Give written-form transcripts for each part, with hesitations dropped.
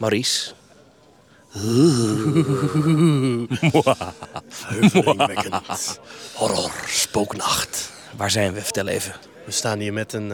Maurice. Huiveringwekkend. Horror, spooknacht. Waar zijn we? Vertel even. We staan hier met een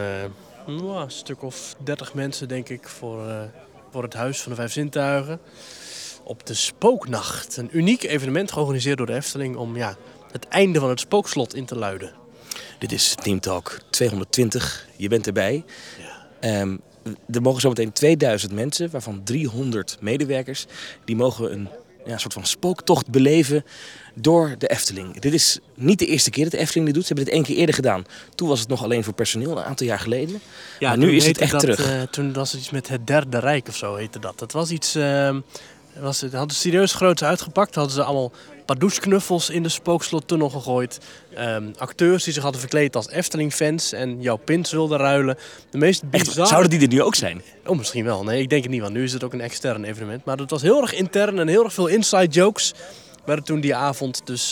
stuk of 30 mensen, denk ik, voor het Huis van de Vijf Zintuigen. Op de Spooknacht. Een uniek evenement georganiseerd door de Efteling om het einde van het spookslot in te luiden. Dit is Team Talk 220. Je bent erbij. Ja. Er mogen zometeen 2000 mensen, waarvan 300 medewerkers. Die mogen een soort van spooktocht beleven door de Efteling. Dit is niet de eerste keer dat de Efteling dit doet. Ze hebben dit 1 keer eerder gedaan. Toen was het nog alleen voor personeel, een aantal jaar geleden. Ja, maar nu is het echt terug. Toen was het iets met het Derde Rijk of zo heette dat. Dat was iets... Hadden ze serieus groots uitgepakt. Hadden ze allemaal pardoesknuffels in de spookslottunnel gegooid. Acteurs die zich hadden verkleed als Efteling-fans en jouw pins wilden ruilen. De meest bizarre... Zouden die er nu ook zijn? Oh, misschien wel. Nee, ik denk het niet, want nu is het ook een extern evenement. Maar het was heel erg intern en heel erg veel inside jokes werden toen die avond dus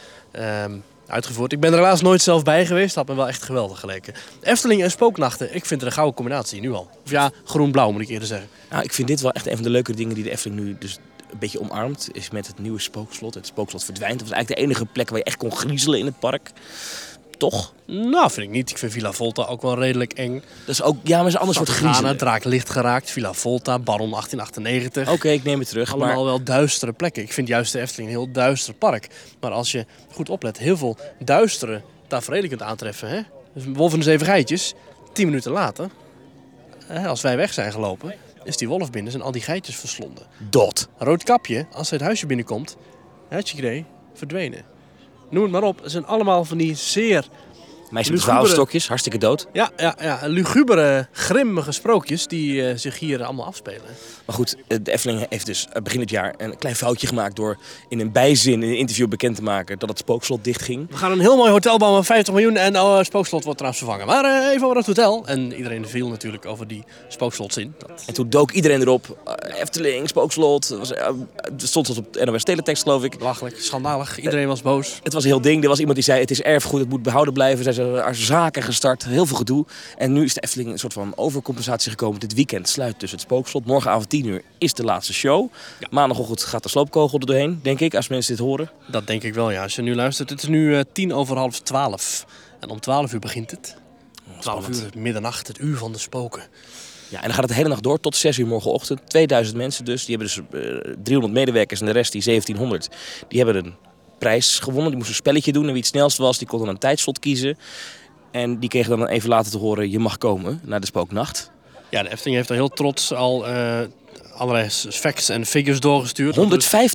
uitgevoerd. Ik ben er helaas nooit zelf bij geweest. Dat had me wel echt geweldig geleken. Efteling en spooknachten, ik vind het een gouden combinatie, nu al. Of ja, groen-blauw moet ik eerder zeggen. Nou, ik vind dit wel echt een van de leukere dingen die de Efteling nu dus een beetje omarmt. Is met het nieuwe spookslot. Het spookslot verdwijnt. Dat was eigenlijk de enige plek waar je echt kon griezelen in het park. Toch? Nou, vind ik niet. Ik vind Villa Volta ook wel redelijk eng. Dat is ook, ja, maar het is een ander soort griezelen. Het draak licht geraakt, Villa Volta, Baron 1898. Oké, ik neem het terug. Allemaal wel duistere plekken. Ik vind juist de Efteling een heel duister park. Maar als je goed oplet, heel veel duistere taferelen kunt aantreffen. Hè? Dus Wolf en de Zeven Geitjes, 10 minuten later, als wij weg zijn gelopen, is die wolf binnen en al die geitjes verslonden. Dot. Roodkapje, als hij het huisje binnenkomt, idee, verdwenen. Noem het maar op. Het zijn allemaal van die zeer... Meisje met 12 stokjes, hartstikke dood. Ja, lugubere, grimmige sprookjes die zich hier allemaal afspelen. Maar goed, de Efteling heeft dus begin het jaar een klein foutje gemaakt door in een bijzin in een interview bekend te maken dat het spookslot dichtging. We gaan een heel mooi hotel bouwen van 50 miljoen en het spookslot wordt trouwens vervangen. Maar even over het hotel. En iedereen viel natuurlijk over die spookslotszin. En toen dook iedereen erop. Efteling, spookslot. Stond het op de NOS Teletext, geloof ik. Belachelijk, schandalig. Iedereen was boos. Het was een heel ding. Er was iemand die zei, het is erfgoed, het moet behouden blijven. Zij zijn zaken gestart, heel veel gedoe. En nu is de Efteling een soort van overcompensatie gekomen. Dit weekend sluit dus het spookslot. Morgenavond 10 uur is de laatste show. Ja. Maandagochtend gaat de sloopkogel er doorheen, denk ik, als mensen dit horen. Dat denk ik wel, ja. Als je nu luistert, het is nu 11:10. En om 12 uur begint het. 12 uur, middernacht, het uur van de spoken. Ja, en dan gaat het de hele nacht door tot 6 uur morgenochtend. 2000 mensen dus. Die hebben dus 300 medewerkers en de rest, die 1700, die hebben een prijs gewonnen. Die moesten een spelletje doen en wie het snelst was, die kon dan een tijdslot kiezen. En die kregen dan even later te horen, je mag komen naar de spooknacht. Ja, de Efteling heeft er heel trots al allerlei facts en figures doorgestuurd. 150.000?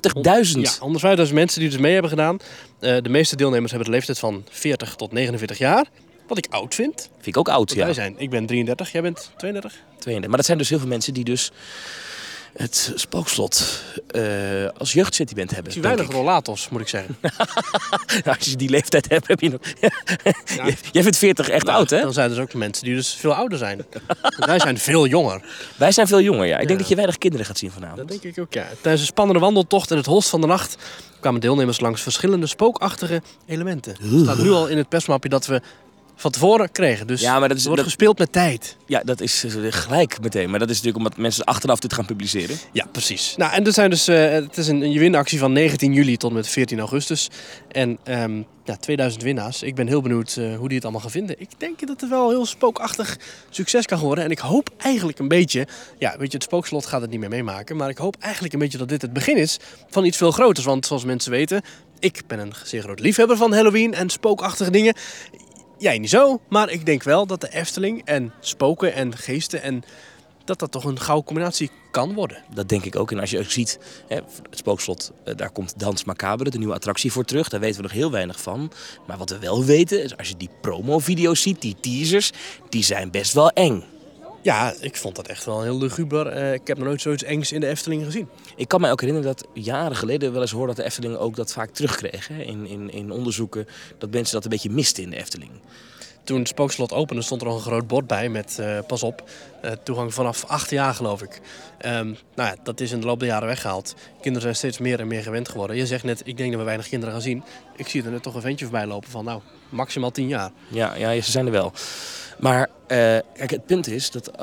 Ja, 150.000 mensen die dus mee hebben gedaan. De meeste deelnemers hebben de leeftijd van 40 tot 49 jaar. Wat ik oud vind. Vind ik ook oud, ja. Wij zijn. Ik ben 33, jij bent 32? 32. Maar dat zijn dus heel veel mensen die dus het spookslot als jeugdsentiment hebben. Ik zie weinig rollators, moet ik zeggen. Nou, als je die leeftijd hebt, heb je nog... Ja. Jij vindt 40 echt oud, hè? Dan zijn er dus ook mensen die dus veel ouder zijn. Wij zijn veel jonger. Wij zijn veel jonger, ja. Ik denk dat je weinig kinderen gaat zien vanavond. Dat denk ik ook, ja. Tijdens een spannende wandeltocht in het holst van de nacht kwamen deelnemers langs verschillende spookachtige elementen. Er staat nu al in het persmapje dat we van tevoren kregen. Dus ja, maar dat wordt gespeeld met tijd. Ja, dat is gelijk meteen. Maar dat is natuurlijk omdat mensen achteraf dit gaan publiceren. Ja, precies. Nou, en er zijn dus, het is een winactie van 19 juli tot en met 14 augustus. En 2000 winnaars. Ik ben heel benieuwd hoe die het allemaal gaan vinden. Ik denk dat het wel heel spookachtig succes kan worden. En ik hoop eigenlijk een beetje... Ja, weet je, het spookslot gaat het niet meer meemaken. Maar ik hoop eigenlijk een beetje dat dit het begin is van iets veel groters. Want zoals mensen weten, ik ben een zeer groot liefhebber van Halloween en spookachtige dingen. Jij niet zo, maar ik denk wel dat de Efteling en spoken en geesten en dat toch een gouden combinatie kan worden. Dat denk ik ook. En als je ziet, het spookslot, daar komt Dans Macabre, de nieuwe attractie voor terug. Daar weten we nog heel weinig van. Maar wat we wel weten, is als je die promo-video's ziet, die teasers, die zijn best wel eng. Ja, ik vond dat echt wel heel luguber. Ik heb nog nooit zoiets engs in de Efteling gezien. Ik kan mij ook herinneren dat jaren geleden wel eens hoorde dat de Efteling ook dat vaak terugkreeg. Hè? In onderzoeken dat mensen dat een beetje misten in de Efteling. Toen het spookslot opende stond er nog een groot bord bij met pas op, toegang vanaf 8 jaar geloof ik. Dat is in de loop der jaren weggehaald. Kinderen zijn steeds meer en meer gewend geworden. Je zegt net, ik denk dat we weinig kinderen gaan zien. Ik zie er net toch een ventje voorbij lopen van maximaal 10 jaar. Ja, ze zijn er wel. Maar kijk, het punt is dat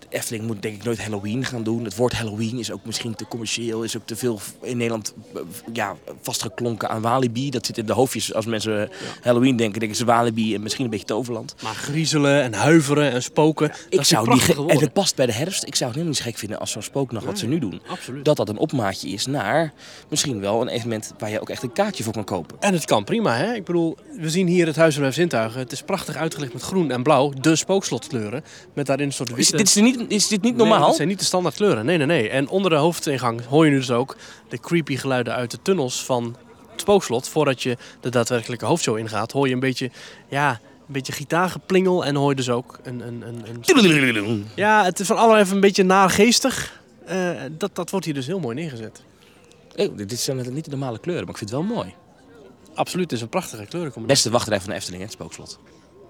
Efteling moet denk ik nooit Halloween gaan doen. Het woord Halloween is ook misschien te commercieel. Is ook te veel in Nederland vastgeklonken aan Walibi. Dat zit in de hoofdjes. Als mensen Halloween denken ze Walibi en misschien een beetje Toverland. Maar griezelen en huiveren en spoken. En het past bij de herfst. Ik zou het helemaal niet gek vinden als zo'n spooknacht wat ze nu doen. Absoluut. Dat een opmaatje is naar misschien wel een evenement waar je ook echt een kaartje voor kan kopen. En het kan prima, hè? Ik bedoel, we zien hier het Huis van Vijf Zintuigen. Het is prachtig uitgelegd met groen en blauw. De spookslotkleuren. Met daarin een soort witte... Is dit niet normaal? Nee, dat zijn niet de standaard kleuren. Nee. En onder de hoofdingang hoor je nu dus ook de creepy geluiden uit de tunnels van het spookslot. Voordat je de daadwerkelijke hoofdshow ingaat, hoor je een beetje gitaargeplingel. En hoor je dus ook een... Ja, het is van allerlei even een beetje naargeestig. Dat wordt hier dus heel mooi neergezet. Dit zijn niet de normale kleuren, maar ik vind het wel mooi. Absoluut, het is een prachtige kleurencombinatie. Beste wachtrij van de Efteling, het spookslot.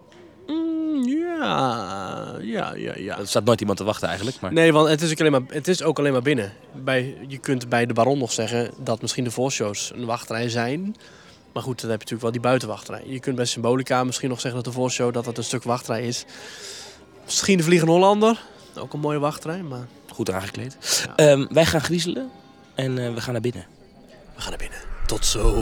Ja. Er staat nooit iemand te wachten eigenlijk. Maar... Nee, want het is ook alleen maar binnen. Je kunt bij de Baron nog zeggen dat misschien de voorshows een wachtrij zijn. Maar goed, dan heb je natuurlijk wel die buitenwachtrij. Je kunt bij Symbolica misschien nog zeggen dat de voorshow dat een stuk wachtrij is. Misschien de Vliegende Hollander. Ook een mooie wachtrij, maar... Goed aangekleed. Ja. Wij gaan griezelen en we gaan naar binnen. We gaan naar binnen. Tot zo.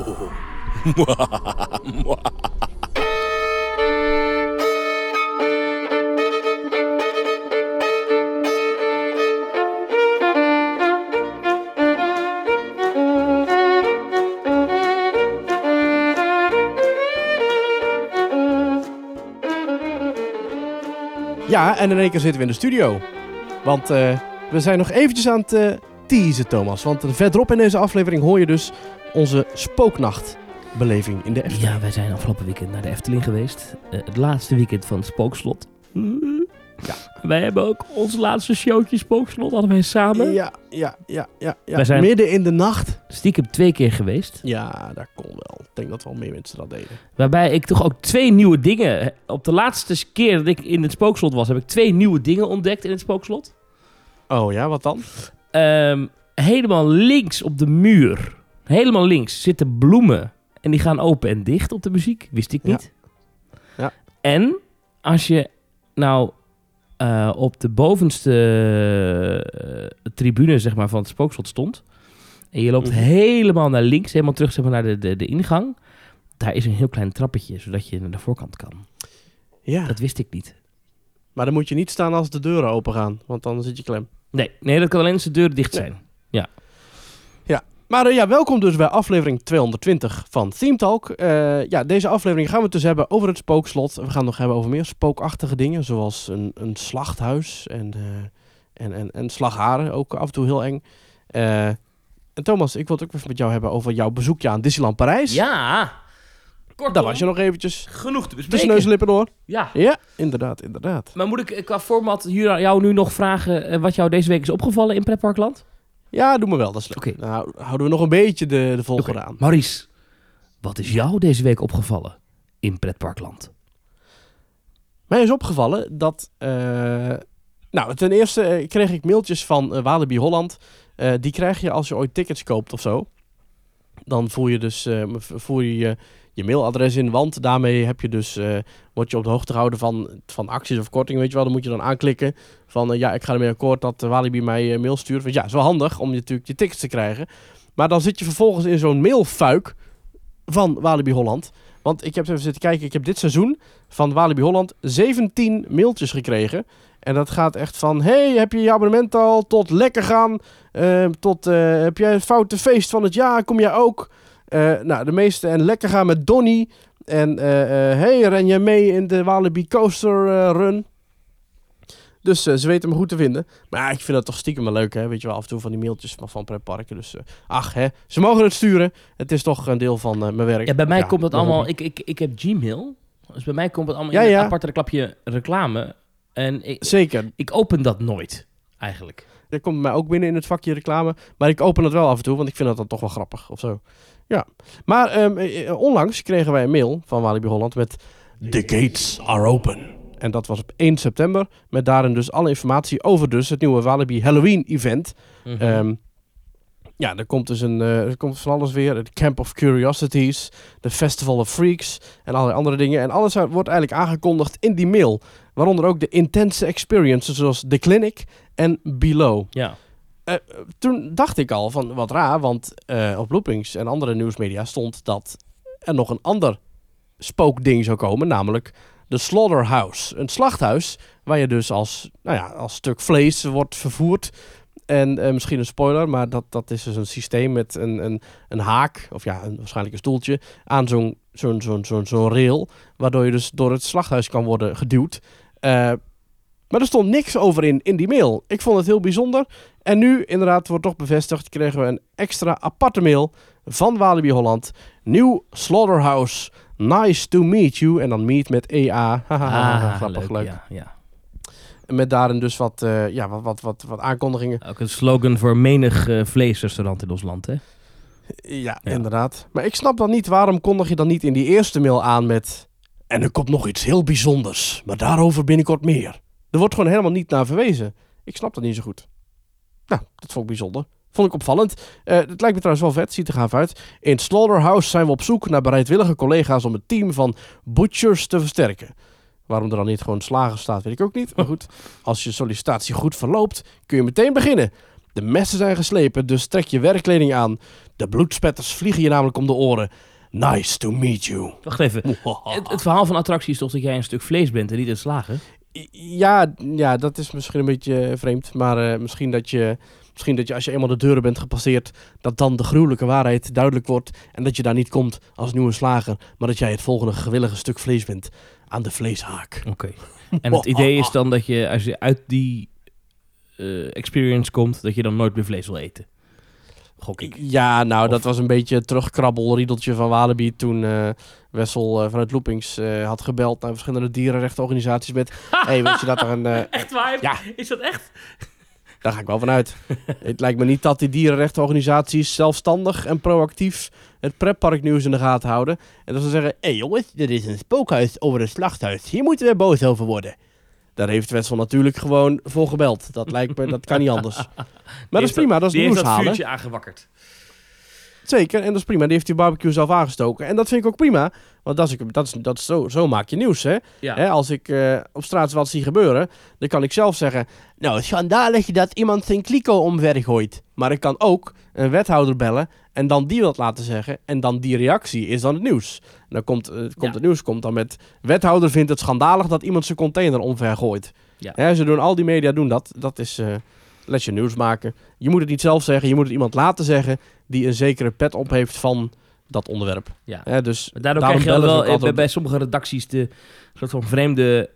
Ja, en in één keer zitten we in de studio. Want we zijn nog eventjes aan het teasen, Thomas. Want verderop in deze aflevering hoor je dus onze spooknachtbeleving in de Efteling. Ja, wij zijn afgelopen weekend naar de Efteling geweest. Het laatste weekend van het Spookslot. Ja. Wij hebben ook ons laatste showtje Spookslot, hadden wij samen. Ja. Wij zijn midden in de nacht. Stiekem 2 keer geweest. Ja, dat kon wel. Ik denk dat wel meer mensen dat deden. Waarbij ik toch ook 2 nieuwe dingen... Op de laatste keer dat ik in het Spookslot was, heb ik 2 nieuwe dingen ontdekt in het Spookslot. Oh ja, wat dan? Helemaal links op de muur, helemaal links, zitten bloemen. En die gaan open en dicht op de muziek. Wist ik niet. Ja. En als je nou op de bovenste tribune zeg maar, van het Spookslot stond. En je loopt helemaal naar links, helemaal terug zeg maar, naar de ingang. Daar is een heel klein trappetje, zodat je naar de voorkant kan. Ja. Dat wist ik niet. Maar dan moet je niet staan als de deuren open gaan, want dan zit je klem. Nee, dat kan alleen als de deuren dicht zijn. Ja. Maar welkom dus bij aflevering 220 van Theme Talk. Deze aflevering gaan we het dus hebben over het spookslot. We gaan het nog hebben over meer spookachtige dingen, zoals een slachthuis en slagharen, ook af en toe heel eng. En Thomas, ik wil het ook even met jou hebben over jouw bezoekje aan Disneyland Parijs. Ja, kortom, daar was je nog eventjes. Genoeg te bespreken. Tussen neus en lippen door. Ja. Ja, inderdaad. Maar moet ik qua format jou nu nog vragen wat jou deze week is opgevallen in Pretparkland? Ja, doe me wel, dat is leuk. Oké. Nou, houden we nog een beetje de volgorde aan. Maurice, wat is jou deze week opgevallen in Pretparkland? Mij is opgevallen dat... ten eerste kreeg ik mailtjes van Walibi Holland. Die krijg je als je ooit tickets koopt of zo. Dan voer je je mailadres in, want daarmee heb je dus, word je op de hoogte gehouden van acties of korting, weet je wel. Dan moet je dan aanklikken van, ik ga ermee akkoord dat Walibi mij mail stuurt. Want ja, het is wel handig om natuurlijk je tickets te krijgen. Maar dan zit je vervolgens in zo'n mailfuik van Walibi Holland. Want ik heb even zitten kijken, ik heb dit seizoen van Walibi Holland 17 mailtjes gekregen. En dat gaat echt van, heb je je abonnement al? Tot lekker gaan. Tot, heb jij het foute feest van het jaar? Kom jij ook? De meeste. En lekker gaan met Donnie. En ren je mee in de Walibi Coaster Run? Dus ze weten me goed te vinden. Maar ik vind dat toch stiekem wel leuk, hè? Weet je wel, af en toe van die mailtjes van pretparken. Dus ze mogen het sturen. Het is toch een deel van mijn werk. Ja, bij mij komt dat allemaal... Ik heb Gmail. Dus bij mij komt het allemaal in een aparte klapje reclame. En Zeker. Ik open dat nooit, eigenlijk. Dat komt bij mij ook binnen in het vakje reclame. Maar ik open het wel af en toe, want ik vind dat dan toch wel grappig of zo. Ja. Maar onlangs kregen wij een mail van Walibi Holland met... The gates are open. En dat was op 1 september. Met daarin dus alle informatie over dus het nieuwe Walibi Halloween event. Mm-hmm. Ja, er komt dus er komt van alles weer. Het Camp of Curiosities, de Festival of Freaks en allerlei andere dingen. En alles wordt eigenlijk aangekondigd in die mail. Waaronder ook de intense experiences zoals The Clinic en Below. Ja. Toen dacht ik al van wat raar, want op Loopings en andere nieuwsmedia stond dat er nog een ander spookding zou komen, namelijk de Slaughterhouse. Een slachthuis waar je dus als stuk vlees wordt vervoerd. En misschien een spoiler, maar dat is dus een systeem met een haak, of ja, waarschijnlijk een stoeltje, aan zo'n rail, waardoor je dus door het slachthuis kan worden geduwd. Maar er stond niks over in die mail. Ik vond het heel bijzonder. En nu, inderdaad, wordt toch bevestigd, kregen we een extra aparte mail van Walibi Holland. Nieuw Slaughterhouse. Nice to meet you. En dan meet met EA. Grappig, leuk. Ja. En met daarin dus wat aankondigingen. Ook een slogan voor menig vleesrestaurant in ons land, hè? Ja, inderdaad. Maar ik snap dan niet, waarom kondig je dan niet in die eerste mail aan met... En er komt nog iets heel bijzonders, maar daarover binnenkort meer. Er wordt gewoon helemaal niet naar verwezen. Ik snap dat niet zo goed. Nou, dat vond ik bijzonder. Vond ik opvallend. Het lijkt me trouwens wel vet, ziet er gaaf uit. In Slaughterhouse zijn we op zoek naar bereidwillige collega's om het team van Butchers te versterken. Waarom er dan niet gewoon slagers staat, weet ik ook niet. Maar goed, als je sollicitatie goed verloopt, kun je meteen beginnen. De messen zijn geslepen, dus trek je werkkleding aan. De bloedspetters vliegen je namelijk om de oren. Nice to meet you. Wacht even. Het verhaal van attractie is toch dat jij een stuk vlees bent en niet een slager? Ja, dat is misschien een beetje vreemd. Maar misschien dat je als je eenmaal de deuren bent gepasseerd, dat dan de gruwelijke waarheid duidelijk wordt. En dat je daar niet komt als nieuwe slager, maar dat jij het volgende gewillige stuk vlees bent aan de vleeshaak. Oké. En het idee is dan dat je, als je uit die experience komt, dat je dan nooit meer vlees wil eten. Gok ik. Ja, nou, dat was een beetje het terugkrabbelriedeltje van Walibi toen Wessel vanuit Loopings had gebeld naar verschillende dierenrechtenorganisaties met... Hey, weet je dat er een... Echt waar? Ja. Is dat echt? Daar ga ik wel vanuit. Het lijkt me niet dat die dierenrechtenorganisaties zelfstandig en proactief het pretparknieuws in de gaten houden. En dat ze zeggen, jongens, dit is een spookhuis over een slachthuis. Hier moeten we boos over worden. Daar heeft Wessel natuurlijk gewoon voor gebeld. Dat lijkt me, dat kan niet anders. Maar dat is prima, dat is nieuws halen. Die heeft dat vuurtje aangewakkerd. Zeker, en dat is prima. Die heeft die barbecue zelf aangestoken. En dat vind ik ook prima, want dat is zo maak je nieuws, hè? Ja. Hè, als ik op straat wat zie gebeuren, dan kan ik zelf zeggen... Nou, schandalig dat iemand zijn kliko omver gooit. Maar ik kan ook een wethouder bellen en dan die wat laten zeggen. En dan die reactie is dan het nieuws. En dan komt het nieuws dan met... Wethouder vindt het schandalig dat iemand zijn container omver gooit. Ja. Hè, al die media doen dat. Dat is... let je nieuws maken. Je moet het niet zelf zeggen, je moet het iemand laten zeggen die een zekere pet op heeft van dat onderwerp. Ja. Dus daarom krijg je wel bij sommige redacties de soort van vreemde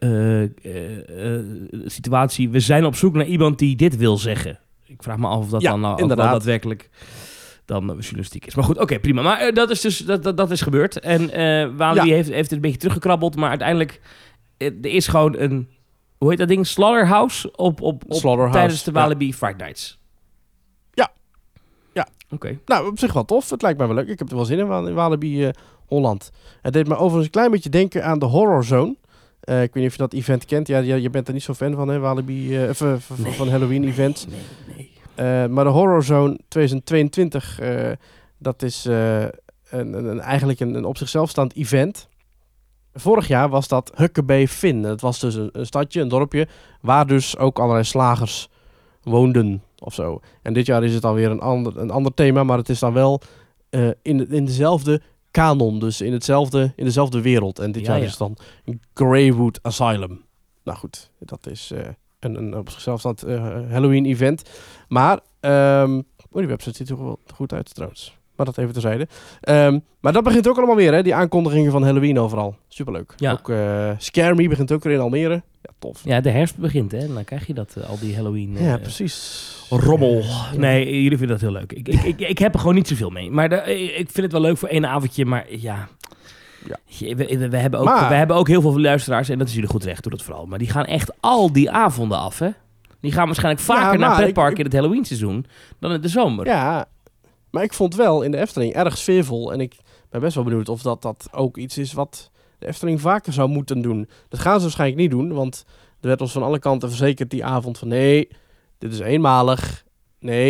situatie. We zijn op zoek naar iemand die dit wil zeggen. Ik vraag me af of dat dan nou ook wel daadwerkelijk dan journalistiek is. Maar goed, oké, prima. Maar dat is dus dat is gebeurd. En Walibi heeft het een beetje teruggekrabbeld, maar uiteindelijk er is gewoon een... Hoe heet dat ding? Slaughterhouse op tijdens de Walibi Friday Nights. Ja. Oké. Nou, op zich wel tof. Het lijkt mij wel leuk. Ik heb er wel zin in Walibi Holland. Het deed me overigens een klein beetje denken aan de Horror Zone. Ik weet niet of je dat event kent. Ja, je bent er niet zo fan van, hè, Walibi... van Halloween events. Nee. Maar de Horror Zone 2022, dat is eigenlijk een op zichzelf staand event... Vorig jaar was dat Huckabee Finn. Het was dus een stadje, een dorpje, waar dus ook allerlei slagers woonden of zo. En dit jaar is het alweer een ander thema, maar het is dan wel in dezelfde kanon, dus in dezelfde wereld. En dit jaar is het dan Greywood Asylum. Nou goed, dat is een op zichzelf staand Halloween event. Maar, die website ziet er wel goed uit trouwens. Maar dat even terzijde. Maar dat begint ook allemaal weer, hè? Die aankondigingen van Halloween overal. Superleuk. Ja. Ook Scare Me begint ook weer in Almere. Ja, tof. Ja, de herfst begint, hè? En dan krijg je dat, al die Halloween... ja, precies. Rommel. Ja. Nee, jullie vinden dat heel leuk. Ik heb er gewoon niet zoveel mee. Maar ik vind het wel leuk voor één avondje, maar ja... We hebben ook heel veel luisteraars, en dat is jullie goed recht, doe dat vooral. Maar die gaan echt al die avonden af, hè? Die gaan waarschijnlijk vaker naar pretpark in het Halloween seizoen dan in de zomer. Ja, maar ik vond wel in de Efteling erg sfeervol. En ik ben best wel benieuwd of dat ook iets is wat de Efteling vaker zou moeten doen. Dat gaan ze waarschijnlijk niet doen, want er werd ons van alle kanten verzekerd die avond van... Nee, dit is eenmalig. Nee,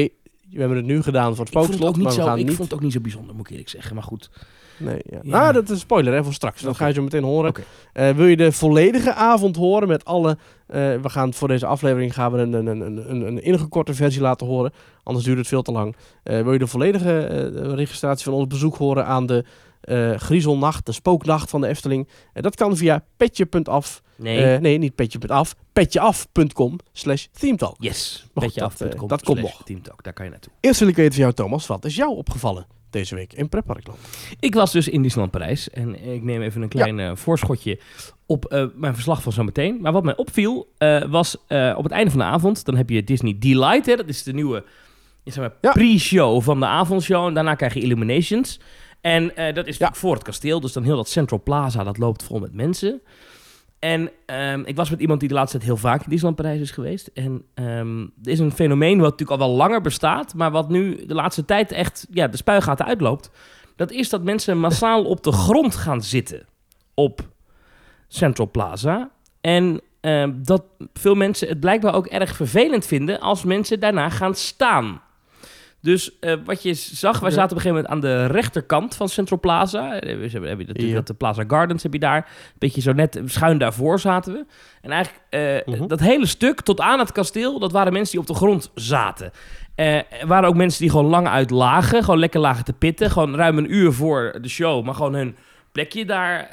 we hebben het nu gedaan voor het spookslot, maar we gaan niet... Ik vond het ook niet zo bijzonder, moet ik eerlijk zeggen. Maar goed. Nee, ja. Ja. Nou, dat is een spoiler hè, voor straks. Dat ga je zo meteen horen. Okay. Wil je de volledige avond horen met alle... we gaan voor deze aflevering gaan we een ingekorte versie laten horen. Anders duurt het veel te lang. Wil je de volledige registratie van ons bezoek horen aan de griezelnacht, de spooknacht van de Efteling? Dat kan via petje.af. Nee, niet petje.af. petjeaf.com/themetalk. Yes, petjeaf.com. Dat komt nog. Themetalk, daar kan je naartoe. Eerst wil ik weten van jou, Thomas. Wat is jou opgevallen deze week in Pretparkland? Ik was dus in Disneyland Parijs en ik neem even een klein voorschotje op mijn verslag van zometeen. Maar wat mij opviel was op het einde van de avond, dan heb je Disney Delight. Hè, dat is de nieuwe pre-show van de avondshow. En daarna krijg je Illuminations. En dat is natuurlijk voor het kasteel. Dus dan heel dat Central Plaza, dat loopt vol met mensen. En ik was met iemand die de laatste tijd heel vaak in Disneyland Parijs is geweest. En er is een fenomeen wat natuurlijk al wel langer bestaat, maar wat nu de laatste tijd echt de spuigaten uitloopt. Dat is dat mensen massaal op de grond gaan zitten op Central Plaza. En dat veel mensen het blijkbaar ook erg vervelend vinden als mensen daarna gaan staan. Dus wat je zag, wij zaten op een gegeven moment aan de rechterkant van Central Plaza. Heb je natuurlijk de Plaza Gardens heb je daar. Een beetje zo net schuin daarvoor zaten we. En eigenlijk dat hele stuk tot aan het kasteel, dat waren mensen die op de grond zaten. Er waren ook mensen die gewoon lang uit lagen. Gewoon lekker lagen te pitten. Gewoon ruim een uur voor de show. Maar gewoon hun plekje daar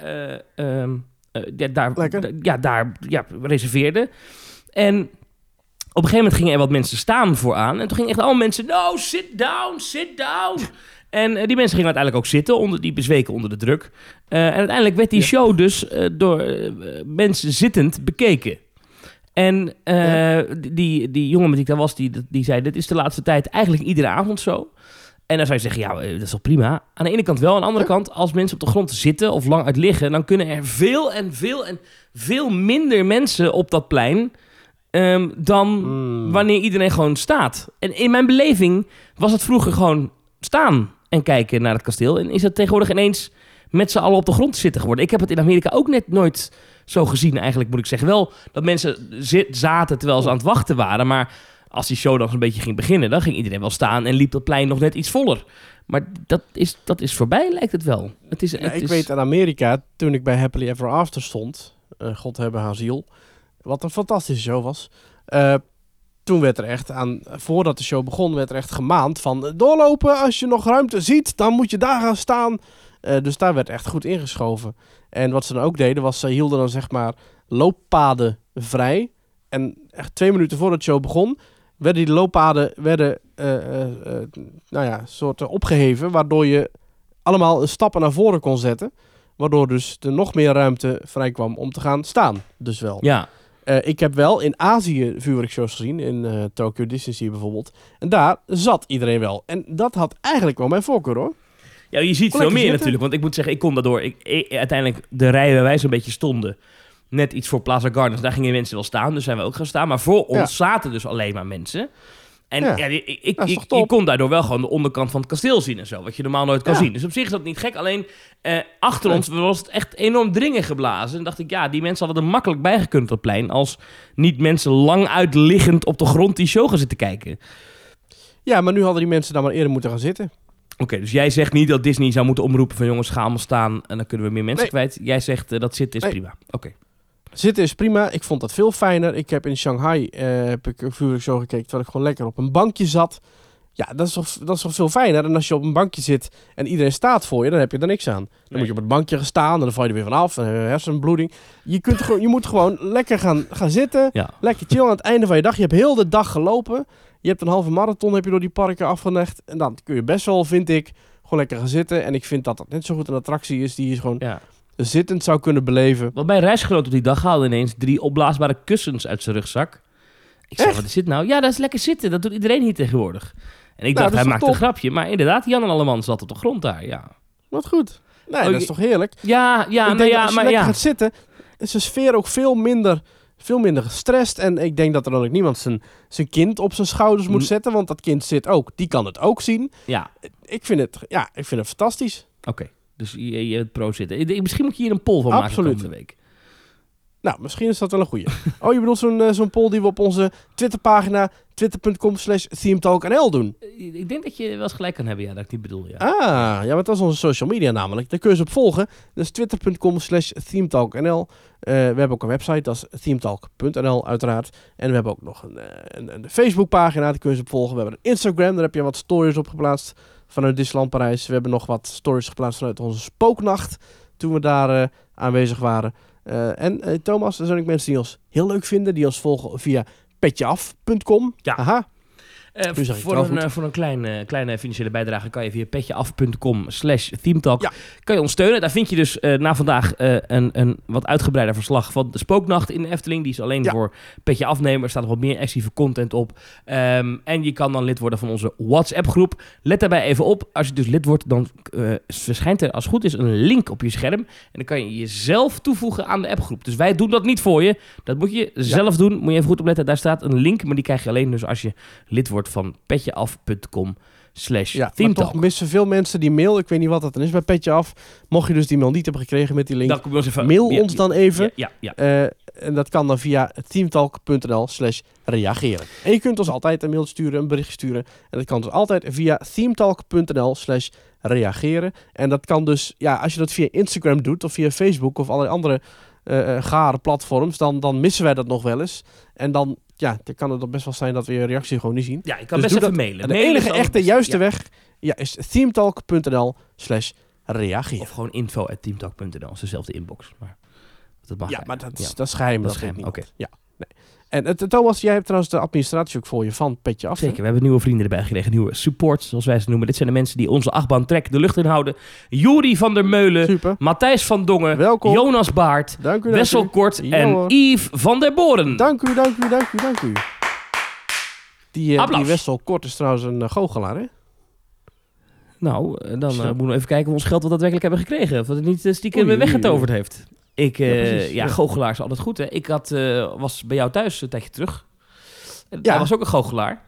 reserveerden. En op een gegeven moment gingen er wat mensen staan vooraan. En toen gingen echt allemaal mensen... No, sit down, sit down. En die mensen gingen uiteindelijk ook zitten. Die bezweken onder de druk. En uiteindelijk werd die show dus door mensen zittend bekeken. En die jongen met wie ik daar was, die zei... Dit is de laatste tijd eigenlijk iedere avond zo. En dan zou je zeggen, ja, dat is toch prima. Aan de ene kant wel. Aan de andere kant, als mensen op de grond zitten of lang uit liggen... dan kunnen er veel minder mensen op dat plein... dan wanneer iedereen gewoon staat. En in mijn beleving was het vroeger gewoon staan en kijken naar het kasteel. En is het tegenwoordig ineens met z'n allen op de grond zitten geworden. Ik heb het in Amerika ook net nooit zo gezien eigenlijk, moet ik zeggen. Wel dat mensen zaten terwijl ze aan het wachten waren. Maar als die show dan een beetje ging beginnen, dan ging iedereen wel staan en liep dat plein nog net iets voller. Maar dat is voorbij, lijkt het wel. Ik weet in Amerika, toen ik bij Happily Ever After stond, God hebben haar ziel... Wat een fantastische show was. Toen werd er echt voordat de show begon, werd er echt gemaand van... Doorlopen, als je nog ruimte ziet, dan moet je daar gaan staan. Dus daar werd echt goed ingeschoven. En wat ze dan ook deden, was ze hielden dan zeg maar looppaden vrij. En echt 2 minuten voordat de show begon, werden die looppaden soort opgeheven. Waardoor je allemaal een stappen naar voren kon zetten. Waardoor dus er nog meer ruimte vrij kwam om te gaan staan. Dus wel. Ja. Ik heb wel in Azië vuurwerkshows gezien, in Tokyo Disney Sea bijvoorbeeld. En daar zat iedereen wel. En dat had eigenlijk wel mijn voorkeur, hoor. Ja, je ziet veel meer natuurlijk. Want ik moet zeggen, ik kon daardoor... uiteindelijk de rij waar wij zo'n beetje stonden... net iets voor Plaza Gardens, daar gingen mensen wel staan. Dus zijn we ook gaan staan. Maar voor ons zaten dus alleen maar mensen... En ik kon daardoor wel gewoon de onderkant van het kasteel zien en zo. Wat je normaal nooit kan zien. Dus op zich is dat niet gek. Alleen achter ons was het echt enorm dringen geblazen. En dacht ik, die mensen hadden er makkelijk bij gekund op het plein. Als niet mensen lang uitliggend op de grond die show gaan zitten kijken. Ja, maar nu hadden die mensen dan maar eerder moeten gaan zitten. Oké, dus jij zegt niet dat Disney zou moeten omroepen van jongens, ga allemaal staan. En dan kunnen we meer mensen kwijt. Jij zegt dat zitten is prima. Oké. Zitten is prima. Ik vond dat veel fijner. Ik heb in Shanghai heb ik een vuurwerkshow gekeken terwijl ik gewoon lekker op een bankje zat. Ja, dat is toch veel fijner. En als je op een bankje zit en iedereen staat voor je, dan heb je er niks aan. Dan moet je op het bankje gaan staan en dan val je er weer vanaf. Hersenbloeding. Je moet gewoon lekker gaan zitten. Ja. Lekker chillen aan het einde van je dag. Je hebt heel de dag gelopen. Je hebt een halve marathon heb je door die parken afgelegd. En dan kun je best wel, vind ik, gewoon lekker gaan zitten. En ik vind dat net zo goed een attractie is die je gewoon... Ja. Zittend zou kunnen beleven. Want mijn reisgenoot op die dag haalde ineens 3 opblaasbare kussens uit zijn rugzak. Ik zei, wat is dit nou? Ja, dat is lekker zitten. Dat doet iedereen hier tegenwoordig. En ik dacht, hij maakt een grapje. Maar inderdaad, Jan en Alleman zat op de grond daar, ja. Wat goed. Nee, dat is toch heerlijk? Ja, als je lekker gaat zitten, is de sfeer ook veel minder gestrest. En ik denk dat er dan ook niemand zijn kind op zijn schouders moet zetten. Want dat kind zit ook. Die kan het ook zien. Ja. Ik vind het fantastisch. Oké. Dus je het pro zitten. Misschien moet je hier een poll van maken komende week. Nou, misschien is dat wel een goeie. Oh, je bedoelt zo'n poll die we op onze Twitterpagina twitter.com/themetalknl doen? Ik denk dat je wel eens gelijk kan hebben, dat ik die bedoel, ja. Ja, maar dat is onze social media namelijk. Daar kun je ze op volgen. Dus twitter.com/themetalknl. We hebben ook een website, dat is themetalk.nl uiteraard. En we hebben ook nog een Facebookpagina, daar kun je ze op volgen. We hebben een Instagram, daar heb je wat stories op geplaatst vanuit Disneyland Parijs. We hebben nog wat stories geplaatst vanuit onze spooknacht, toen we daar aanwezig waren. En Thomas, er zijn ook mensen die ons heel leuk vinden, die ons volgen via petjeaf.com. Ja. Aha. Voor een kleine financiële bijdrage kan je via petjeaf.com/themetalk kan je ons steunen. Daar vind je dus na vandaag een wat uitgebreider verslag van de spooknacht in de Efteling. Die is alleen voor Petje Afnemer. Er staat nog wat meer exclusieve content op. En je kan dan lid worden van onze WhatsApp groep. Let daarbij even op. Als je dus lid wordt, dan verschijnt er als het goed is een link op je scherm. En dan kan je jezelf toevoegen aan de appgroep. Dus wij doen dat niet voor je. Dat moet je zelf doen. Moet je even goed opletten. Daar staat een link, maar die krijg je alleen dus als je lid wordt van petjeaf.com/themetalk. Maar toch missen veel mensen die mail. Ik weet niet wat dat dan is bij Petje Af. Mocht je dus die mail niet hebben gekregen met die link, dan kom je ons even, mail ons dan even. Ja. En dat kan dan via themetalk.nl/reageren. En je kunt ons altijd een mail sturen, een bericht sturen. En dat kan dus altijd via themetalk.nl/reageren. En dat kan dus, als je dat via Instagram doet of via Facebook of allerlei andere gare platforms, dan missen wij dat nog wel eens. En dan kan het best wel zijn dat we je reactie gewoon niet zien. Ja, je kan best even mailen. De enige echte juiste weg is themetalk.nl/reageren. Of gewoon info@themetalk.nl. is dezelfde inbox. Maar dat mag maar dat is geheim. Dat is geheim, oké. Ja, nee. En Thomas, jij hebt trouwens de administratie ook voor je van Petje Af. Zeker, we hebben nieuwe vrienden erbij gekregen. Nieuwe support, zoals wij ze noemen. Dit zijn de mensen die onze achtbaan Trek de lucht inhouden. Juri van der Meulen. Super. Matthijs van Dongen. Welkom. Jonas Baart. Wessel Kort en Yves van der Boren. Dank u. Die Wessel Kort is trouwens een goochelaar, hè? Nou, dan moeten we even kijken of we ons geld wat daadwerkelijk hebben gekregen. Of dat het niet stiekem weggetoverd heeft. Goochelaar is altijd goed, hè. Ik was bij jou thuis een tijdje terug. Daar was ook een goochelaar.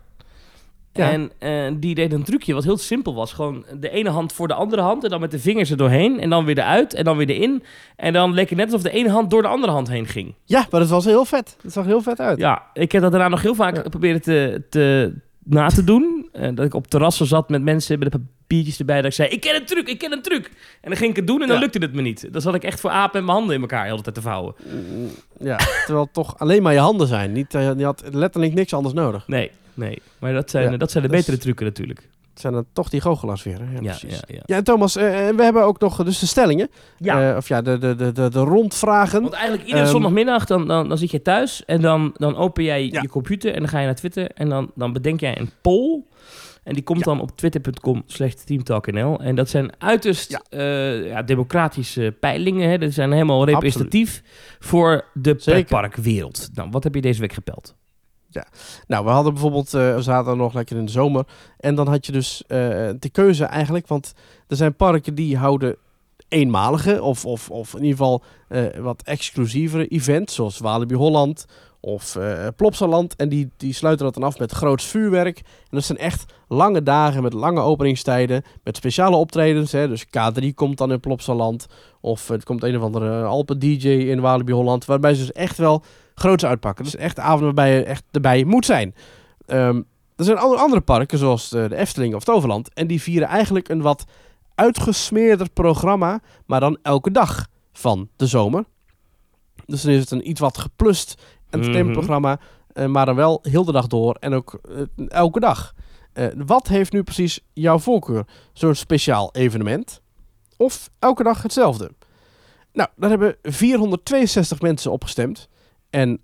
Ja. En die deed een trucje wat heel simpel was. Gewoon de ene hand voor de andere hand. En dan met de vingers er doorheen. En dan weer eruit. En dan weer erin. En dan leek het net alsof de ene hand door de andere hand heen ging. Ja, maar dat was heel vet. Het zag heel vet uit. Ja, ik heb dat daarna nog heel vaak proberen na te doen. Dat ik op terrassen zat met mensen met de papiertjes erbij. Dat ik zei, ik ken een truc. En dan ging ik het doen en dan lukte het me niet. Dan zat ik echt voor apen met mijn handen in elkaar de hele tijd te vouwen. Ja, terwijl het toch alleen maar je handen zijn. Je had letterlijk niks anders nodig. Nee. Maar dat zijn de betere trucken natuurlijk. Het zijn dan toch die goochelaars weer. Hè? Ja, precies. Ja. Ja, en Thomas, we hebben ook nog dus de stellingen. Ja. De rondvragen. Want eigenlijk iedere zondagmiddag dan zit je thuis en dan open jij je computer en dan ga je naar Twitter en dan bedenk jij een poll. En die komt dan op twitter.com/themetalknl. En dat zijn uiterst democratische peilingen. Hè. Dat zijn helemaal representatief voor de pretparkwereld. Nou, wat heb je deze week gepeld? Ja, nou, we hadden bijvoorbeeld, we zaten nog lekker in de zomer. En dan had je dus de keuze eigenlijk, want er zijn parken die houden eenmalige of in ieder geval wat exclusievere events, zoals Walibi Holland of Plopsaland. En die sluiten dat dan af met groots vuurwerk. En dat zijn echt lange dagen met lange openingstijden, met speciale optredens. Hè. Dus K3 komt dan in Plopsaland, of het komt een of andere Alpen-DJ in Walibi Holland, waarbij ze dus echt wel groots uitpakken. Dus echt avonden waarbij je echt erbij moet zijn. Er zijn andere parken, zoals de Efteling of Toverland. En die vieren eigenlijk een wat uitgesmeerder programma, maar dan elke dag van de zomer. Dus dan is het een iets wat geplust entertainmentprogramma, maar dan wel heel de dag door en ook elke dag. Wat heeft nu precies jouw voorkeur? Zo'n speciaal evenement of elke dag hetzelfde? Nou, daar hebben 462 mensen op gestemd. En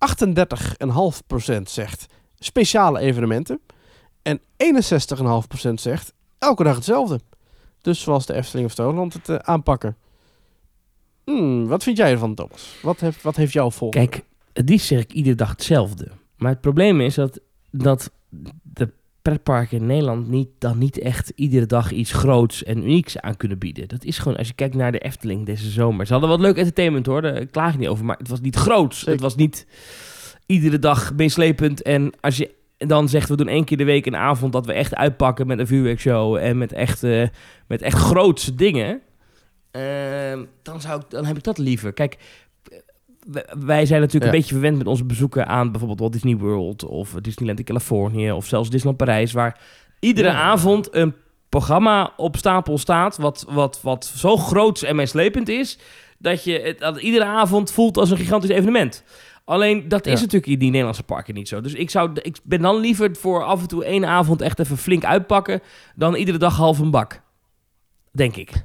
38,5% zegt speciale evenementen. En 61,5% zegt elke dag hetzelfde. Dus zoals de Efteling of Toverland het aanpakken. Wat vind jij ervan, Thomas? Wat heeft jouw voorkeur? Kijk, die zeg ik iedere dag hetzelfde. Maar het probleem is dat de pretparken in Nederland niet echt iedere dag iets groots en unieks aan kunnen bieden. Dat is gewoon, als je kijkt naar de Efteling deze zomer. Ze hadden wat leuk entertainment hoor, daar klaag ik niet over. Maar het was niet groots. Zeker. Het was niet iedere dag meeslepend. En als je dan zegt, we doen 1 keer de week een avond dat we echt uitpakken met een vuurwerkshow en met echt grootse dingen. Dan heb ik dat liever. Kijk, wij zijn natuurlijk een beetje verwend met onze bezoeken aan bijvoorbeeld Walt Disney World of Disneyland in Californië of zelfs Disneyland Parijs, waar iedere avond een programma op stapel staat wat zo groots en meeslepend is dat je het iedere avond voelt als een gigantisch evenement. Alleen, dat is natuurlijk in die Nederlandse parken niet zo. Dus ik ben dan liever voor af en toe 1 avond echt even flink uitpakken dan iedere dag half een bak. Denk ik.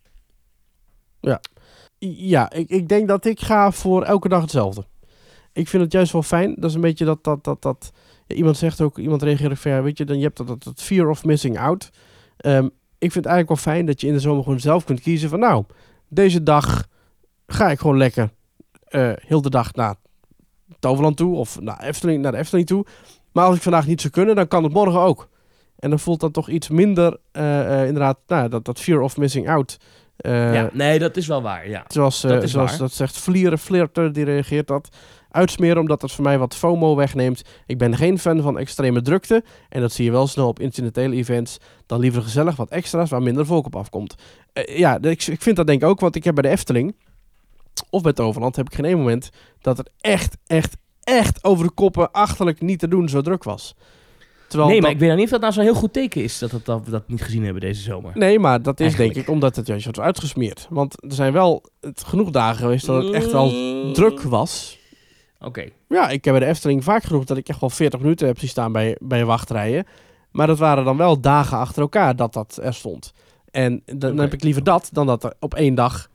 Ja, ik denk dat ik ga voor elke dag hetzelfde. Ik vind het juist wel fijn. Dat is een beetje dat iemand zegt ook, iemand reageert ook ver, weet je, dan je hebt dat fear of missing out. Ik vind het eigenlijk wel fijn dat je in de zomer gewoon zelf kunt kiezen van, nou, deze dag ga ik gewoon lekker heel de dag naar Toverland toe of naar de Efteling toe. Maar als ik vandaag niet zou kunnen, dan kan het morgen ook. En dan voelt dat toch iets minder, inderdaad, dat fear of missing out. Nee, dat is wel waar, ja. Zoals dat zegt Flirter, die reageert dat. Uitsmeren omdat het voor mij wat FOMO wegneemt. Ik ben geen fan van extreme drukte. En dat zie je wel snel op incidentele events. Dan liever gezellig wat extra's waar minder volk op afkomt. Ik vind dat denk ik ook, want ik heb bij de Efteling of bij Toverland heb ik geen één moment dat het echt over de koppen achterlijk niet te doen zo druk was. Nee, maar ik weet nou niet of dat nou zo'n heel goed teken is dat we dat niet gezien hebben deze zomer. Nee, maar dat is denk ik omdat het juist wordt uitgesmeerd. Want er zijn wel genoeg dagen geweest dat het echt wel druk was. Oké. Ja, ik heb bij de Efteling vaak genoeg dat ik echt wel 40 minuten heb zien staan bij wachtrijen. Maar dat waren dan wel dagen achter elkaar dat er stond. En dan heb ik liever dat dan dat er op 1 dag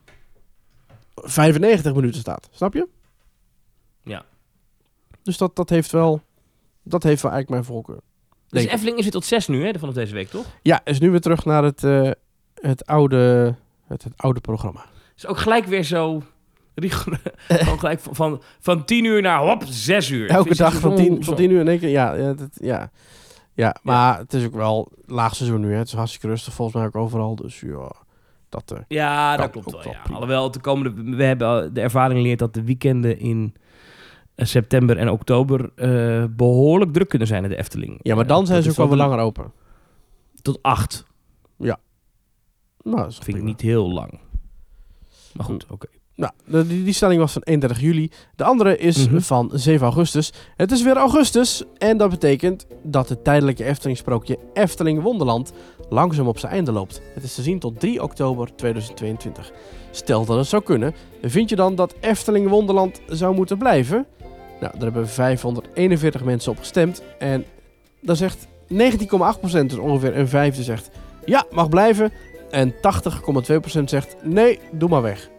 95 minuten staat. Snap je? Ja. Dus dat heeft wel eigenlijk mijn voorkeur. Dus Efteling is weer tot 6 nu, hè, vanaf deze week, toch? Ja, is nu weer terug naar het oude programma. Is ook gelijk weer zo gewoon gelijk van 10 uur naar 6 uur. Elke dag van 10 uur in één keer. Ja, maar het is ook wel laag seizoen nu. Hè. Het is hartstikke rustig volgens mij ook overal. Dus ja, dat klopt wel. Ja. Alhoewel, we hebben de ervaring geleerd dat de weekenden in september en oktober behoorlijk druk kunnen zijn in de Efteling. Ja, maar dan zijn ze ook wel weer langer open. Tot 8. Ja. Nou, dat vind ik niet heel lang. Maar goed, oké. Nou, die stelling was van 31 juli. De andere is van 7 augustus. Het is weer augustus en dat betekent dat het tijdelijke Efteling-sprookje Efteling Wonderland langzaam op zijn einde loopt. Het is te zien tot 3 oktober 2022. Stel dat het zou kunnen, vind je dan dat Efteling Wonderland zou moeten blijven? Nou, daar hebben 541 mensen op gestemd en dan zegt 19,8%, dus ongeveer een vijfde, zegt ja, mag blijven. En 80,2% zegt nee, doe maar weg.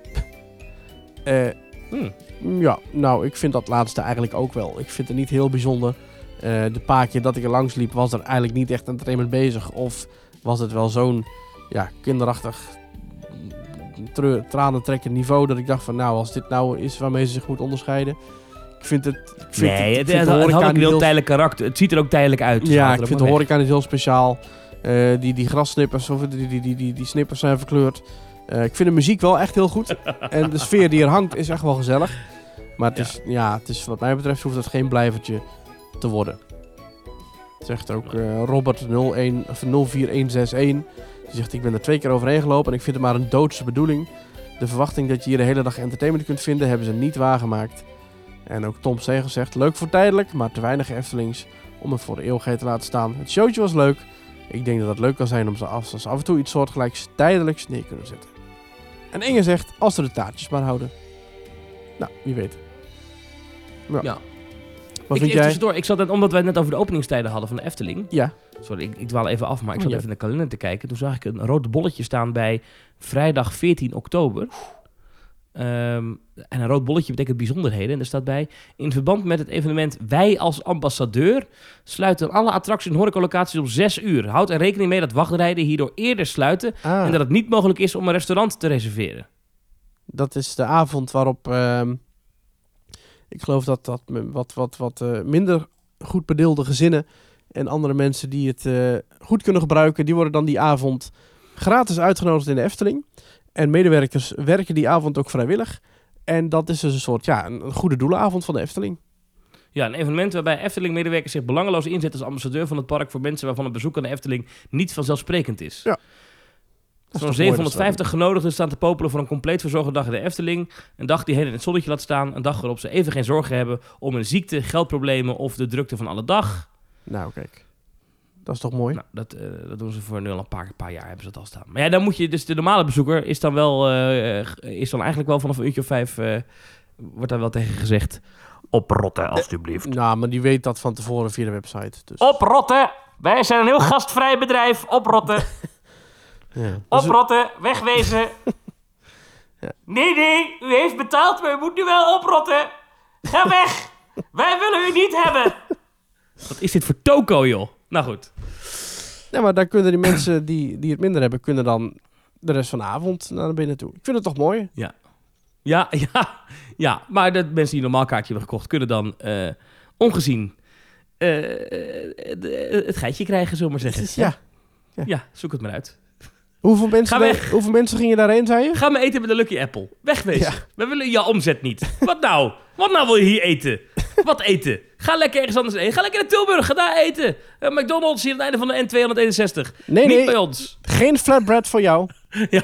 Ja, nou, ik vind dat laatste eigenlijk ook wel. Ik vind het niet heel bijzonder. De paar keer dat ik er langs liep, was er eigenlijk niet echt entertainment bezig. Of was het wel zo'n kinderachtig, tranentrekkend niveau dat ik dacht van, nou, als dit nou is waarmee ze zich moet onderscheiden. Ik vind het... Het had ook een heel tijdelijk karakter. Het ziet er ook tijdelijk uit. Ja, ik vind de horeca niet heel speciaal. Die grassnippers of die snippers zijn verkleurd. Ik vind de muziek wel echt heel goed. En de sfeer die er hangt is echt wel gezellig. Maar het is wat mij betreft hoeft het geen blijvertje te worden. Zegt ook Robert 04161. Die zegt, ik ben er 2 keer overheen gelopen en ik vind het maar een doodse bedoeling. De verwachting dat je hier de hele dag entertainment kunt vinden, hebben ze niet waargemaakt. En ook Tom Segers zegt, leuk voor tijdelijk, maar te weinig Eftelings om het voor de eeuwigheid te laten staan. Het showtje was leuk. Ik denk dat het leuk kan zijn om ze af en toe iets soortgelijks tijdelijks neer kunnen zetten. En Inge zegt, als ze de taartjes maar houden. Nou, wie weet. Ja. Wat vind jij? Tussendoor, ik zat net, omdat wij het net over de openingstijden hadden van de Efteling. Ja. Sorry, ik dwaal even af, maar ik zat even in de kalender te kijken. Toen zag ik een rood bolletje staan bij vrijdag 14 oktober. En een rood bolletje betekent bijzonderheden. En er staat bij, in verband met het evenement Wij als ambassadeur sluiten alle attracties en horecalocaties om 6 uur. Houd er rekening mee dat wachtrijden hierdoor eerder sluiten en dat het niet mogelijk is om een restaurant te reserveren. Dat is de avond waarop ik geloof dat wat minder goed bedeelde gezinnen en andere mensen die het goed kunnen gebruiken, die worden dan die avond gratis uitgenodigd in de Efteling. En medewerkers werken die avond ook vrijwillig. En dat is dus een soort, een goede doelenavond van de Efteling. Ja, een evenement waarbij Efteling-medewerkers zich belangeloos inzetten als ambassadeur van het park voor mensen waarvan een bezoek aan de Efteling niet vanzelfsprekend is. Ja. Zo'n 750 genodigden staan te popelen voor een compleet verzorgde dag in de Efteling. Een dag die hen in het zonnetje laat staan. Een dag waarop ze even geen zorgen hebben om een ziekte, geldproblemen of de drukte van alle dag. Nou, kijk. Dat is toch mooi? Nou, dat doen ze voor nu al een paar jaar hebben ze dat al staan. Maar ja, dan moet je dus de normale bezoeker is dan wel is dan eigenlijk wel vanaf een uurtje of 5 wordt daar wel tegen gezegd. Oprotten, alstublieft. Nou, maar die weet dat van tevoren via de website. Dus. Oprotten! Wij zijn een heel gastvrij bedrijf. Oprotten! Ja. Oprotten! Wegwezen! Ja. Nee, u heeft betaald, maar u moet nu wel oprotten! Ga weg! Wij willen u niet hebben! Wat is dit voor toko, joh? Nou goed. Ja, maar dan kunnen die mensen die het minder hebben, kunnen dan de rest van de avond naar binnen toe. Ik vind het toch mooi? Ja. Maar de mensen die een normaal kaartje hebben gekocht, kunnen dan ongezien het geitje krijgen, zullen we maar zeggen. Ja, zoek het maar uit. Hoeveel mensen gingen daarheen, zei je? Ga maar eten met de Lucky Apple. Wegwezen. Ja. We willen jouw omzet niet. Wat nou? Wat nou wil je hier eten? Wat eten? Ga lekker ergens anders eten. Ga lekker naar Tilburg. Ga daar eten. McDonald's hier aan het einde van de N261. Niet bij ons. Geen flatbread voor jou. Ja.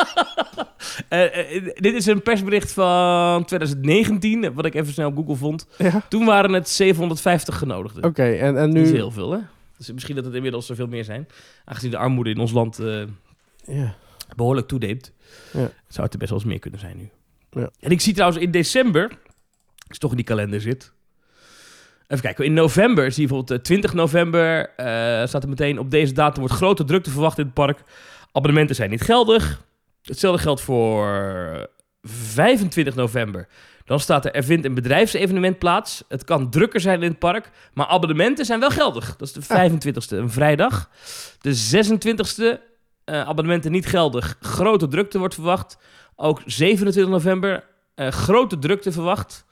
Dit is een persbericht van 2019, wat ik even snel op Google vond. Ja. Toen waren het 750 genodigden. Oké, en nu... Dat is heel veel, hè? Dus misschien dat het inmiddels zoveel meer zijn. Aangezien de armoede in ons land behoorlijk toeneemt. Ja. Zou het er best wel eens meer kunnen zijn nu. Ja. En ik zie trouwens in december, als je toch in die kalender zit. Even kijken, in november zie je bijvoorbeeld 20 november. Staat er meteen op deze datum wordt grote drukte verwacht in het park. Abonnementen zijn niet geldig. Hetzelfde geldt voor 25 november. Dan staat er vindt een bedrijfsevenement plaats. Het kan drukker zijn in het park, maar abonnementen zijn wel geldig. Dat is de 25e, een vrijdag. De 26e, abonnementen niet geldig. Grote drukte wordt verwacht. Ook 27 november, grote drukte verwacht.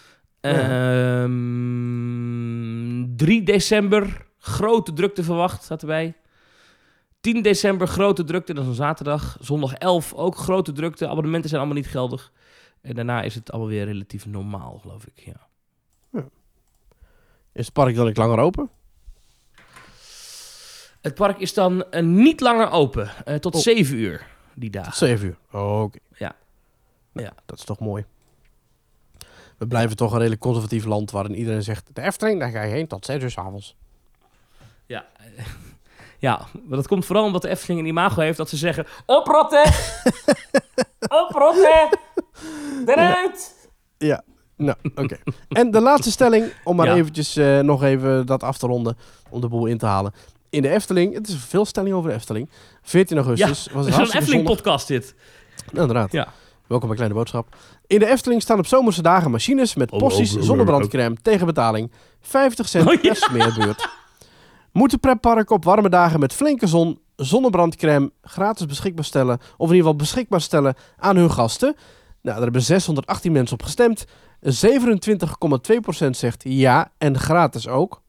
3 december, grote drukte verwacht, staat erbij. 10 december, grote drukte, dat is een zaterdag. Zondag 11, ook grote drukte. Abonnementen zijn allemaal niet geldig. En daarna is het allemaal weer relatief normaal, geloof ik. Ja. Is het park dan niet langer open? Het park is dan niet langer open. Tot 7 uur, die dagen. Tot 7 uur. Oké. Ja. Dat is toch mooi. We blijven toch een redelijk conservatief land waarin iedereen zegt... De Efteling, daar ga je heen tot 6 uur 's avonds. Ja. Ja, maar dat komt vooral omdat de Efteling een imago heeft dat ze zeggen... Oprotten! Oprotten! Eruit! Ja, nou, oké. En de laatste stelling, om maar eventjes nog even dat af te ronden... om de boel in te halen. In de Efteling, het is veel stelling over de Efteling. 14 augustus was het een Efteling-podcast dit. Nou, inderdaad. Ja. Welkom bij Kleine Boodschap. In de Efteling staan op zomerse dagen machines met porties zonnebrandcrème tegen betaling. 50 cent per smeerbeurt. Moeten pretparken op warme dagen met flinke zon zonnebrandcrème gratis beschikbaar stellen... of in ieder geval beschikbaar stellen aan hun gasten? Nou, daar hebben 618 mensen op gestemd. 27,2% zegt ja en gratis ook.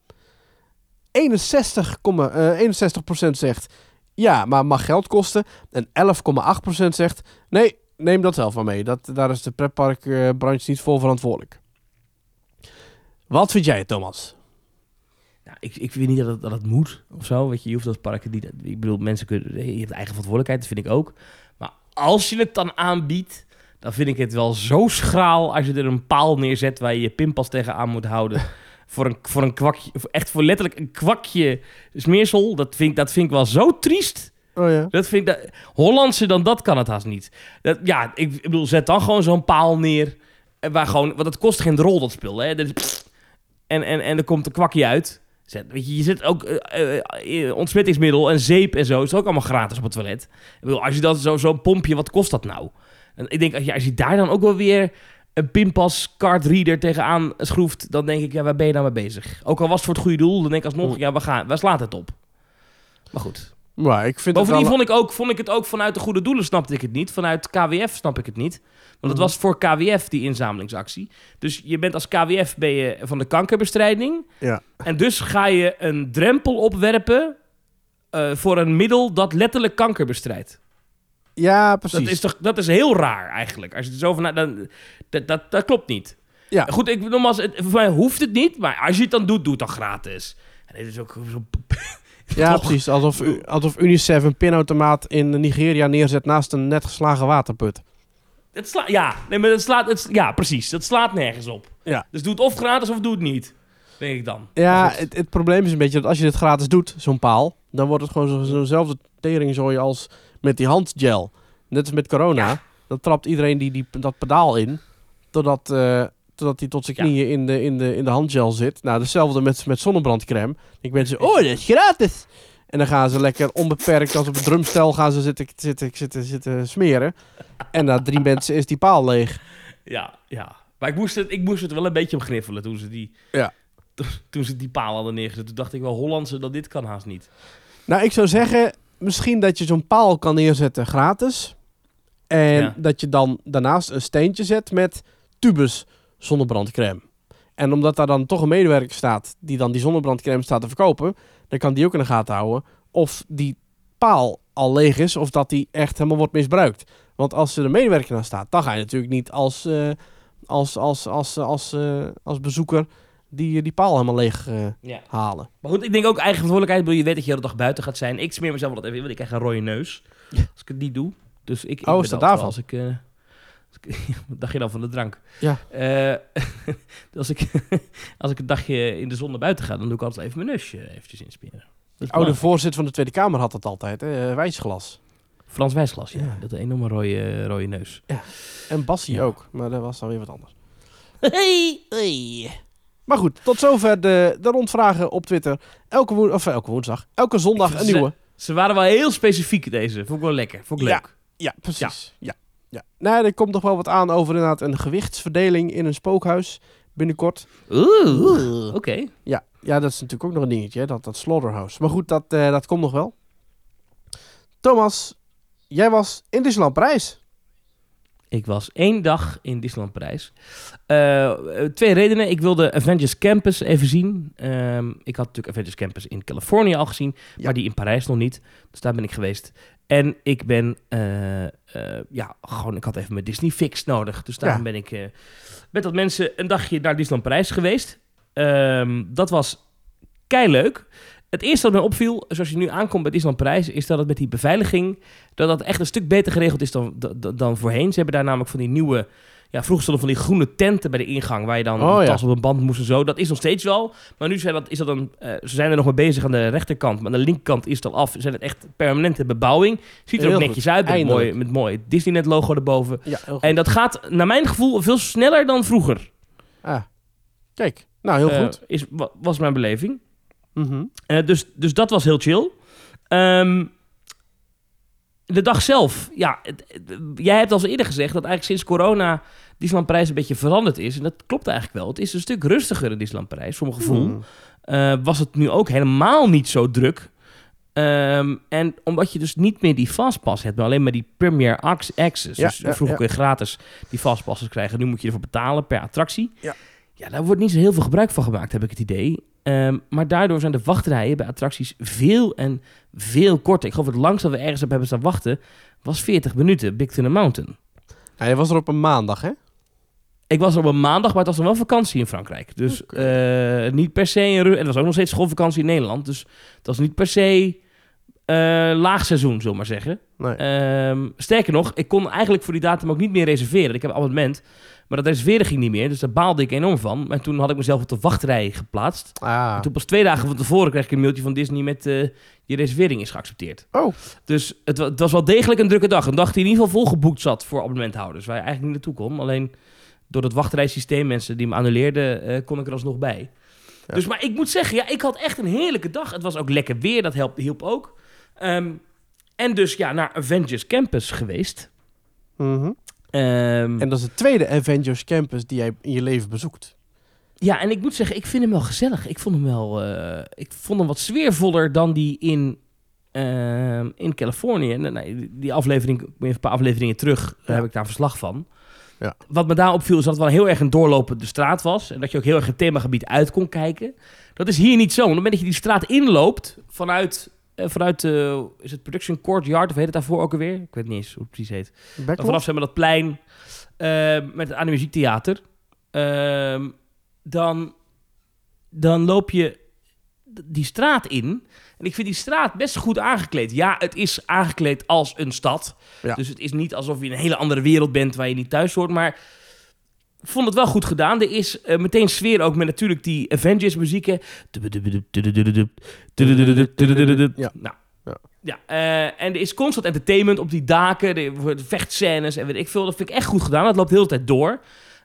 61% zegt ja, maar mag geld kosten. En 11,8% zegt nee, neem dat zelf maar mee. Daar is de pretparkbranche niet voor verantwoordelijk. Wat vind jij, Thomas? Ja, ik vind niet dat het moet of zo. Weet je hoeft dat parken niet. Ik bedoel, mensen kunnen. Je hebt eigen verantwoordelijkheid, dat vind ik ook. Maar als je het dan aanbiedt, dan vind ik het wel zo schraal als je er een paal neerzet waar je je pinpas tegenaan moet houden. voor een kwakje, echt voor letterlijk een kwakje smeersel. Dat vind ik wel zo triest. Oh ja. Dat vind ik Hollandse dan dat kan het haast niet. Ik bedoel, zet dan gewoon zo'n paal neer. Waar gewoon, want het kost geen drol, dat spul. Hè? En er komt een kwakje uit. Je zet ook ontsmettingsmiddel en zeep en zo. Is ook allemaal gratis op het toilet. Ik bedoel, als je dan zo'n pompje, wat kost dat nou? En ik denk, als je daar dan ook wel weer een pinpas cardreader tegenaan schroeft, dan denk ik, ja, waar ben je nou mee bezig? Ook al was het voor het goede doel, dan denk ik alsnog, ja, waar slaat het op? Maar goed. Maar ik vind bovendien vond ik het ook vanuit de goede doelen snapte ik het niet. Vanuit KWF snap ik het niet. Want het was voor KWF die inzamelingsactie. Dus je bent als KWF van de kankerbestrijding. Ja. En dus ga je een drempel opwerpen voor een middel dat letterlijk kanker bestrijdt. Ja, precies. Dat is heel raar eigenlijk. Als je er zo van... Dat klopt niet. Ja. Goed, nogmaals, voor mij hoeft het niet. Maar als je het dan doet, doe het dan gratis. En dit is ook zo... Ja, precies. Alsof UNICEF een pinautomaat in Nigeria neerzet naast een net geslagen waterput. Precies. Dat slaat nergens op. Ja. Dus doe het of gratis of doe het niet. Denk ik dan. Ja, het probleem is een beetje dat als je dit gratis doet, zo'n paal, dan wordt het gewoon zo'nzelfde teringzooi als met die handgel. Net als met corona. Ja. Dan trapt iedereen dat pedaal in, totdat hij tot zijn knieën in de handgel zit. Nou, hetzelfde met zonnebrandcrème. Ik ben zo, dat is gratis. En dan gaan ze lekker onbeperkt als op een drumstel gaan ze zitten smeren. En na 3 mensen is die paal leeg. Ja. Maar ik moest het wel een beetje om gniffelen toen ze die paal hadden neergezet. Toen dacht ik wel, Hollandse, dat dit kan haast niet. Nou, ik zou zeggen, misschien dat je zo'n paal kan neerzetten gratis. En dat je dan daarnaast een steentje zet met tubus zonnebrandcrème. En omdat daar dan toch een medewerker staat die dan die zonnebrandcrème staat te verkopen, dan kan die ook in de gaten houden of die paal al leeg is of dat die echt helemaal wordt misbruikt. Want als er een medewerker aan staat, dan ga je natuurlijk niet als bezoeker die paal helemaal leeg halen. Maar goed, ik denk ook eigen verantwoordelijkheid. Je weet dat je de hele dag buiten gaat zijn. Ik smeer mezelf wel even in, want ik krijg een rode neus. Als ik het niet doe. Dus ik is dat daarvan? Wat dacht je dan van de drank? Ja. Als ik een dagje in de zon naar buiten ga, dan doe ik altijd even mijn neusje eventjes insmeren. De oude voorzitter van de Tweede Kamer had dat altijd, hè? Wijsglas. Frans Wijsglas, ja. Dat een enorme rode neus. Ja. En Bassie ook, maar dat was dan weer wat anders. Hey. Maar goed, tot zover de rondvragen op Twitter. Elke woensdag, elke zondag een nieuwe. Ze waren wel heel specifiek deze. Vond ik wel lekker. Vond ik leuk. Ja, precies. Ja. Nou, er komt nog wel wat aan over inderdaad een gewichtsverdeling in een spookhuis binnenkort. Oké. Ja, dat is natuurlijk ook nog een dingetje, dat slaughterhouse. Maar goed, dat komt nog wel. Thomas, jij was in Disneyland Parijs. Ik was 1 dag in Disneyland Parijs. 2 redenen. Ik wilde Avengers Campus even zien. Ik had natuurlijk Avengers Campus in Californië al gezien, maar die in Parijs nog niet. Dus daar ben ik geweest. En ik ben, ik had even mijn Disney fix nodig. Dus daarom ben ik met wat mensen een dagje naar Disneyland Parijs geweest. Dat was keileuk. Het eerste wat mij opviel, zoals je nu aankomt bij Disneyland Parijs, is dat het met die beveiliging, dat echt een stuk beter geregeld is dan voorheen. Ze hebben daar namelijk van die nieuwe, vroeger stonden van die groene tenten bij de ingang, waar je dan tas op een band moest en zo. Dat is nog steeds wel. Maar nu ze zijn er nog mee bezig aan de rechterkant, maar aan de linkerkant is het al af. Zijn het echt permanente bebouwing. Ziet er ook netjes uit, met mooi Disneyland logo erboven. Ja, en dat gaat, naar mijn gevoel, veel sneller dan vroeger. Kijk, nou heel goed. Was mijn beleving. Mm-hmm. Dus dat was heel chill. De dag zelf. Jij hebt al eerder gezegd dat eigenlijk sinds corona Disneyland Parijs een beetje veranderd is. En dat klopt eigenlijk wel. Het is een stuk rustiger in Disneyland Parijs, voor mijn gevoel. Was het nu ook helemaal niet zo druk. En omdat je dus niet meer die fastpass hebt, maar alleen maar die Premier Access. Dus vroeger kun je gratis die fastpasses krijgen. Nu moet je ervoor betalen per attractie. Ja, daar wordt niet zo heel veel gebruik van gemaakt, heb ik het idee. Maar daardoor zijn de wachtrijen bij attracties veel en veel korter. Ik geloof het langst dat we ergens op hebben staan wachten was 40 minuten, Big Thunder Mountain. Ja, je was er op een maandag, hè? Ik was er op een maandag, maar het was dan wel vakantie in Frankrijk. Dus niet per se... En het was ook nog steeds schoolvakantie in Nederland. Dus het was niet per se laagseizoen, zullen we maar zeggen. Nee. Sterker nog, ik kon eigenlijk voor die datum ook niet meer reserveren. Ik heb een abonnement, maar dat reserveren ging niet meer. Dus daar baalde ik enorm van. En toen had ik mezelf op de wachtrij geplaatst. En toen pas 2 dagen van tevoren kreeg ik een mailtje van Disney met je reservering is geaccepteerd. Dus het was wel degelijk een drukke dag. Een dag die in ieder geval volgeboekt zat voor abonnementhouders. Waar je eigenlijk niet naartoe kon. Alleen door het wachtrijsysteem, mensen die me annuleerden, kon ik er alsnog bij. Ja. Dus, maar ik moet zeggen, ik had echt een heerlijke dag. Het was ook lekker weer, dat hielp ook. En dus naar Avengers Campus geweest. Mm-hmm. En dat is de tweede Avengers Campus die jij in je leven bezoekt. Ja, en ik moet zeggen, ik vind hem wel gezellig. Ik vond hem wat sfeervoller dan die in Californië. En, die aflevering, een paar afleveringen terug, heb ik daar verslag van. Ja. Wat me daar opviel is dat het wel heel erg een doorlopende straat was. En dat je ook heel erg het themagebied uit kon kijken. Dat is hier niet zo. Op het moment dat je die straat inloopt vanuit is het Production Courtyard, of heet het daarvoor ook alweer? Ik weet niet eens hoe het precies heet. Vanaf dat plein met het Animaziektheater. Dan loop je die straat in. En ik vind die straat best goed aangekleed. Ja, het is aangekleed als een stad. Ja. Dus het is niet alsof je in een hele andere wereld bent waar je niet thuis hoort. Maar ik vond het wel goed gedaan. Er is meteen sfeer ook met natuurlijk die Avengers muzieken. Ja. Nou. Ja, en er is constant entertainment op die daken. Er worden vechtscènes en weet ik veel. Dat vind ik echt goed gedaan. Dat loopt de hele tijd door.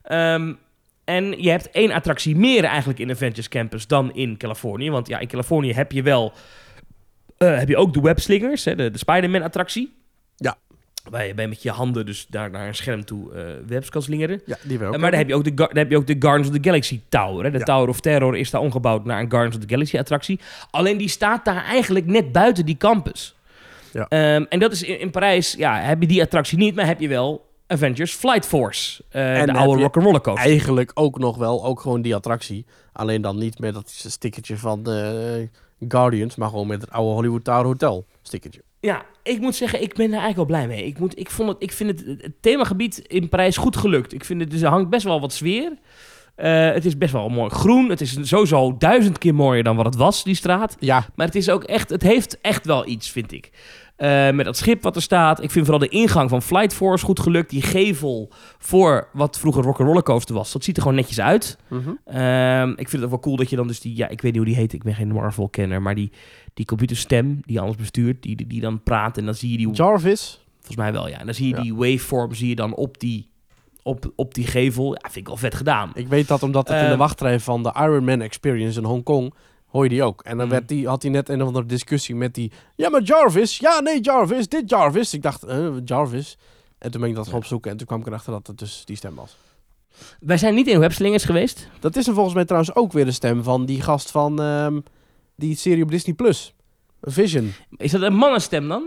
En je hebt 1 attractie meer eigenlijk in Avengers Campus dan in Californië. Want ja, in Californië heb je wel... heb je ook de webslingers, hè, de Spider-Man attractie. Ja. Waar je met je handen dus daar naar een scherm toe webs kan slingeren. Ja, die we ook. Maar dan heb je ook de Guardians of the Galaxy Tower. Hè. De Tower of Terror is daar omgebouwd naar een Guardians of the Galaxy attractie. Alleen die staat daar eigenlijk net buiten die campus. Ja. En dat is in Parijs, ja, heb je die attractie niet, maar heb je wel Avengers Flight Force. En de oude rock'n'roller coaster. Eigenlijk ook nog wel, ook gewoon die attractie. Alleen dan niet met dat stickertje van Guardians, maar gewoon met het oude Hollywood Tower Hotel stickertje. Ja, ik moet zeggen, ik ben daar eigenlijk wel blij mee. Ik vind het themagebied in Parijs goed gelukt. Ik vind het, dus er hangt best wel wat sfeer. Het is best wel mooi groen. Het is sowieso 1000 keer mooier dan wat het was, die straat. Ja. Maar het is ook echt, het heeft echt wel iets, vind ik. Met dat schip wat er staat. Ik vind vooral de ingang van Flight Force goed gelukt. Die gevel voor wat vroeger Rock'n'Roller Coaster was. Dat ziet er gewoon netjes uit. Mm-hmm. Ik vind het ook wel cool dat je dan dus die... Ja, ik weet niet hoe die heet. Ik ben geen Marvel-kenner. Maar die computerstem die alles bestuurt. Die dan praat. En dan zie je die... Jarvis? Volgens mij wel, ja. En dan zie je die waveform zie je dan op die gevel. Ja, vind ik wel vet gedaan. Ik weet dat omdat het in de wachtrij van de Iron Man Experience in Hongkong... hoor je die ook. En dan had hij net een of andere discussie met die... Ja, maar Jarvis. Ja, nee, Jarvis. Dit Jarvis. Ik dacht, Jarvis. En toen ben ik dat gaan opzoeken. En toen kwam ik erachter dat het dus die stem was. Wij zijn niet in webslingers geweest. Dat is er volgens mij trouwens ook weer de stem van die gast van die serie op Disney+. Vision. Is dat een mannenstem dan?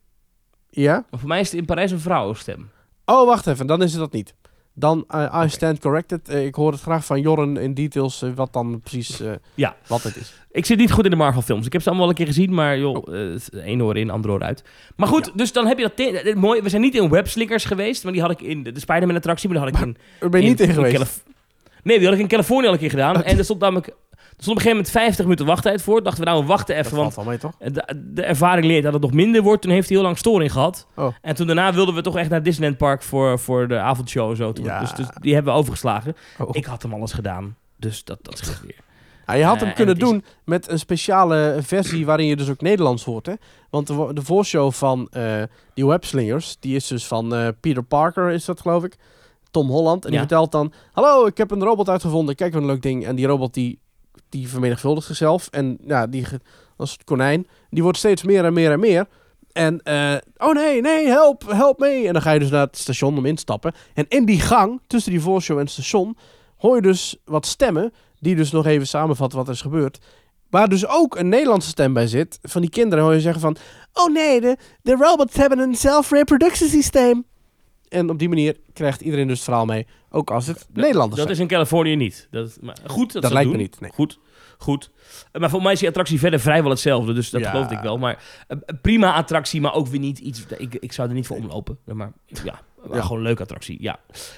Ja? Maar voor mij is het in Parijs een vrouwenstem. Oh, wacht even. Dan is het dat niet. Dan, I stand corrected. Ik hoor het graag van Jorren in details wat dan precies wat het is. Ik zit niet goed in de Marvel films. Ik heb ze allemaal wel een keer gezien, maar joh, één oor in, ander oor uit. Maar goed, dus dan heb je dat mooi. We zijn niet in webslingers geweest, maar die had ik in de Spider-Man attractie, maar die had ik in... Daar ben je niet in geweest? Nee, die had ik in Californië al een keer gedaan. En er stond namelijk... Er stond op een gegeven moment 50 minuten wachttijd voor. Dachten we, nou, we wachten even, want van mij, toch? De ervaring leert dat het nog minder wordt. Toen heeft hij heel lang storing gehad. Oh. En toen daarna wilden we toch echt naar Disneyland Park voor de avondshow en zo. Ja. Dus die hebben we overgeslagen. Oh. Ik had hem alles gedaan, dus dat scheelt weer. Ja, je had hem kunnen doen met een speciale versie waarin je dus ook Nederlands hoort. Hè? Want de voorshow van die webslingers, die is dus van Peter Parker, is dat geloof ik. Tom Holland. En die vertelt dan, hallo, ik heb een robot uitgevonden. Kijk wat een leuk ding. En die robot die vermenigvuldigt zichzelf. En ja, als het konijn, die wordt steeds meer en meer en meer. En, oh nee, help me. En dan ga je dus naar het station om in te stappen. En in die gang, tussen die voorshow en het station, hoor je dus wat stemmen, die dus nog even samenvatten wat er is gebeurd. Waar dus ook een Nederlandse stem bij zit. Van die kinderen hoor je zeggen van, oh nee, de robots hebben een zelfreproductiesysteem. En op die manier krijgt iedereen dus het verhaal mee. Ook als het Nederlanders zijn. Dat is in Californië niet. Maar goed, dat lijkt doen. me niet. Nee. Goed. Maar voor mij is die attractie verder vrijwel hetzelfde. Dus dat geloof ik wel. Maar een prima attractie, maar ook weer niet iets... Ik zou er niet voor omlopen. Maar gewoon een leuke attractie. Ja.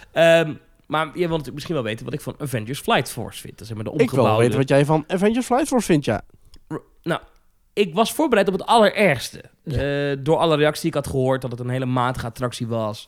Maar jij wil natuurlijk misschien wel weten wat ik van Avengers Flight Force vind. Dat is maar de omgebouwde... Ik wil weten wat jij van Avengers Flight Force vindt, ja. Nou, ik was voorbereid op het allerergste. Ja. Door alle reacties die ik had gehoord, dat het een hele matige attractie was.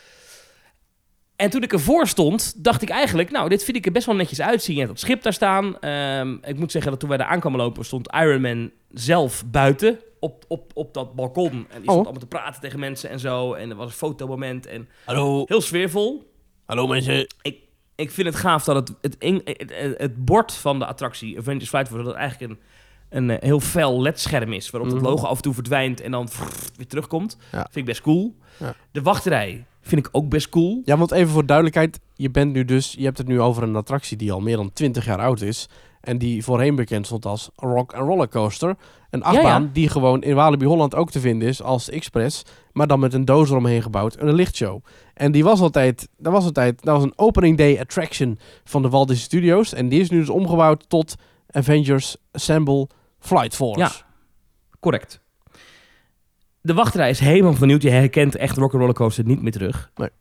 En toen ik ervoor stond, dacht ik eigenlijk, nou, dit vind ik er best wel netjes uitzien. Je hebt dat schip daar staan. Ik moet zeggen dat toen wij daar aankwamen lopen, stond Iron Man zelf buiten op dat balkon. En die stond allemaal te praten tegen mensen en zo. En er was een fotomoment en hallo. Heel sfeervol. Hallo mensen. Ik vind het gaaf dat het bord van de attractie, Avengers Flight Force, dat het eigenlijk een heel fel LED-scherm is, waarop het logo af en toe verdwijnt en dan weer terugkomt. Ja. Vind ik best cool. Ja. De wachtrij vind ik ook best cool. Ja, want even voor duidelijkheid, je hebt het nu over een attractie die al meer dan 20 jaar oud is. En die voorheen bekend stond als Rock'n'Roller Coaster. Een achtbaan die gewoon in Walibi Holland ook te vinden is als Express. Maar dan met een doos eromheen gebouwd en een lichtshow. En die was altijd, dat was een opening day attraction van de Walt Disney Studios. En die is nu dus omgebouwd tot Avengers Assemble Flight Force. Ja, correct. De wachtrij is helemaal vernieuwd. Je herkent echt Rock'n'Roller Coaster niet meer terug. Nee.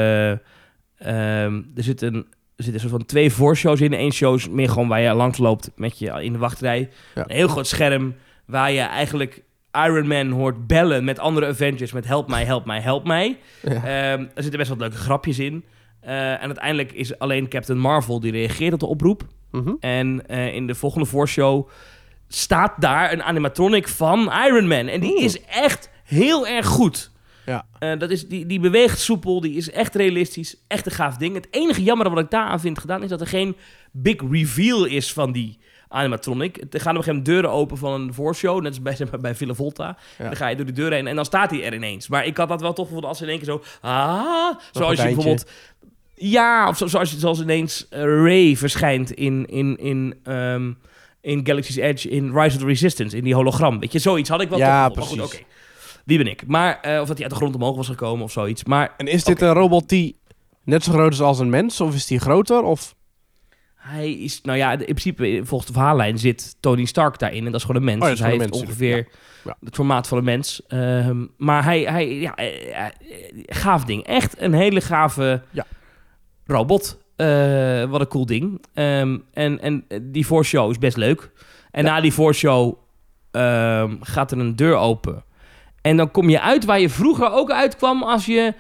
Er zitten soort van 2 voorshows in. 1 show is meer gewoon waar je langs loopt met je in de wachtrij. Ja. Een heel groot scherm. waar je eigenlijk Iron Man hoort bellen met andere Avengers met help mij, help mij, help mij. Ja. Er zitten best wat leuke grapjes in. En uiteindelijk is alleen Captain Marvel die reageert op de oproep. Mm-hmm. En in de volgende voorshow staat daar een animatronic van Iron Man. En die is echt heel erg goed. Ja. Die beweegt soepel, die is echt realistisch. Echt een gaaf ding. Het enige jammer wat ik daaraan vind gedaan is dat er geen big reveal is van die animatronic. Er gaan op een gegeven moment deuren open van een voorshow, net als bij Villa Volta. Ja. Dan ga je door die deuren heen en dan staat hij er ineens. Maar ik had dat wel toch gevoeld als in één keer zo... zoals je bijvoorbeeld... Ja, of zoals ineens Rey verschijnt in Galaxy's Edge, in Rise of the Resistance, in die hologram. Weet je, zoiets had ik wel toch gevoeld. Precies. Maar goed, oké. Wie ben ik? Maar, of dat hij uit de grond omhoog was gekomen of zoiets. Maar, en is dit een robot die net zo groot is als een mens? Of is die groter? Of... Hij is, nou ja, in principe, volgens de verhaallijn zit Tony Stark daarin. En dat is gewoon een mens. Dus hij heeft ongeveer het formaat van een mens. Maar hij gaaf ding. Echt een hele gave robot. Wat een cool ding. En die voorshow is best leuk. En na die voorshow gaat er een deur open. En dan kom je uit waar je vroeger ook uitkwam als je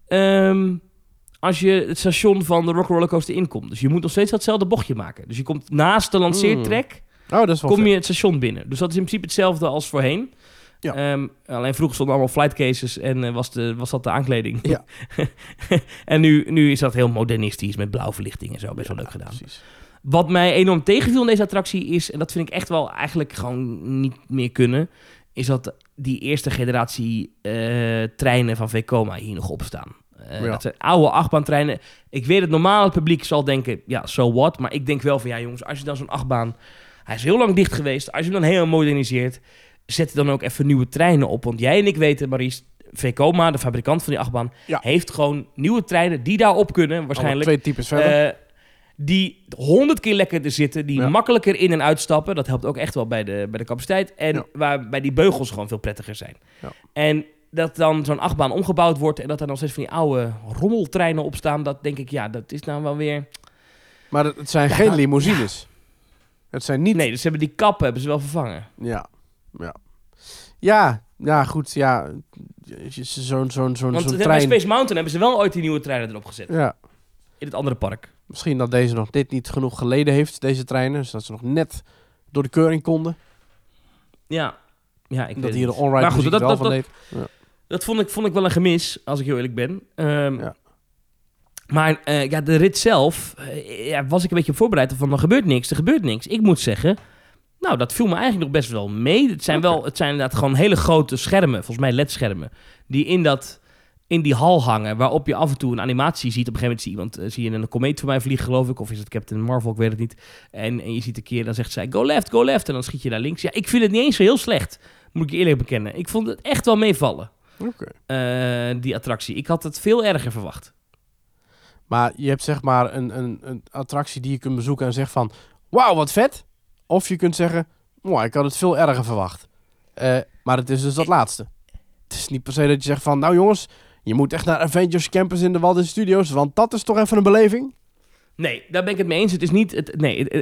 het station van de Rock Rollercoaster inkomt. Dus je moet nog steeds datzelfde bochtje maken. Dus je komt naast de lanceertrek, kom je het station binnen. Dus dat is in principe hetzelfde als voorheen. Ja. Alleen vroeger stonden allemaal flightcases en was dat de aankleding. Ja. En nu is dat heel modernistisch met blauwe verlichting en zo. Best wel leuk gedaan. Precies. Wat mij enorm tegenviel in deze attractie is, en dat vind ik echt wel eigenlijk gewoon niet meer kunnen, is dat die eerste generatie treinen van Vekoma hier nog op staan. Dat zijn oude achtbaantreinen. Ik weet het normale publiek zal denken, so what? Maar ik denk wel van, jongens, als je dan zo'n achtbaan... Hij is heel lang dicht geweest. Als je hem dan heel moderniseert, zet dan ook even nieuwe treinen op. Want jij en ik weten, Maurice, Vekoma, de fabrikant van die achtbaan, heeft gewoon nieuwe treinen die daarop kunnen, waarschijnlijk. 2 types verder. Die 100 keer lekkerder zitten, die makkelijker in- en uitstappen. Dat helpt ook echt wel bij de capaciteit. En waarbij die beugels gewoon veel prettiger zijn. Ja. En dat dan zo'n achtbaan omgebouwd wordt en dat er nog steeds van die oude rommeltreinen op staan, dat denk ik, dat is nou wel weer... Maar het zijn geen limousines. Het zijn niet... Nee, dus ze hebben die kappen hebben ze wel vervangen. Ja, goed, zo'n Want trein... bij Space Mountain hebben ze wel ooit die nieuwe treinen erop gezet. Ja. In het andere park. Misschien dat deze nog dit niet genoeg geleden heeft, deze treinen. Dus dat ze nog net door de keuring konden. Ja, ik dat hier de on-ride muziek wel van deed. Ja. Dat vond ik wel een gemis, als ik heel eerlijk ben. Maar de rit zelf was ik een beetje op voorbereid van er gebeurt niks. Ik moet zeggen, nou, dat viel me eigenlijk nog best wel mee. Het zijn inderdaad gewoon hele grote schermen, volgens mij LED-schermen, die in die hal hangen, waarop je af en toe een animatie ziet. Op een gegeven moment zie je een komeet voor mij vliegen, geloof ik. Of is het Captain Marvel, ik weet het niet. En je ziet een keer, dan zegt zij, go left. En dan schiet je naar links. Ja, ik vind het niet eens zo heel slecht, moet ik je eerlijk bekennen. Ik vond het echt wel meevallen, die attractie. Ik had het veel erger verwacht. Maar je hebt zeg maar een attractie die je kunt bezoeken en zegt van, wauw, wat vet. Of je kunt zeggen, ik had het veel erger verwacht. Maar het is dus dat laatste. Het is niet per se dat je zegt van, nou jongens, je moet echt naar Avengers Campus in de Walt Disney Studios, want dat is toch even een beleving? Nee, daar ben ik het mee eens. Het is niet... Het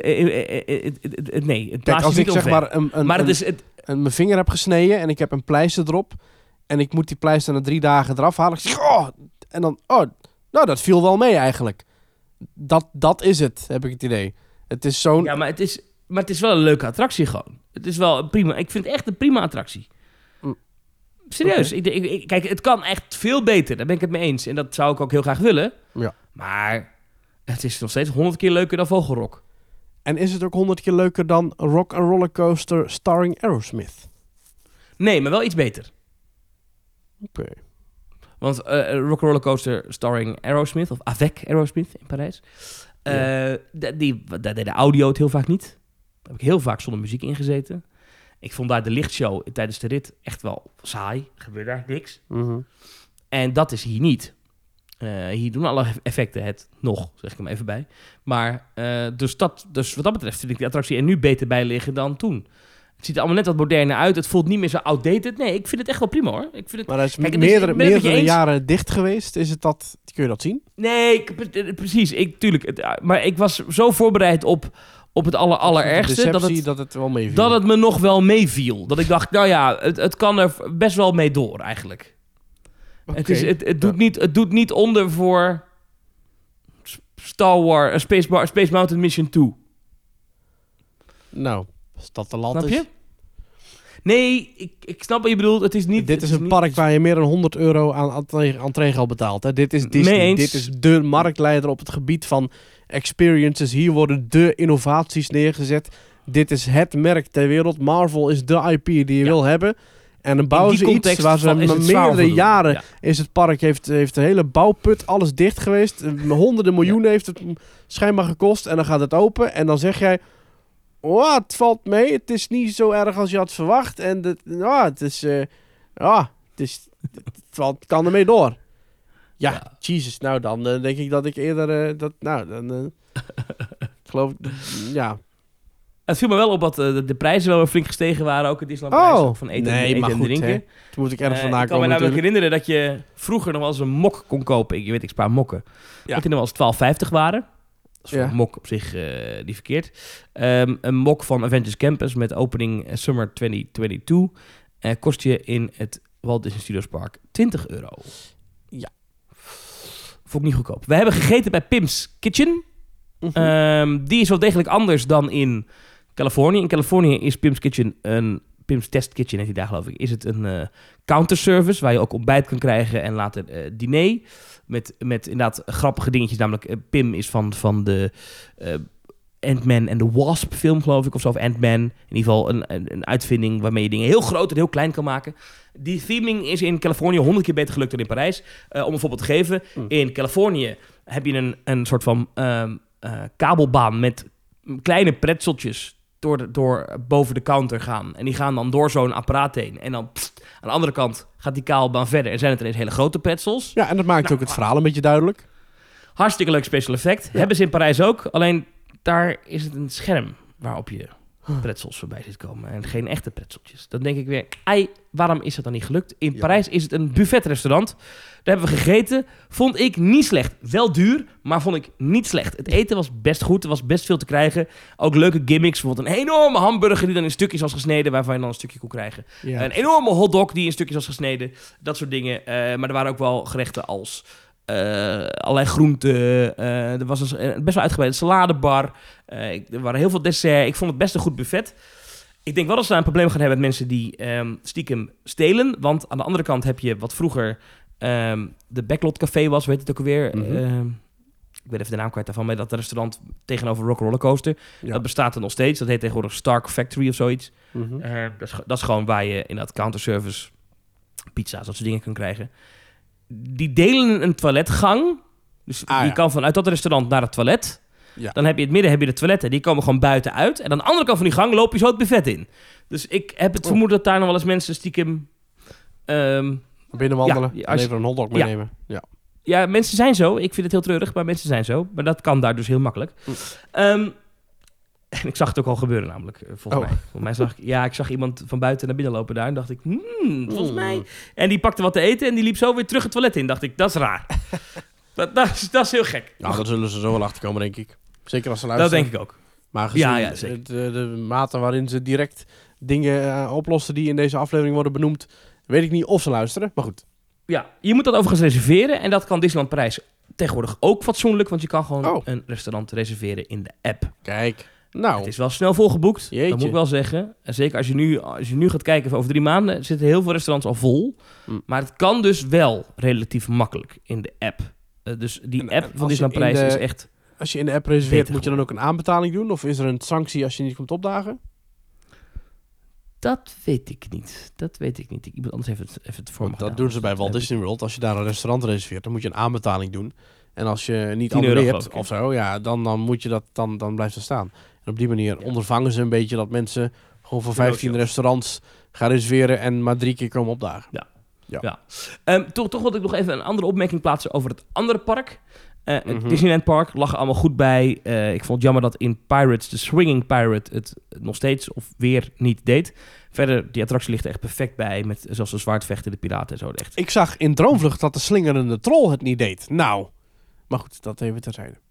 Kijk, als ik zeg maar mijn vinger heb gesneden en ik heb een pleister erop en ik moet die pleister na 3 dagen eraf halen. Ik zeg, en dan, nou, dat viel wel mee eigenlijk. Dat is het, heb ik het idee. Het is zo'n... Ja, maar het is wel een leuke attractie gewoon. Het is wel prima. Ik vind het echt een prima attractie. Serieus. Okay. Kijk, het kan echt veel beter. Daar ben ik het mee eens. En dat zou ik ook heel graag willen. Ja. Maar het is nog steeds 100 keer leuker dan Vogelrok. En is het ook 100 keer leuker dan Rock and Roller Coaster starring Aerosmith? Nee, maar wel iets beter. Oké. Want Rock and Roller Coaster starring Aerosmith, of avec Aerosmith in Parijs, daar deed de audio het heel vaak niet. Daar heb ik heel vaak zonder muziek ingezeten. Ik vond daar de lichtshow tijdens de rit echt wel saai. Er gebeurde daar niks. Mm-hmm. En dat is hier niet. Hier doen alle effecten het nog, zeg ik hem even bij. Maar dus wat dat betreft vind ik die attractie er nu beter bij liggen dan toen. Het ziet er allemaal net wat moderner uit. Het voelt niet meer zo outdated. Nee, ik vind het echt wel prima hoor. Ik vind het, maar dat is meerdere jaren dicht geweest. Is het kun je dat zien? Nee, precies. Tuurlijk. Maar ik was zo voorbereid op het allerergste. Dat het wel meeviel. Dat het me nog wel meeviel. Dat ik dacht, nou ja, het kan er best wel mee door eigenlijk. Okay. Het doet niet onder voor Star Wars, Space Mountain Mission 2. Nou, als dat te laat is. Snap je? Nee, ik snap wat je bedoelt. Het is niet. Dit is een park waar je meer dan €100 aan entreegeld betaalt. Hè? Dit is Disney. Dit is de marktleider op het gebied van experiences. Hier worden de innovaties neergezet. Dit is het merk ter wereld. Marvel is de IP die je wil hebben. En dan bouwen ze iets waar ze meerdere jaren is het park, heeft de hele bouwput, alles dicht geweest. Honderden miljoenen heeft het schijnbaar gekost. En dan gaat het open en dan zeg jij, het valt mee. Het is niet zo erg als je had verwacht. En het kan ermee door. Ja, Jesus. Nou, dan denk ik dat ik eerder... ik geloof... ja... Het viel me wel op dat de prijzen wel weer flink gestegen waren. Ook in Disneyland van eten en drinken. Hè. Toen moet ik ergens vandaan komen. Ik kan me namelijk herinneren dat je vroeger nog wel eens een mok kon kopen. Ik spaar mokken. Dat die nog wel eens €12,50 waren. Dat is voor een mok op zich niet verkeerd. Een mok van Avengers Campus met opening Summer 2022 kost je in het Walt Disney Studios Park €20. Ja. Vond ik niet goedkoop. We hebben gegeten bij Pim's Kitchen. Die is wel degelijk anders dan in Californië. In Californië is Pim's Kitchen Pim's Test Kitchen heet die daar geloof ik. Is het een counterservice waar je ook ontbijt kan krijgen en later diner. Met inderdaad grappige dingetjes. Namelijk Pim is van de Ant-Man and the Wasp film geloof ik. Of zo, of Ant-Man. In ieder geval een uitvinding waarmee je dingen heel groot en heel klein kan maken. Die theming is in Californië 100 keer beter gelukt dan in Parijs. Om een voorbeeld te geven. In Californië heb je een soort van kabelbaan met kleine pretzeltjes door boven de counter gaan. En die gaan dan door zo'n apparaat heen. En dan aan de andere kant gaat die kabelbaan verder. En zijn het ineens hele grote pretzels. Ja, en dat maakt ook het verhaal een beetje duidelijk. Hartstikke leuk special effect. Ja. Hebben ze in Parijs ook. Alleen daar is het een scherm waarop je pretzels voorbij ziet komen. En geen echte pretzeltjes. Dan denk ik weer, waarom is dat dan niet gelukt? In Parijs is het een buffetrestaurant. Daar hebben we gegeten. Vond ik niet slecht. Wel duur, maar vond ik niet slecht. Het eten was best goed. Er was best veel te krijgen. Ook leuke gimmicks. Bijvoorbeeld een enorme hamburger die dan in stukjes was gesneden. Waarvan je dan een stukje kon krijgen. Ja. Een enorme hotdog die in stukjes was gesneden. Dat soort dingen. Maar er waren ook wel gerechten als allerlei groenten. Er was een best wel uitgebreide saladebar. Er waren heel veel dessert. Ik vond het best een goed buffet. Ik denk wel dat ze daar een probleem gaan hebben met mensen die stiekem stelen. Want aan de andere kant heb je wat vroeger de Backlot Café was, weet het ook alweer. Ik ben even de naam kwijt daarvan, maar dat restaurant tegenover Rock'n'Roller Coaster. Ja. Dat bestaat er nog steeds. Dat heet tegenwoordig Stark Factory of zoiets. Dat is gewoon waar je in dat counterservice pizza's, dat soort dingen kan krijgen. Die delen een toiletgang. Dus je kan vanuit dat restaurant naar het toilet. Ja. Dan heb je in het midden de toiletten. Die komen gewoon buiten uit. En aan de andere kant van die gang loop je zo het buffet in. Dus ik heb het vermoeden dat daar nog wel eens mensen stiekem binnenwandelen en even een hotdog meenemen. Ja, mensen zijn zo. Ik vind het heel treurig, maar mensen zijn zo. Maar dat kan daar dus heel makkelijk. En ik zag het ook al gebeuren namelijk, volgens mij. Volgens mij ik zag iemand van buiten naar binnen lopen daar. En dacht ik, volgens mij. En die pakte wat te eten en die liep zo weer terug het toilet in. Dacht ik, dat is raar. dat is heel gek. Nou, daar zullen ze zo wel achter komen, denk ik. Zeker als ze luisteren. Dat denk ik ook. Maar gezien de mate waarin ze direct dingen oplossen die in deze aflevering worden benoemd, weet ik niet of ze luisteren, maar goed. Ja, je moet dat overigens reserveren. En dat kan Disneyland Parijs tegenwoordig ook fatsoenlijk. Want je kan gewoon een restaurant reserveren in de app. Kijk, nou. Het is wel snel volgeboekt, dat moet ik wel zeggen. En zeker als je nu gaat kijken over 3 maanden, zitten heel veel restaurants al vol. Maar het kan dus wel relatief makkelijk in de app. Dus die app van Disneyland Parijs is echt... Als je in de app reserveert, moet je dan ook een aanbetaling doen? Of is er een sanctie als je niet komt opdagen? Dat weet ik niet. Ik moet anders even het voor me Dat doen ze bij Walt Disney World. Als je daar een restaurant reserveert, dan moet je een aanbetaling doen. En als je niet annuleert of zo, dan moet je dat, dan blijft het staan. En op die manier ondervangen ze een beetje dat mensen gewoon voor 15 restaurants gaan reserveren en maar 3 keer komen opdagen. Ja. Toch wilde ik nog even een andere opmerking plaatsen over het andere park. Het Disneyland Park lag er allemaal goed bij. Ik vond het jammer dat in Pirates, de Swinging Pirate, het nog steeds of weer niet deed. Verder, die attractie ligt er echt perfect bij. Met zelfs de zwaardvechten, de piraten en zo. Echt. Ik zag in Droomvlucht dat de slingerende troll het niet deed. Nou, maar goed, dat even terzijde.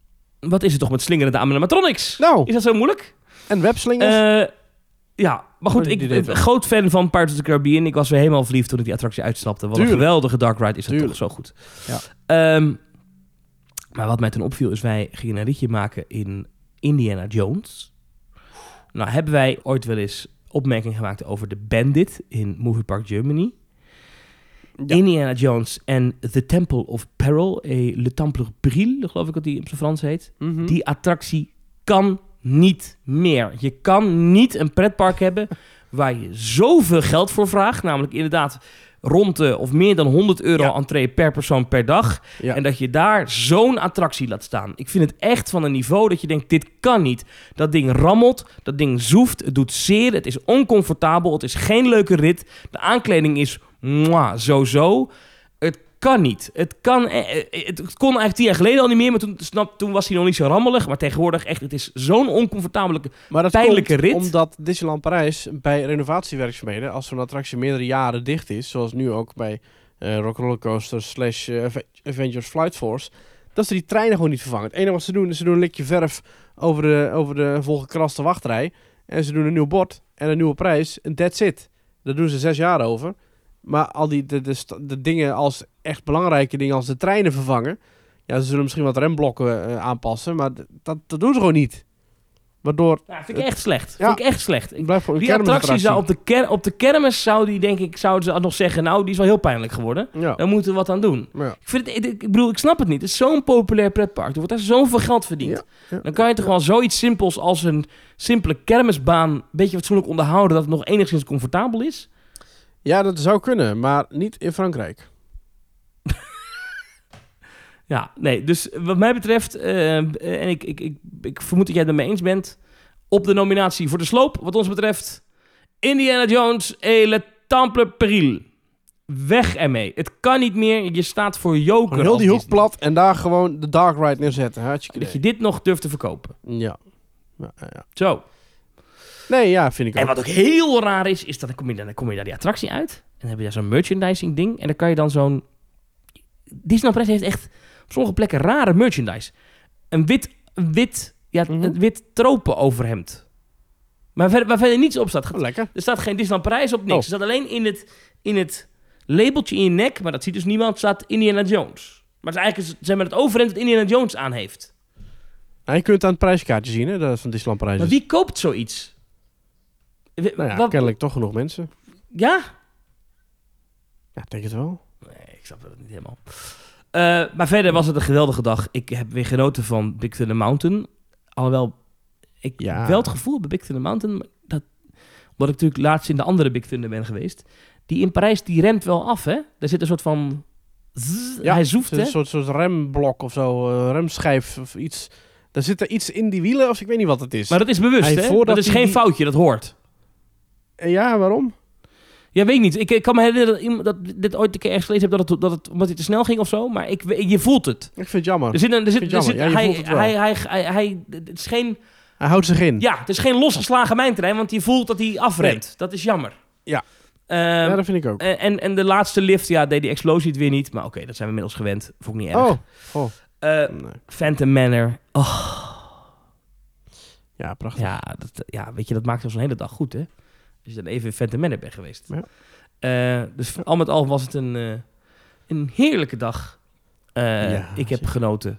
Wat is het toch met slingerende animatronics? Nou. Is dat zo moeilijk? En webslingers? Ja, maar goed, ik ben groot fan van Pirates of the Caribbean. Ik was weer helemaal verliefd toen ik die attractie uitstapte. Wat een geweldige dark ride is dat toch zo goed. Ja. Maar wat mij toen opviel is, wij gingen een ritje maken in Indiana Jones. Nou, hebben wij ooit wel eens opmerking gemaakt over de Bandit in Movie Park Germany. Ja. Indiana Jones en The Temple of Peril, Le Temple Peril, geloof ik dat die op zijn Frans heet. Mm-hmm. Die attractie kan niet meer. Je kan niet een pretpark hebben waar je zoveel geld voor vraagt. Namelijk inderdaad rond of meer dan €100 entree per persoon per dag. Ja. En dat je daar zo'n attractie laat staan. Ik vind het echt van een niveau dat je denkt, dit kan niet. Dat ding rammelt, dat ding zoeft, het doet zeer, het is oncomfortabel, het is geen leuke rit. De aankleding is zo. Het kan niet. Het kon eigenlijk 10 jaar geleden al niet meer, maar toen was hij nog niet zo rammelig. Maar tegenwoordig echt, het is zo'n oncomfortabele, pijnlijke rit. Omdat Disneyland Parijs bij renovatiewerkzaamheden, als zo'n attractie meerdere jaren dicht is, zoals nu ook bij Rock Roller Coaster / Avengers Flight Force, dat ze die treinen gewoon niet vervangen. Het enige wat ze doen, is ze doen een likje verf over de volgekraste wachtrij. En ze doen een nieuw bord en een nieuwe prijs. En that's it. Daar doen ze 6 jaar over. Maar al de dingen als echt belangrijke dingen als de treinen vervangen. Ja, ze zullen misschien wat remblokken aanpassen. Maar dat doen ze gewoon niet. Waardoor... Ja, vind ik echt slecht. Ja, vind ik echt slecht. Die attractie zou op de kermis zouden ze nog zeggen, nou, die is wel heel pijnlijk geworden. Ja. Daar moeten we wat aan doen. Ja. Ik snap het niet. Het is zo'n populair pretpark. Er wordt daar zoveel geld verdiend. Ja. Dan kan je toch wel zoiets simpels als een simpele kermisbaan een beetje fatsoenlijk onderhouden, dat het nog enigszins comfortabel is. Ja, dat zou kunnen, maar niet in Frankrijk. Ja, nee, dus wat mij betreft, en ik vermoed dat jij het ermee eens bent, op de nominatie voor de sloop, wat ons betreft, Indiana Jones et Le Temple Peril. Weg ermee. Het kan niet meer, je staat voor joker. Heel die hoek plat en daar gewoon de dark ride neerzetten. Dat je dit nog durft te verkopen. Ja. Zo. Nee, ja, vind ik ook. En wat ook heel raar is dat dan kom je daar die attractie uit. En dan heb je daar zo'n merchandising ding. En dan kan je dan zo'n... Disneyland Parijs heeft echt op sommige plekken rare merchandise. Een wit tropen overhemd. Maar waar verder niets op staat. Lekker. Er staat geen Disneyland Parijs op, niks. Er staat alleen in het labeltje in je nek, maar dat ziet dus niemand, staat Indiana Jones. Maar het is eigenlijk het overhemd dat Indiana Jones aan heeft. Nou, je kunt het aan het prijskaartje zien, hè, dat van Disneyland Parijs. Maar wie koopt zoiets? Kennelijk toch genoeg mensen. Ja? Ja, ik denk het wel. Nee, ik snap het niet helemaal. Maar verder was het een geweldige dag. Ik heb weer genoten van Big Thunder Mountain. Alhoewel, ik wel het gevoel bij Big Thunder Mountain, omdat ik natuurlijk laatst in de andere Big Thunder ben geweest, die in Parijs, die remt wel af, hè? Er zit een soort van... hij zoeft, hè? Een soort remblok of zo, remschijf of iets. Er zit er iets in die wielen, of ik weet niet wat het is. Maar dat is bewust, hè? Dat is geen foutje, dat hoort. Ja, waarom? Ja, weet ik niet. Ik kan me herinneren dat dit ooit een keer ergens gelezen heb dat het omdat hij te snel ging of zo. Maar je voelt het. Ik vind het jammer. Het is geen... Hij houdt zich in. Ja, het is geen losgeslagen mijntrein, want je voelt dat hij afremt. Nee. Dat is jammer. Ja. Dat vind ik ook. En de laatste lift, deed die explosie het weer niet. Maar oké, dat zijn we inmiddels gewend. Vond ik niet erg. Nee. Phantom Manor. Oh. Ja, prachtig. Ja, weet je, dat maakt ons een hele dag goed, hè? Als je dan even in Phantom Manor bent geweest. Ja. Dus al met al was het een heerlijke dag. Ik heb genoten.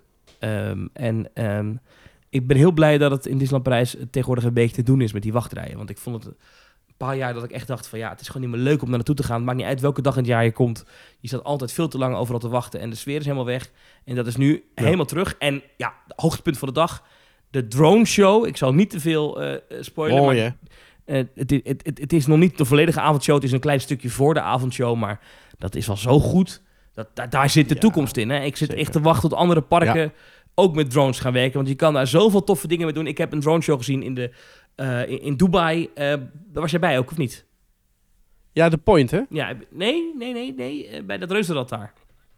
Ik ben heel blij dat het in Disneyland Parijs tegenwoordig een beetje te doen is met die wachtrijen. Want ik vond het een paar jaar dat ik echt dacht van het is gewoon niet meer leuk om naar naartoe te gaan. Het maakt niet uit welke dag in het jaar je komt. Je staat altijd veel te lang overal te wachten en de sfeer is helemaal weg. En dat is nu helemaal terug. En ja, het hoogtepunt van de dag, de drone show. Ik zal niet te veel spoilen, maar... Het is nog niet de volledige avondshow. Het is een klein stukje voor de avondshow. Maar dat is wel zo goed. Daar zit de toekomst in. Hè? Ik zit echt te wachten tot andere parken ook met drones gaan werken. Want je kan daar zoveel toffe dingen mee doen. Ik heb een drone show gezien in Dubai. Daar was jij bij ook, of niet? Ja, de Point, hè? Ja, nee. Bij dat reuzenrad daar.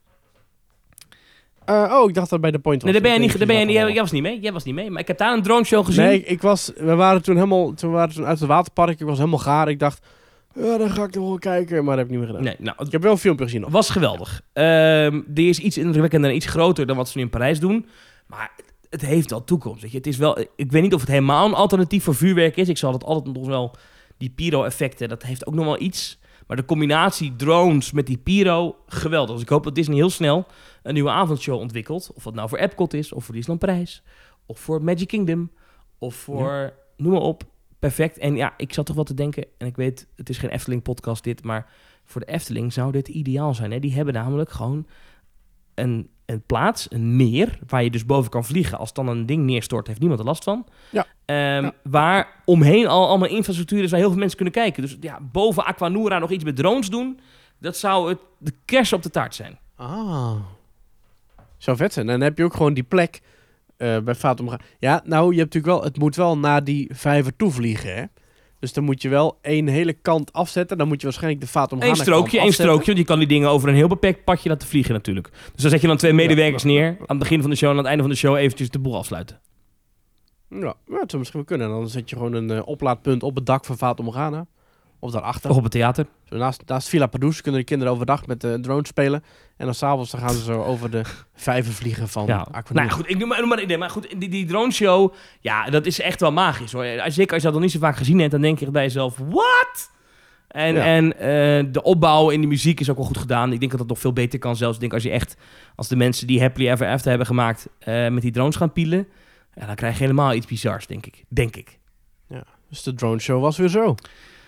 Ik dacht dat bij de Point was. Nee, jij was niet mee. Jij was niet mee. Maar ik heb daar een drone show gezien. Nee, we waren toen uit het waterpark. Ik was helemaal gaar. Ik dacht, dan ga ik nog wel kijken. Maar dat heb ik niet meer gedaan. Nee, nou, ik heb wel een filmpje gezien. Was geweldig. Die is iets indrukwekkender en iets groter dan wat ze nu in Parijs doen. Maar het heeft wel toekomst. Weet je. Het is wel, ik weet niet of het helemaal een alternatief voor vuurwerk is. Ik zal het altijd nog wel... Die pyro-effecten, dat heeft ook nog wel iets. Maar de combinatie drones met die pyro, geweldig. Dus ik hoop dat Disney heel snel een nieuwe avondshow ontwikkelt. Of dat nou voor Epcot is, of voor Disneyland Parijs. Of voor Magic Kingdom. Of voor, noem maar op, perfect. En ja, ik zat toch wel te denken, en ik weet, het is geen Efteling-podcast dit, maar voor de Efteling zou dit ideaal zijn. Hè? Die hebben namelijk gewoon een plaats, een meer, waar je dus boven kan vliegen. Als dan een ding neerstort, heeft niemand er last van. Ja. Waar omheen allemaal infrastructuur is waar heel veel mensen kunnen kijken. Dus ja, boven Aquanura nog iets met drones doen, dat zou de kers op de taart zijn. Ah. Zou vet zijn. En dan heb je ook gewoon die plek bij Fata Morgana. Ja, nou, je hebt natuurlijk wel, het moet wel naar die vijver toe vliegen, hè? Dus dan moet je wel één hele kant afzetten. Dan moet je waarschijnlijk de Fata Morgana kant afzetten. Eén strookje, want je kan die dingen over een heel beperkt padje laten vliegen natuurlijk. Dus dan zet je dan 2 medewerkers neer aan het begin van de show en aan het einde van de show eventjes de boel afsluiten. Ja, dat zou misschien wel kunnen. Dan zet je gewoon een oplaadpunt op het dak van Fata Morgana. Of daarachter. Of op het theater. Zo naast Villa Pardoes kunnen de kinderen overdag met de drones spelen. En dan s'avonds gaan ze zo over de vijver vliegen van Aquanura. Nou goed, ik noem maar een idee. Maar goed, die drone show, ja, dat is echt wel magisch hoor. Zeker als je dat nog niet zo vaak gezien hebt, dan denk je bij jezelf, what? En de opbouw in de muziek is ook wel goed gedaan. Ik denk dat dat nog veel beter kan zelfs. Ik denk als de mensen die Happily Ever After hebben gemaakt met die drones gaan pielen, ja, dan krijg je helemaal iets bizars, denk ik. Ja, dus de drone show was weer zo.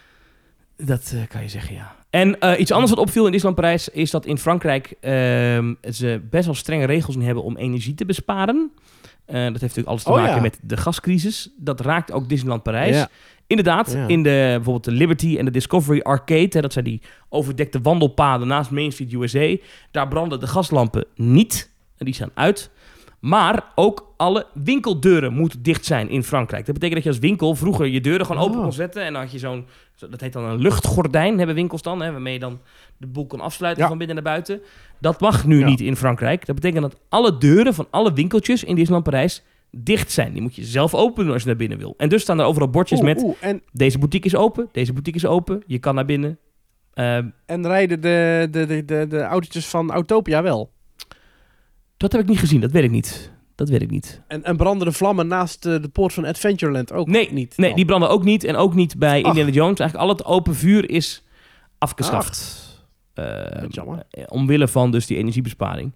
Dat kan je zeggen, ja. En iets anders wat opviel in Disneyland Parijs is dat in Frankrijk ze best wel strenge regels in hebben om energie te besparen. Dat heeft natuurlijk alles te maken met de gascrisis. Dat raakt ook Disneyland Parijs. Ja. Inderdaad, in bijvoorbeeld de Liberty en de Discovery Arcade, dat zijn die overdekte wandelpaden naast Main Street USA, daar branden de gaslampen niet. En die staan uit. Maar ook alle winkeldeuren moeten dicht zijn in Frankrijk. Dat betekent dat je als winkel vroeger je deuren gewoon open kon zetten. En dan had je dat heet dan een luchtgordijn, hebben winkels dan. Hè, waarmee je dan de boel kan afsluiten van binnen naar buiten. Dat mag nu niet in Frankrijk. Dat betekent dat alle deuren van alle winkeltjes in Disneyland Parijs dicht zijn. Die moet je zelf open doen als je naar binnen wil. En dus staan er overal bordjes met deze boutique is open, deze boutique is open. Je kan naar binnen. En rijden de autootjes van Autopia wel? Dat heb ik niet gezien, dat weet ik niet. En branden de vlammen naast de poort van Adventureland ook niet? Nee, die branden ook niet. En ook niet bij Indiana Jones. Eigenlijk al het open vuur is afgeschaft. Jammer. Omwille van dus die energiebesparing.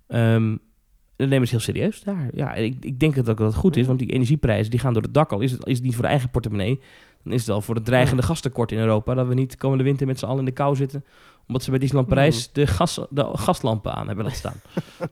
Dat nemen ze heel serieus daar. Ja, ik denk dat dat goed is, want die energieprijzen die gaan door het dak al. Is het niet voor de eigen portemonnee, dan is het al voor het dreigende gastekort in Europa. Dat we niet komende winter met z'n allen in de kou zitten, omdat ze bij Disneyland Parijs de gaslampen aan hebben laten staan.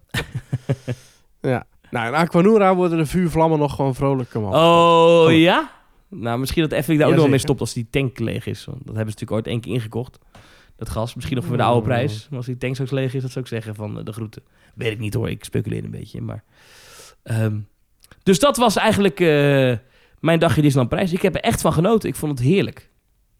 Ja. Nou, in Aquanura worden de vuurvlammen nog gewoon vrolijk. Oh ja? Nou, misschien dat Efteling daar ook nog mee stopt als die tank leeg is. Want dat hebben ze natuurlijk ooit 1 keer ingekocht. Dat gas, misschien nog voor de oude prijs. Maar als die tank straks leeg is, dat zou ik zeggen van de groeten. Weet ik niet hoor, ik speculeer een beetje. Maar, dus dat was eigenlijk mijn dagje Disneyland Parijs. Ik heb er echt van genoten. Ik vond het heerlijk.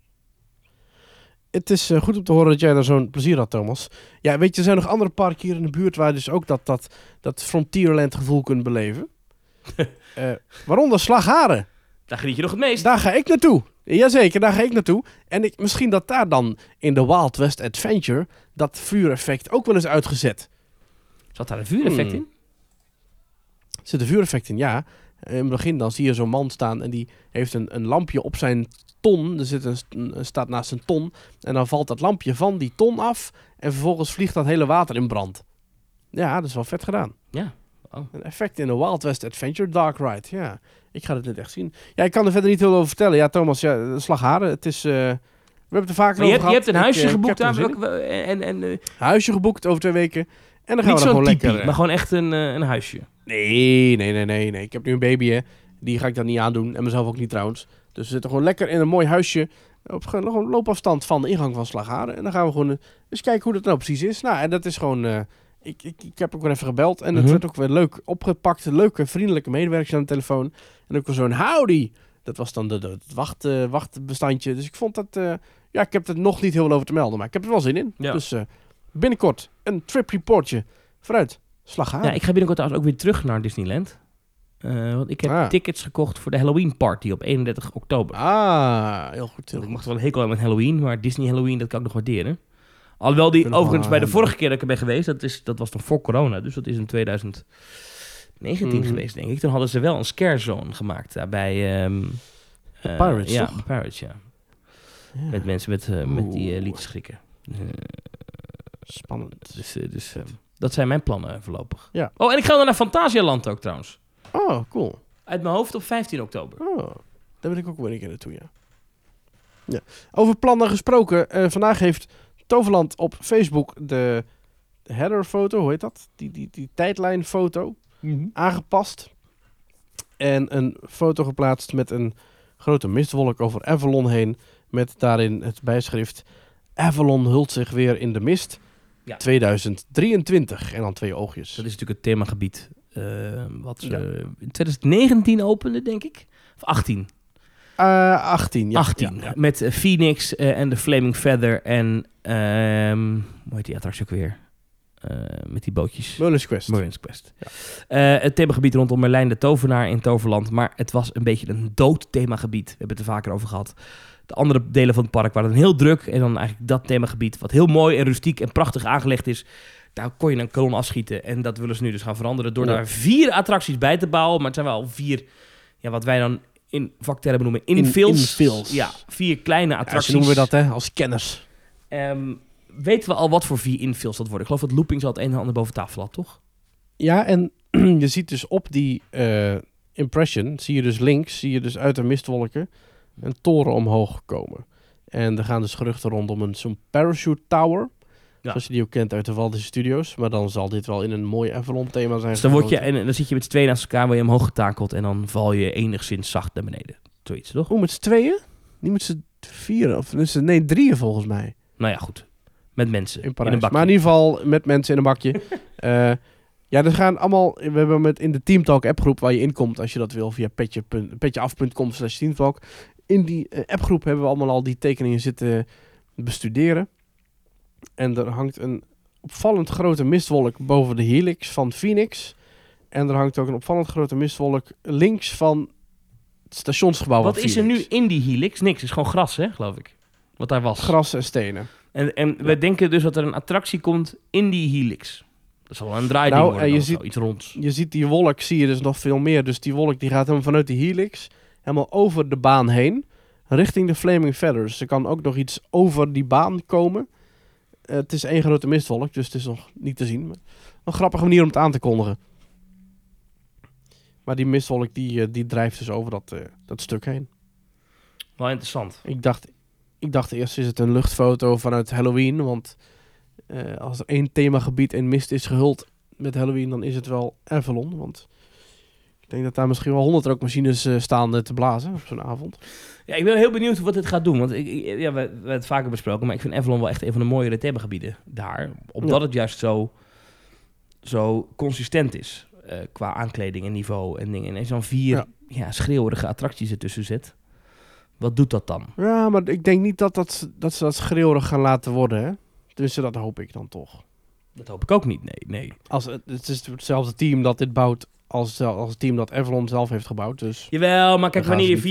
Het is goed om te horen dat jij daar zo'n plezier had, Thomas. Ja, weet je, er zijn nog andere parken hier in de buurt waar je dus ook dat Frontierland gevoel kunt beleven. Waaronder Slagharen. Daar geniet je nog het meest. Daar ga ik naartoe. Jazeker, daar ga ik naartoe. En misschien dat daar dan in de Wild West Adventure dat vuureffect ook wel eens uitgezet. Zat daar een vuureffect in? Zit een vuureffect in, ja. In het begin dan zie je zo'n man staan en die heeft een lampje op zijn ton. Er staat naast een ton. En dan valt dat lampje van die ton af. En vervolgens vliegt dat hele water in brand. Ja, dat is wel vet gedaan. Ja. Oh. Een effect in de Wild West Adventure Dark Ride. Ja, ik ga het net echt zien. Ja, ik kan er verder niet heel over vertellen. Ja, Thomas, Slagharen. Het is... we hebben het er vaker over gehad. Je hebt een huisje geboekt daar. Huisje geboekt over 2 weken. En dan gaan we gewoon lekker... maar gewoon echt een huisje. Nee. Ik heb nu een baby, hè. Die ga ik dan niet aandoen. En mezelf ook niet trouwens. Dus we zitten gewoon lekker in een mooi huisje. Op gewoon loopafstand van de ingang van Slagharen. En dan gaan we gewoon eens kijken hoe dat nou precies is. Nou, en dat is gewoon... Ik heb ook weer even gebeld. En het werd ook weer leuk opgepakt. Leuke, vriendelijke medewerkers aan de telefoon. En ook weer zo'n howdy. Dat was dan het wachtbestandje. Dus ik vond dat... ik heb er nog niet heel veel over te melden. Maar ik heb er wel zin in. Ja. Dus binnenkort een trip reportje. Vooruit. Slagharen. Ja, ik ga binnenkort trouwens ook weer terug naar Disneyland. Want ik heb tickets gekocht voor de Halloween party op 31 oktober. Heel goed. Ik mocht wel een hekel hebben met Halloween. Maar Disney Halloween, dat kan ik nog waarderen. Alhoewel die overigens bij de vorige keer dat ik er ben geweest, dat was nog voor corona. Dus dat is in 2019 19 geweest, denk ik. Toen hadden ze wel een scare zone gemaakt daar bij... Pirates, ja, toch? Pirates, ja. Met mensen met die liedjes schrikken. Spannend. Dus dat zijn mijn plannen voorlopig. Ja. Oh, en ik ga naar Fantasialand ook trouwens. Oh, cool. Uit mijn hoofd op 15 oktober. Oh, daar wil ik ook weer een keer naartoe, ja. Over plannen gesproken. Vandaag heeft Toverland op Facebook de headerfoto, hoe heet dat? Die tijdlijnfoto aangepast. En een foto geplaatst met een grote mistwolk over Avalon heen. Met daarin het bijschrift: Avalon hult zich weer in de mist. Ja. 2023. En dan 2 oogjes. Dat is natuurlijk het themagebied wat ze in 2019 opende, denk ik. Of 18? 18, ja. 18. Ja. Met Phoenix en de Flaming Feather en... hoe heet die attractie ook weer? Met die bootjes. Merlin's Quest. Merlin's Quest. Ja. Het themagebied rondom Merlijn de Tovenaar in Toverland. Maar het was een beetje een dood themagebied. We hebben het er vaker over gehad. De andere delen van het park waren dan heel druk. En dan eigenlijk dat themagebied, wat heel mooi en rustiek en prachtig aangelegd is. Daar kon je een kanon afschieten. En dat willen ze nu dus gaan veranderen door daar 4 attracties bij te bouwen. Maar het zijn wel 4, wat wij dan in vaktermen noemen infills. Ja, 4 kleine attracties. Ja, zo noemen we dat, hè, als kenners. Weten we al wat voor 4 infills dat worden? Ik geloof dat Loopings al het een en ander boven tafel had, toch? Ja, en je ziet dus op die impression, zie je dus links, uit de mistwolken een toren omhoog komen. En er gaan dus geruchten rondom zo'n parachute tower. Ja. Zoals je die ook kent uit de Walt Disney Studios. Maar dan zal dit wel in een mooi Avalon-thema zijn. Dus dan zit je met z'n tweeën naast elkaar, word je omhoog getakeld en dan val je enigszins zacht naar beneden. Zoiets, toch? Met z'n tweeën? Niet met z'n 4 of nee, 3 volgens mij. Nou ja, goed. Met mensen in een bakje. Maar in ieder geval met mensen in een bakje. Ja, er gaan allemaal... We hebben in de Teamtalk appgroep waar je inkomt als je dat wil via petjeaf.com/teamtalk. In die appgroep hebben we allemaal al die tekeningen zitten bestuderen. En er hangt een opvallend grote mistwolk boven de helix van Phoenix. En er hangt ook een opvallend grote mistwolk links van het stationsgebouw van Phoenix. Wat is er nu in die helix? Niks, het is gewoon gras, hè, geloof ik. Wat daar was. Gras en stenen. En we denken dus dat er een attractie komt in die helix. Dat zal wel een draaiding worden of zo, iets ronds. Je ziet die wolk, zie je dus nog veel meer. Dus die wolk die gaat helemaal vanuit die helix, helemaal over de baan heen, richting de Flaming Feathers. Er kan ook nog iets over die baan komen. Het is 1 grote mistwolk, dus het is nog niet te zien. Maar een grappige manier om het aan te kondigen. Maar die mistwolk die drijft dus over dat stuk heen. Wel interessant. Ik dacht eerst is het een luchtfoto vanuit Halloween, want als er 1 themagebied in mist is gehuld met Halloween, dan is het wel Avalon. Want ik denk dat daar misschien wel 100 rookmachines staan te blazen op zo'n avond. Ja, ik ben heel benieuwd wat dit gaat doen. Want we hebben het vaker besproken, maar ik vind Avalon wel echt een van de mooiere themagebieden daar. Omdat het juist zo consistent is qua aankleding en niveau en dingen. En zo'n 4 schreeuwerige attracties ertussen zet. Wat doet dat dan? Ja, maar ik denk niet dat ze dat schreeuwerig gaan laten worden, hè? Dus dat hoop ik dan toch. Dat hoop ik ook niet, nee. Het is hetzelfde team dat dit bouwt als het team dat Avalon zelf heeft gebouwd. Dus jawel, maar kijk, wanneer je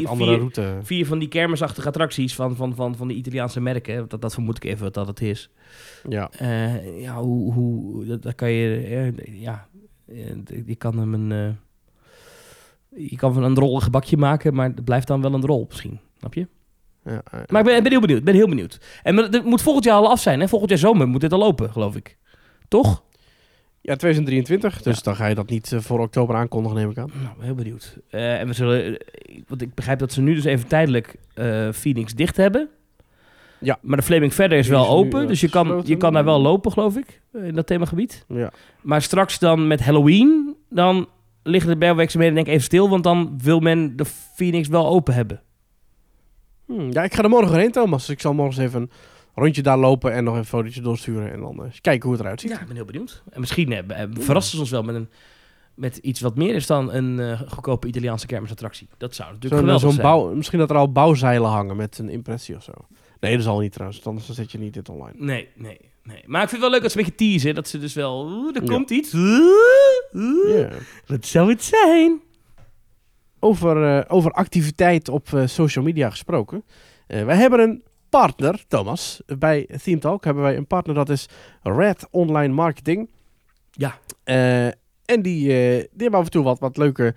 4 van die kermisachtige attracties van die Italiaanse merken, dat vermoed ik even dat het is. Ja. Dat kan je... je kan hem je kan van een rol een gebakje maken, maar het blijft dan wel een rol misschien. Snap je? Ja, maar ik ben heel benieuwd. En het moet volgend jaar al af zijn. Hè? Volgend jaar zomer moet dit al lopen, geloof ik. Toch? Ja, 2023. Dus dan ga je dat niet voor oktober aankondigen, neem ik aan. Nou, heel benieuwd. En we zullen... Want ik begrijp dat ze nu dus even tijdelijk Phoenix dicht hebben. Ja. Maar de Flaming Feather is wel open. Nu, dus je kan daar wel lopen, geloof ik. In dat themagebied. Ja. Maar straks dan met Halloween, dan liggen de bergwerkzaamheden denk ik even stil. Want dan wil men de Phoenix wel open hebben. Ja, ik ga er morgen heen, Thomas. Ik zal morgen even een rondje daar lopen en nog een fotootje doorsturen. En dan kijken hoe het eruit ziet. Ja, ik ben heel benieuwd. En misschien verrassen ze ons wel met iets wat meer is dan een goedkope Italiaanse kermisattractie. Dat zou natuurlijk geweldig zijn. Misschien dat er al bouwzeilen hangen met een impressie of zo. Nee, dat zal niet trouwens. Anders zet je niet dit online. Nee. Maar ik vind het wel leuk dat ze een beetje teasen. Dat ze dus wel... er komt iets. Wat zou het zijn? Over activiteit op social media gesproken. Wij hebben een partner, Thomas. Bij Theme Talk hebben wij een partner, dat is Red Online Marketing. Ja. En die hebben af en toe wat leuke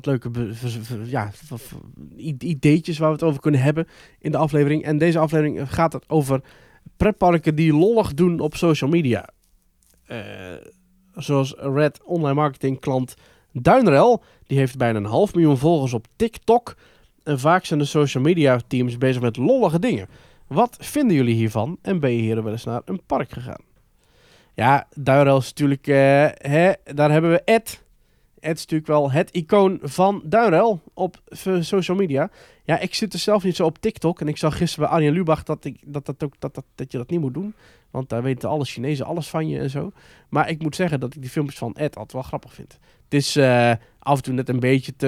ideetjes waar we het over kunnen hebben in de aflevering. En deze aflevering gaat het over pretparken die lollig doen op social media. Zoals Red online marketing klant Duinrel. Die heeft bijna 500.000 volgers op TikTok. En vaak zijn de social media teams bezig met lollige dingen. Wat vinden jullie hiervan? En ben je hier wel eens naar een park gegaan? Ja, Duinrel is natuurlijk... daar hebben we Ed. Ed is natuurlijk wel het icoon van Duinrel op social media. Ja, ik zit er zelf niet zo op TikTok. En ik zag gisteren bij Arjen Lubach dat je dat niet moet doen. Want daar weten alle Chinezen alles van je en zo. Maar ik moet zeggen dat ik die filmpjes van Ed altijd wel grappig vind. Het is af en toe net een beetje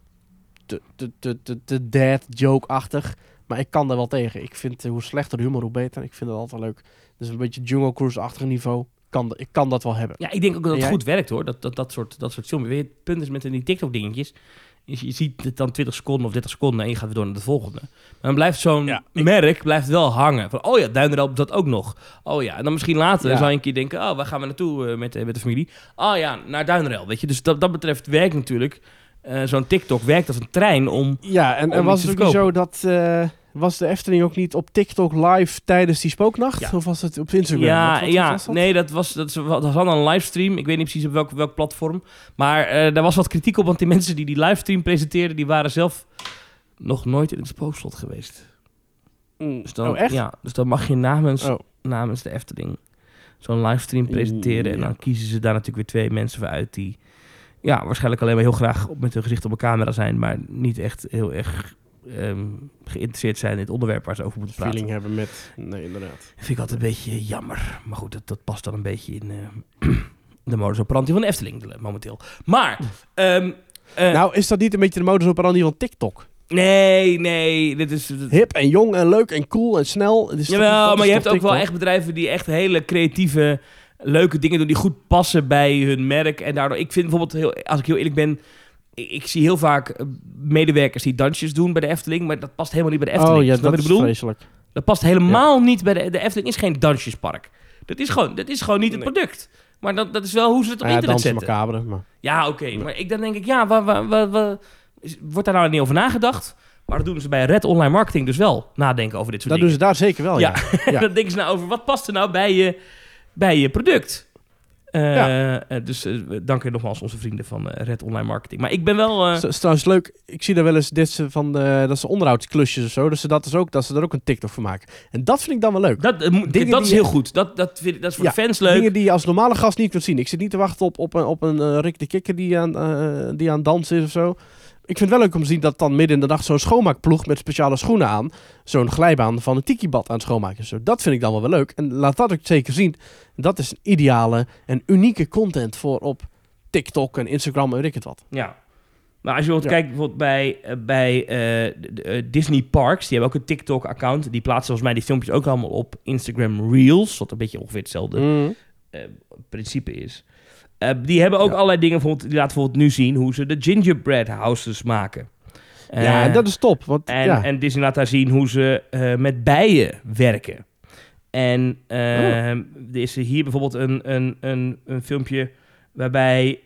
te dad joke-achtig. Maar ik kan daar wel tegen. Ik vind hoe slechter de humor, hoe beter. Ik vind het altijd wel leuk. Dus een beetje Jungle Cruise-achtig niveau. Ik kan dat wel hebben. Ja, ik denk ook dat het goed werkt hoor. Dat soort filmpjes. Het punt is met die TikTok-dingetjes. Je ziet het dan 20 seconden of 30 seconden en je gaat weer door naar de volgende. Maar dan blijft zo'n merk wel hangen. Van, oh ja, Duinrel dat ook nog. Oh ja, en dan misschien later zou je een keer denken... Oh, waar gaan we naartoe met de familie? Oh ja, naar Duinrel, weet je. Dus dat betreft werkt natuurlijk... zo'n TikTok werkt als een trein om... Ja, en was het ook niet zo dat... was de Efteling ook niet op TikTok live tijdens die spooknacht? Ja. Of was het op Instagram? Dat was een livestream. Ik weet niet precies op welk platform. Maar daar was wat kritiek op, want die mensen die livestream presenteerden, die waren zelf nog nooit in het spookslot geweest. Dus dan, echt? Ja, dus dan mag je namens de Efteling zo'n livestream presenteren. En dan kiezen ze daar natuurlijk weer 2 mensen voor uit die waarschijnlijk alleen maar heel graag met hun gezicht op een camera zijn, maar niet echt heel erg... geïnteresseerd zijn in het onderwerp waar ze over moeten praten. Feeling hebben met... Nee, inderdaad. Vind ik altijd een beetje jammer. Maar goed, dat past dan een beetje in de modus operandi van de Efteling momenteel. Maar... nou, is dat niet een beetje de modus operandi van TikTok? Nee. Dit is... Hip en jong en leuk en cool en snel. Jawel, maar je hebt ook wel echt bedrijven die echt hele creatieve, leuke dingen doen die goed passen bij hun merk. En daardoor, ik vind bijvoorbeeld, als ik heel eerlijk ben... Ik zie heel vaak medewerkers die dansjes doen bij de Efteling, maar dat past helemaal niet bij de Efteling. Oh ja, dat is vreselijk. Dat past helemaal niet bij de Efteling. Is geen dansjespark. Dat is gewoon niet het product. Maar dat is wel hoe ze het op internet zetten. Macabre, maar... Ja, oké. Maar dan denk ik, wordt daar nou niet over nagedacht? Maar dat doen ze bij Red Online Marketing dus wel, nadenken over dit soort dingen. Dat doen ze daar zeker wel, ja. Dan denken ze nou over, wat past er nou bij je product? Dus dank je nogmaals onze vrienden van Red Online Marketing. Maar ik ben wel... Dat is trouwens leuk. Ik zie daar wel eens dat ze onderhoudsklusjes of zo. Dus dat ze er ook een TikTok van maken. En dat vind ik dan wel leuk. Dat is heel goed. Dat is voor de fans leuk. Dingen die je als normale gast niet kunt zien. Ik zit niet te wachten op een Rick de Kikker die aan dansen is of zo. Ik vind het wel leuk om te zien dat dan midden in de dag zo'n schoonmaakploeg met speciale schoenen aan zo'n glijbaan van een tikibad aan het schoonmaken. Zo, dat vind ik dan wel leuk. En laat dat ook zeker zien. Dat is een ideale en unieke content voor op TikTok en Instagram en weet ik het wat. Ja. Maar als je kijkt bijvoorbeeld bij Disney Parks, die hebben ook een TikTok-account. Die plaatsen volgens mij die filmpjes ook allemaal op Instagram Reels, wat een beetje ongeveer hetzelfde principe is. Die hebben ook allerlei dingen, die laten bijvoorbeeld nu zien hoe ze de gingerbread houses maken. Ja, dat is top. En Disney laat daar zien hoe ze met bijen werken. En er is hier bijvoorbeeld een filmpje waarbij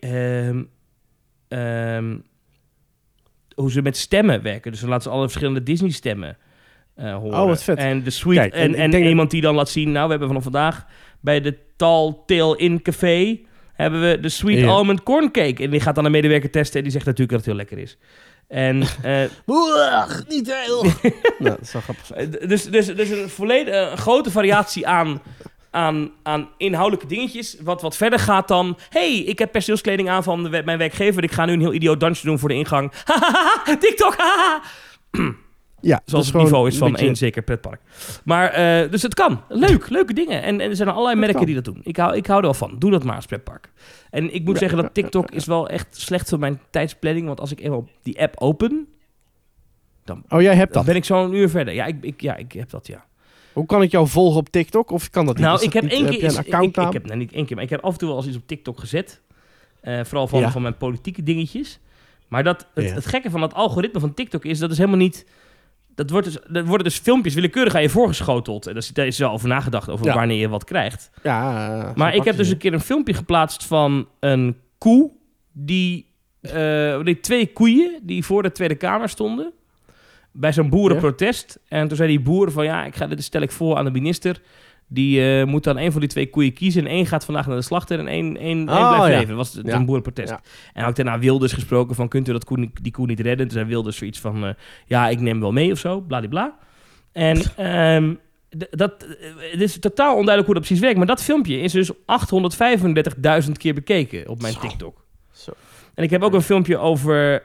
hoe ze met stemmen werken. Dus dan laten ze alle verschillende Disney stemmen horen. Oh, wat vet. En de suite. Kijk, en iemand die dan laat zien, nou, we hebben vanaf vandaag bij de Tall Tale Inn Café hebben we de Sweet Almond Corn Cake. En die gaat dan een medewerker testen en die zegt natuurlijk dat het heel lekker is. En niet heel. Nou, dat is wel grappig. Dus een grote variatie aan inhoudelijke dingetjes. Wat verder gaat dan... Hey, ik heb personeelskleding aan van mijn werkgever. Ik ga nu een heel idioot dansje doen voor de ingang. TikTok, Ja, zoals het niveau is van één zeker pretpark. Maar, dus het kan. Leuke dingen. En er zijn allerlei merken die dat doen. Ik hou er wel van. Doe dat maar als pretpark. En ik moet zeggen dat TikTok is wel echt slecht voor mijn tijdsplanning. Want als ik eenmaal die app open... Dan, jij hebt dat? Dan ben ik zo'n uur verder. Ja, ik heb dat, ja. Hoe kan ik jou volgen op TikTok? Of kan dat niet? Nou, ik heb één keer... Heb je een account ik heb niet één keer, maar ik heb af en toe wel eens iets op TikTok gezet. Vooral van mijn politieke dingetjes. Maar het gekke van dat algoritme van TikTok is... Dat is helemaal niet... Er worden dus filmpjes willekeurig aan je voorgeschoteld. En daar is wel over nagedacht over wanneer je wat krijgt. Ja, maar ik heb dus een keer een filmpje geplaatst van een koe die 2 koeien die voor de Tweede Kamer stonden. Bij zo'n boerenprotest. Ja. En toen zei die boer van dit stel ik voor aan de minister. Die moet dan 1 van die 2 koeien kiezen. En 1 gaat vandaag naar de slachter en 1 blijft leven. Dat was een boerenprotest. Ja. En had ik daarna Wilders gesproken van kunt u die koe niet redden? Toen zei Wilders zoiets van ik neem wel mee of zo. Bladibla. En het is totaal onduidelijk hoe dat precies werkt. Maar dat filmpje is dus 835.000 keer bekeken op mijn TikTok. Zo. En ik heb ook een filmpje over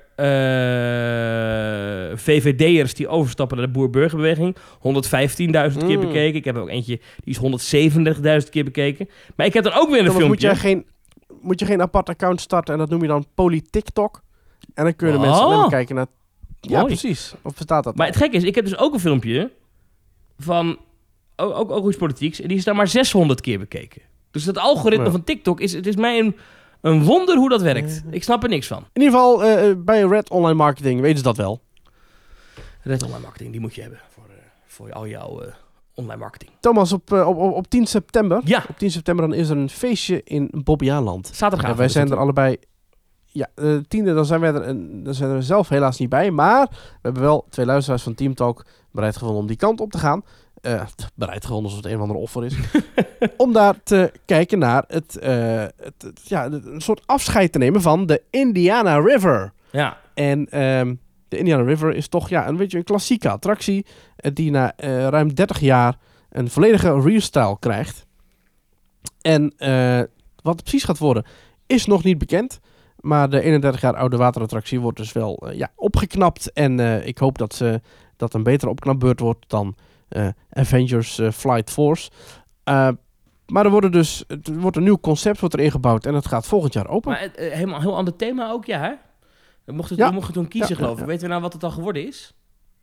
VVD'ers die overstappen naar de boer-burgerbeweging. 115.000 keer bekeken. Ik heb er ook eentje, die is 137.000 keer bekeken. Maar ik heb er ook weer een filmpje. Moet je geen apart account starten en dat noem je dan PoliTikTok? En dan kunnen mensen alleen maar kijken naar... Ja, mooi. Precies. Of bestaat dat? Maar het gekke is, ik heb dus ook een filmpje van ook iets politieks. En die is dan maar 600 keer bekeken. Dus dat algoritme van TikTok het is mij een wonder hoe dat werkt. Ik snap er niks van. In ieder geval, bij Red Online Marketing weten ze dat wel. Red Online Marketing, die moet je hebben voor al jouw online marketing. Thomas, op 10 september, ja. Op 10 september dan is er een feestje in Bobbejaanland. Zaterdagavond. Wij zijn er allebei... Ja, 10e, dan zijn we er zelf helaas niet bij. Maar we hebben wel 2 luisteraars van Team Talk bereid gevonden om die kant op te gaan. Bereid gevonden alsof het een of andere offer is. Om daar te kijken naar een soort afscheid te nemen van de Indiana River. Ja. En de Indiana River is toch een klassieke attractie die na ruim 30 jaar een volledige restyle krijgt. En wat het precies gaat worden is nog niet bekend. Maar de 31 jaar oude waterattractie wordt dus wel opgeknapt. En ik hoop dat een betere opknapbeurt wordt dan Avengers Flight Force. Maar er wordt een nieuw concept ingebouwd en het gaat volgend jaar open. Maar helemaal een heel ander thema ook, ja hè? We mochten toen kiezen, geloof ik. Weten we nou wat het dan geworden is?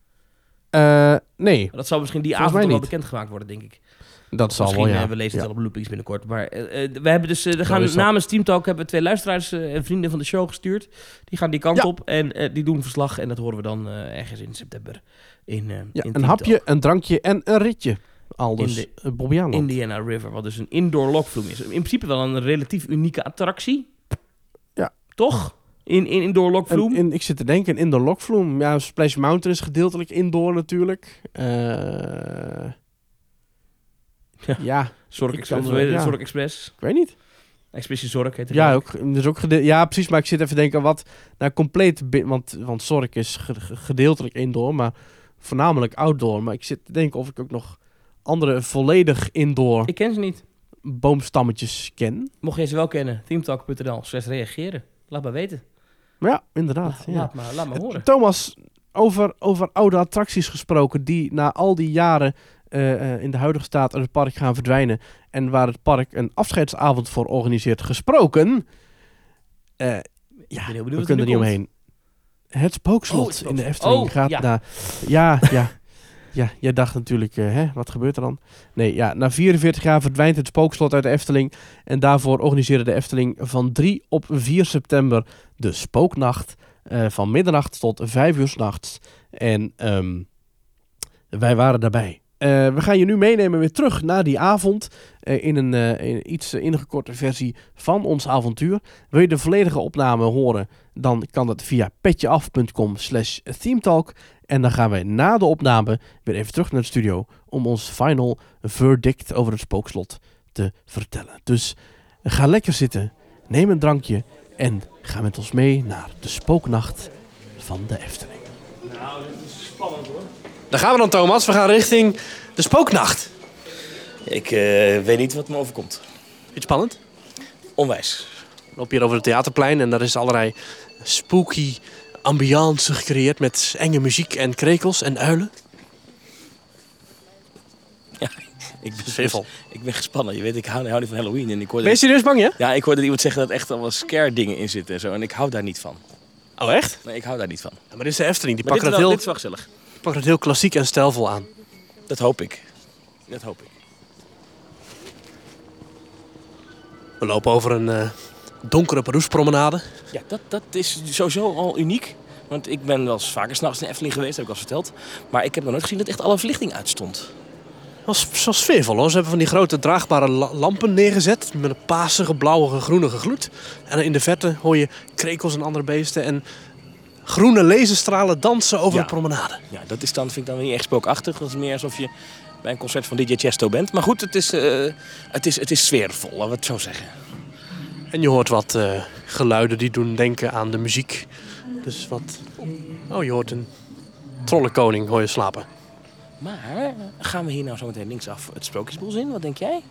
Nee. Dat zal misschien die avond wel bekendgemaakt worden, denk ik. Dat zal wel, ja. We lezen het al op Loopings binnenkort. Maar we hebben dus... namens Team Talk hebben we 2 luisteraars en vrienden van de show gestuurd. Die gaan die kant op en die doen verslag. En dat horen we dan ergens in september in een hapje, Talk. Een drankje en een ritje. Aldus Bobbejaanland. Indiana River, wat dus een indoor lokvloem is. In principe wel een relatief unieke attractie. Ja. Toch? In indoor lokvloem. Ik zit te denken, een indoor lokvloem. Ja, Splash Mountain is gedeeltelijk indoor natuurlijk. Ja. Zorg Express. Zorg Express. Ik weet niet. Expeditie Zorg heet het. Ja, ook. Dus ook ja, precies. Maar ik zit even te denken wat... Nou, compleet... Want Zorg is gedeeltelijk indoor, maar voornamelijk outdoor. Maar ik zit te denken of ik ook nog andere volledig indoor... Ik ken ze niet. Boomstammetjes ken. Mocht jij ze wel kennen, teamtalk.nl/reageren. Laat maar weten. Ja, inderdaad. Laat maar horen. Thomas, over oude attracties gesproken die na al die jaren... in de huidige staat uit het park gaan verdwijnen. En waar het park een afscheidsavond voor organiseert gesproken. We kunnen er niet omheen. Het spookslot in de Efteling gaat naar... Ja, jij dacht natuurlijk, wat gebeurt er dan? Nee, na 44 jaar verdwijnt het spookslot uit de Efteling. En daarvoor organiseerde de Efteling van 3 op 4 september de spooknacht. Van middernacht tot 5 uur 's nachts. En wij waren daarbij. We gaan je nu meenemen weer terug naar die avond in een iets ingekorte versie van ons avontuur. Wil je de volledige opname horen, dan kan dat via petjeaf.com/themetalk. En dan gaan wij na de opname weer even terug naar de studio om ons final verdict over het spookslot te vertellen. Dus ga lekker zitten, neem een drankje en ga met ons mee naar de spooknacht van de Efteling. Nou, dit is spannend hoor. Daar gaan we dan, Thomas. We gaan richting de spooknacht. Ik weet niet wat me overkomt. Vind je spannend? Onwijs. We lopen hier over het Theaterplein en daar is allerlei spooky ambiance gecreëerd met enge muziek en krekels en uilen. Ja, ik ben gespannen. Je weet, ik hou niet van Halloween. En ben je serieus bang, ja? Ja, ik hoorde iemand zeggen dat er echt allemaal scare dingen in zitten en zo. En ik hou daar niet van. Oh, echt? Nee, ik hou daar niet van. Ja, maar dit is de Efteling. Die pakken dit is wel gezellig. Pak het heel klassiek en stijlvol aan. Dat hoop ik. We lopen over een donkere Paroespromenade. Ja, dat is sowieso al uniek. Want ik ben wel eens vaker 's nachts in Efteling geweest, heb ik al verteld. Maar ik heb nog nooit gezien dat echt alle verlichting uitstond. Dat was sfeervol hoor. Ze hebben van die grote draagbare lampen neergezet. Met een paarsige, blauwige, groenige gloed. En in de verte hoor je krekels en andere beesten. En groene laserstralen dansen over de promenade. Ja, dat is vind ik dan weer niet echt spookachtig. Dat is meer alsof je bij een concert van DJ Chesto bent. Maar goed, het is sfeervol, laten we het zo zeggen. En je hoort wat geluiden die doen denken aan de muziek. Dus wat... Oh, je hoort een trollenkoning hoor je slapen. Maar gaan we hier nou zo meteen linksaf het Sprookjesbos in? Wat denk jij?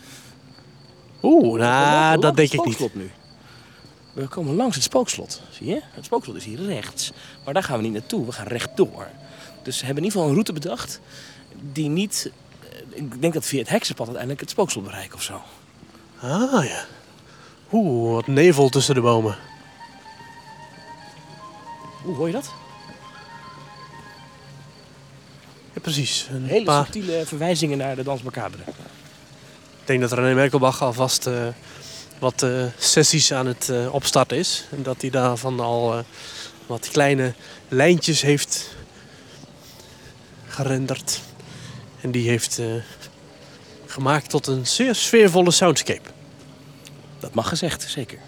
Dat denk ik niet. Nu. We komen langs het spookslot, zie je? Het spookslot is hier rechts. Maar daar gaan we niet naartoe, we gaan rechtdoor. Dus we hebben in ieder geval een route bedacht die niet... Ik denk dat via het heksenpad uiteindelijk het spookslot bereiken of zo. Ah ja. Wat nevel tussen de bomen. Hoor je dat? Ja, precies. Een hele subtiele verwijzingen naar de Dans Macabre. Ik denk dat René Merkelbach alvast wat sessies aan het opstarten is. En dat hij daarvan al wat kleine lijntjes heeft gerenderd. En die heeft gemaakt tot een zeer sfeervolle soundscape. Dat mag gezegd, zeker.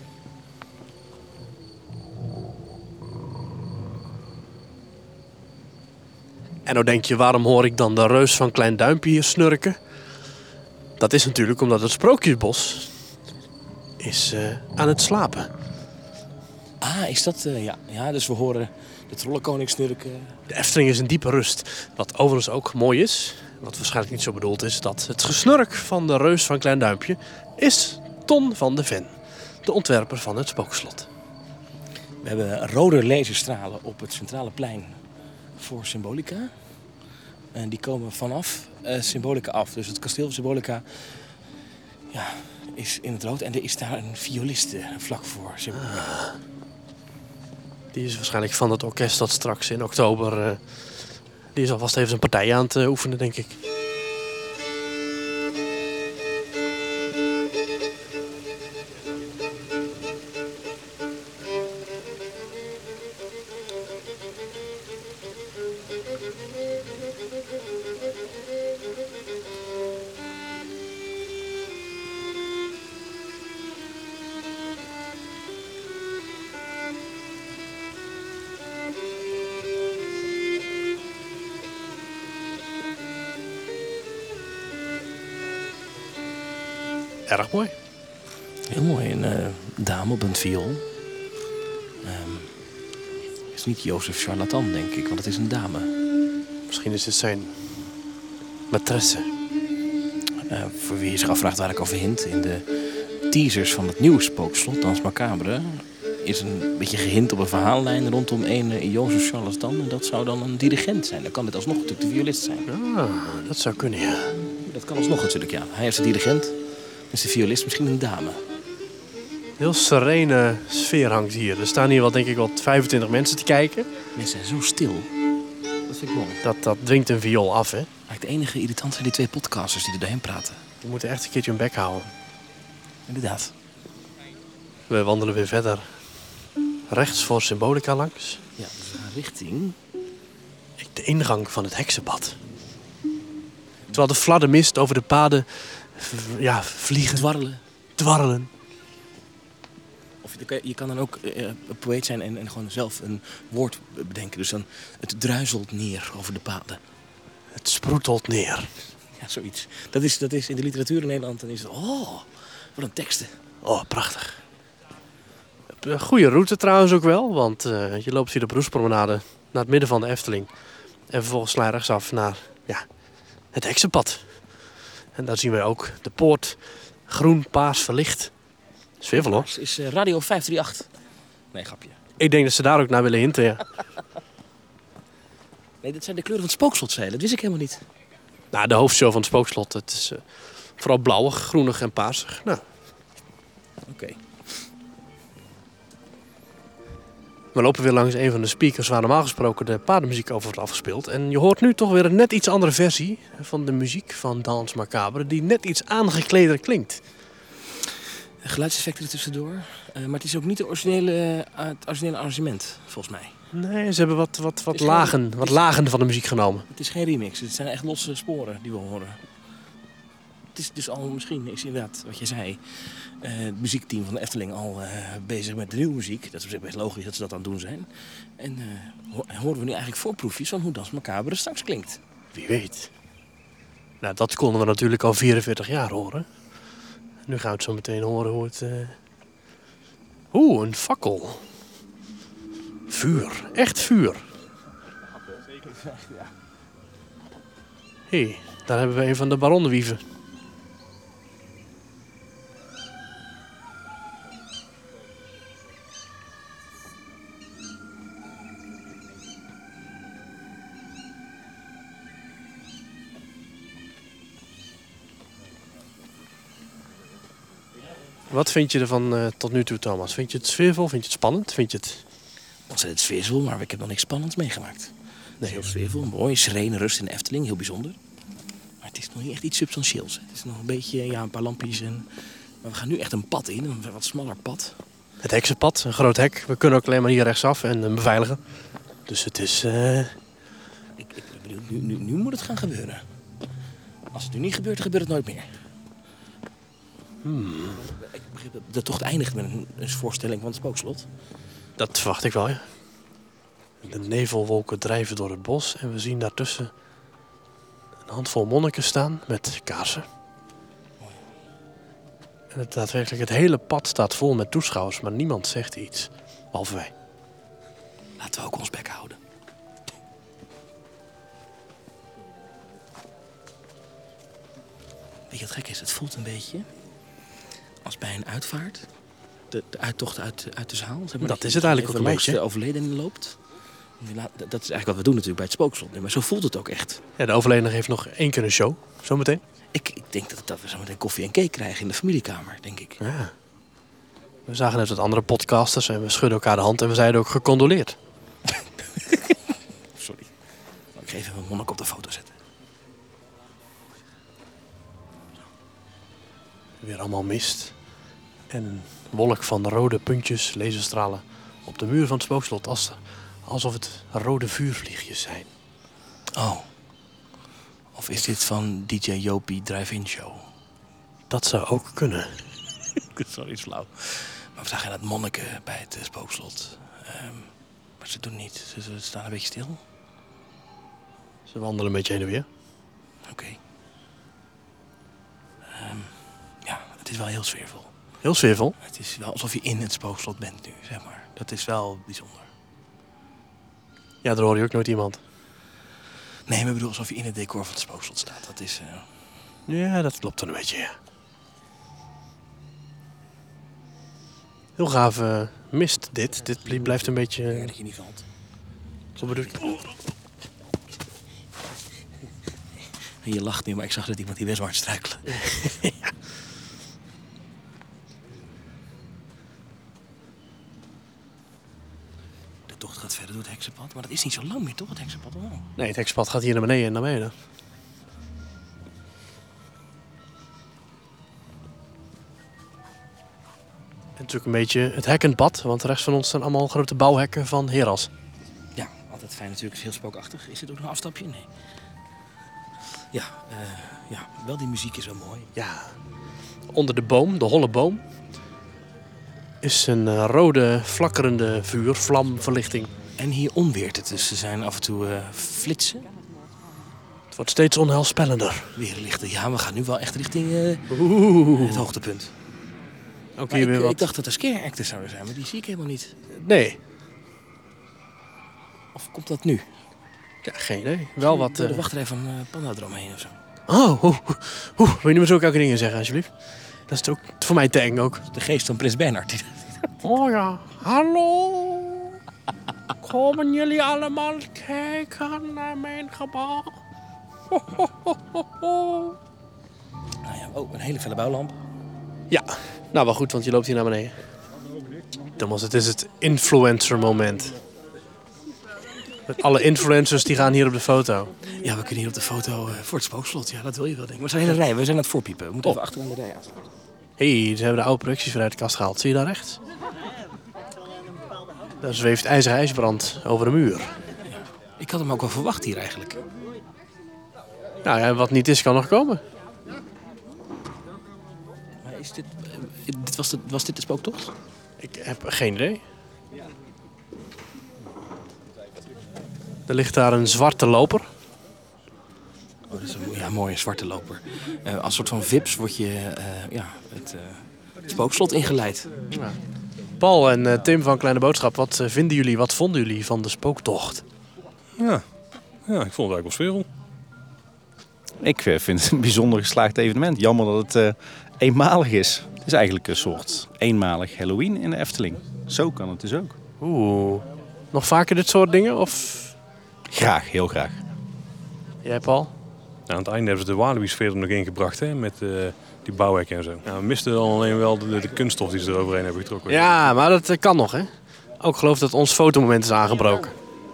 En nou denk je, waarom hoor ik dan de reus van Klein Duimpje hier snurken? Dat is natuurlijk omdat het Sprookjesbos is aan het slapen. Ah, is dat... Ja, dus we horen de trollenkoning snurken. De Efteling is in diepe rust. Wat overigens ook mooi is, wat waarschijnlijk niet zo bedoeld is, dat het gesnurk van de reus van Klein Duimpje is Ton van de Ven, de ontwerper van het spookslot. We hebben rode laserstralen op het centrale plein voor Symbolica. En die komen vanaf Symbolica af. Dus het kasteel van Symbolica is in het rood. En er is daar een violiste vlak voor Symbolica. Die is waarschijnlijk van het orkest dat straks in oktober... die is alvast even zijn partij aan het oefenen, denk ik. Erg mooi. Heel mooi. Een dame op een viool. Het is niet Jozef Charlatan, denk ik, want het is een dame. Misschien is het zijn maîtresse. Voor wie zich afvraagt waar ik over hint. In de teasers van het nieuwe spookslot, Dans Macabre, is een beetje gehint op een verhaallijn rondom een Jozef Charlatan. En dat zou dan een dirigent zijn. Dan kan dit alsnog natuurlijk de violist zijn. Ah, dat zou kunnen, ja. Dat kan alsnog natuurlijk, ja. Hij is de dirigent. Is de violist misschien een dame? Heel serene sfeer hangt hier. Er staan hier wel, denk ik, wat 25 mensen te kijken. Mensen zijn zo stil. Dat vind ik mooi. Dat dwingt een viool af, hè? Eigenlijk de enige irritant zijn die twee podcasters die er doorheen praten. Die moeten echt een keertje hun bek houden. Inderdaad. We wandelen weer verder. Rechts voor Symbolica langs. Ja, dus richting... De ingang van het heksenpad. Terwijl de fladdermist over de paden vliegen. Dwarrelen. Of je kan dan ook een poëet zijn en gewoon zelf een woord bedenken. Dus dan het druizelt neer over de paden. Het sproetelt neer. Ja, zoiets. Dat is in de literatuur in Nederland. Dan is het, wat een teksten. Oh, prachtig. Een goede route trouwens ook wel. Want je loopt via de Broespromenade naar het midden van de Efteling. En vervolgens sla je rechtsaf naar het heksenpad. En daar zien we ook de poort groen, paars verlicht. Sfeervol hoor. Dat is Radio 538. Nee, grapje. Ik denk dat ze daar ook naar willen hinten, ja. Nee, dit zijn de kleuren van het spookslot, zei. Dat wist ik helemaal niet. Nou, de hoofdshow van het spookslot. Het is vooral blauwig, groenig en paarsig. Nou. Oké. We lopen weer langs een van de speakers waar normaal gesproken de paardenmuziek over wordt afgespeeld. En je hoort nu toch weer een net iets andere versie van de muziek van Dans Macabre, die net iets aangekleder klinkt. Geluidseffecten er tussendoor. Maar het is ook niet het originele arrangement, volgens mij. Nee, ze hebben wat lagen van de muziek genomen. Het is geen remix. Het zijn echt losse sporen die we horen. het is dus al misschien, is inderdaad wat je zei, het muziekteam van de Efteling al bezig met de nieuwe muziek. Dat is best logisch dat ze dat aan het doen zijn. En horen we nu eigenlijk voorproefjes van hoe Danse Macabre straks klinkt. Wie weet. Nou, dat konden we natuurlijk al 44 jaar horen. Nu gaan we het zo meteen horen hoe het... een fakkel. Vuur. Echt vuur. Hé, daar hebben we een van de baronnenwieven. Wat vind je ervan tot nu toe, Thomas? Vind je het sfeervol? Vind je het spannend? Vind je het... Ontzettend sfeervol, maar ik heb nog niks spannends meegemaakt. Nee, heel sfeervol, mooi, serene rust in de Efteling, heel bijzonder. Maar het is nog niet echt iets substantieels. Het is nog een beetje, een paar lampjes. Maar we gaan nu echt een pad in, een wat smaller pad. Het heksenpad, een groot hek. We kunnen ook alleen maar hier rechtsaf en beveiligen. Dus het is... Ik bedoel, nu moet het gaan gebeuren. Als het nu niet gebeurt, gebeurt het nooit meer. Ik begrijp dat de tocht eindigt met een voorstelling van het Spookslot. Dat verwacht ik wel, ja. De nevelwolken drijven door het bos en we zien daartussen een handvol monniken staan met kaarsen. En het hele pad staat vol met toeschouwers, maar niemand zegt iets, behalve wij. Laten we ook ons bek houden. Weet je wat gek is? Het voelt een beetje als bij een uitvaart. De uittocht uit de zaal. Zeg maar, dat is het eigenlijk ook een beetje. De overledene loopt. Dat is eigenlijk wat we doen natuurlijk bij het Spookslot. Maar zo voelt het ook echt. Ja, de overledene heeft nog 1 keer een show, zometeen. Ik denk dat we zo meteen koffie en cake krijgen in de familiekamer, denk ik. Ja. We zagen net wat andere podcasters en we schudden elkaar de hand en we zeiden ook gecondoleerd. Sorry. Ik ga even mijn monnik op de foto zetten. Weer allemaal mist. En een wolk van rode puntjes, laserstralen op de muur van het Spookslot. Alsof het rode vuurvliegjes zijn. Oh. Of is dit van DJ Jopie Drive-In Show? Dat zou ook kunnen. Sorry, is flauw. Maar we zagen inderdaad monniken bij het Spookslot. Maar ze doen niet. Ze staan een beetje stil. Ze wandelen een beetje heen en weer. Oké. Ja, het is wel heel sfeervol. Heel sfeervol. Het is wel alsof je in het Spookslot bent nu, zeg maar. Dat is wel bijzonder. Ja, daar hoor je ook nooit iemand. Nee, maar ik bedoel alsof je in het decor van het Spookslot staat. Dat is... Ja, dat klopt dan een beetje, ja. Heel gaaf mist dit. Dit blijft een beetje... Ja, dat je niet valt. Zo bedoel ik. Je lacht nu, maar ik zag dat iemand die westwaarts struikelen. Ja. De tocht gaat verder door het heksenpad. Maar dat is niet zo lang meer, toch, het heksenpad? Oh. Nee, het heksenpad gaat hier naar beneden en naar beneden. En natuurlijk een beetje het hekkenpad, want rechts van ons staan allemaal grote bouwhekken van Heras. Ja, altijd fijn natuurlijk. Het is heel spookachtig. Is dit ook nog een afstapje? Nee. Ja, wel die muziek is wel mooi. Ja, onder de boom, de holle boom, is een rode flakkerende vlamverlichting. En hier onweert het, dus er zijn af en toe flitsen. Het wordt steeds onheilspellender. Weerlichten. Ja, we gaan nu wel echt richting het hoogtepunt. Ook hier weer wat... Ik dacht dat er scare actors zouden zijn, maar die zie ik helemaal niet. Nee. Of komt dat nu? Ja, geen idee. Wel wat... De wachtrij van Pandadroom heen of zo. Wil je me zo ook elke dingen zeggen, alsjeblieft? Dat is ook voor mij te eng ook. De geest van Prins Bernhard. Oh ja, hallo. Komen jullie allemaal kijken naar mijn gebouw? Nou ja, een hele felle bouwlamp. Ja, nou wel goed, want je loopt hier naar beneden. Thomas, het is het influencer moment. Met alle influencers die gaan hier op de foto. Ja, we kunnen hier op de foto voor het Spookslot. Ja, dat wil je wel, denk ik. We zijn in de rij, we zijn aan het voorpiepen. We moeten even achteraan de rij aansluiten. Hé, ze hebben de oude producties weer uit de kast gehaald. Zie je daar rechts? Daar zweeft ijzeren ijsbrand over de muur. Ja. Ik had hem ook wel verwacht hier eigenlijk. Nou ja, wat niet is, kan nog komen. Was dit de spooktocht? Ik heb geen idee. Er ligt daar een zwarte loper. Oh, dat is een mooie zwarte loper. Als soort van vips word je het spookslot ingeleid. Ja. Paul en Tim van Kleine Boodschap, wat vonden jullie van de spooktocht? Ja, ik vond het eigenlijk wel sfeervol. Ik vind het een bijzonder geslaagd evenement. Jammer dat het eenmalig is. Het is eigenlijk een soort eenmalig Halloween in de Efteling. Zo kan het dus ook. Nog vaker dit soort dingen? Of? Graag, heel graag. Jij, Paul? Aan het einde hebben ze de Walibi-sfeer er nog ingebracht, hè, met die bouwhekken en zo. We misten dan alleen wel de kunststof die ze eroverheen hebben getrokken. Ja, maar dat kan nog, hè? Ook geloof dat ons fotomoment is aangebroken.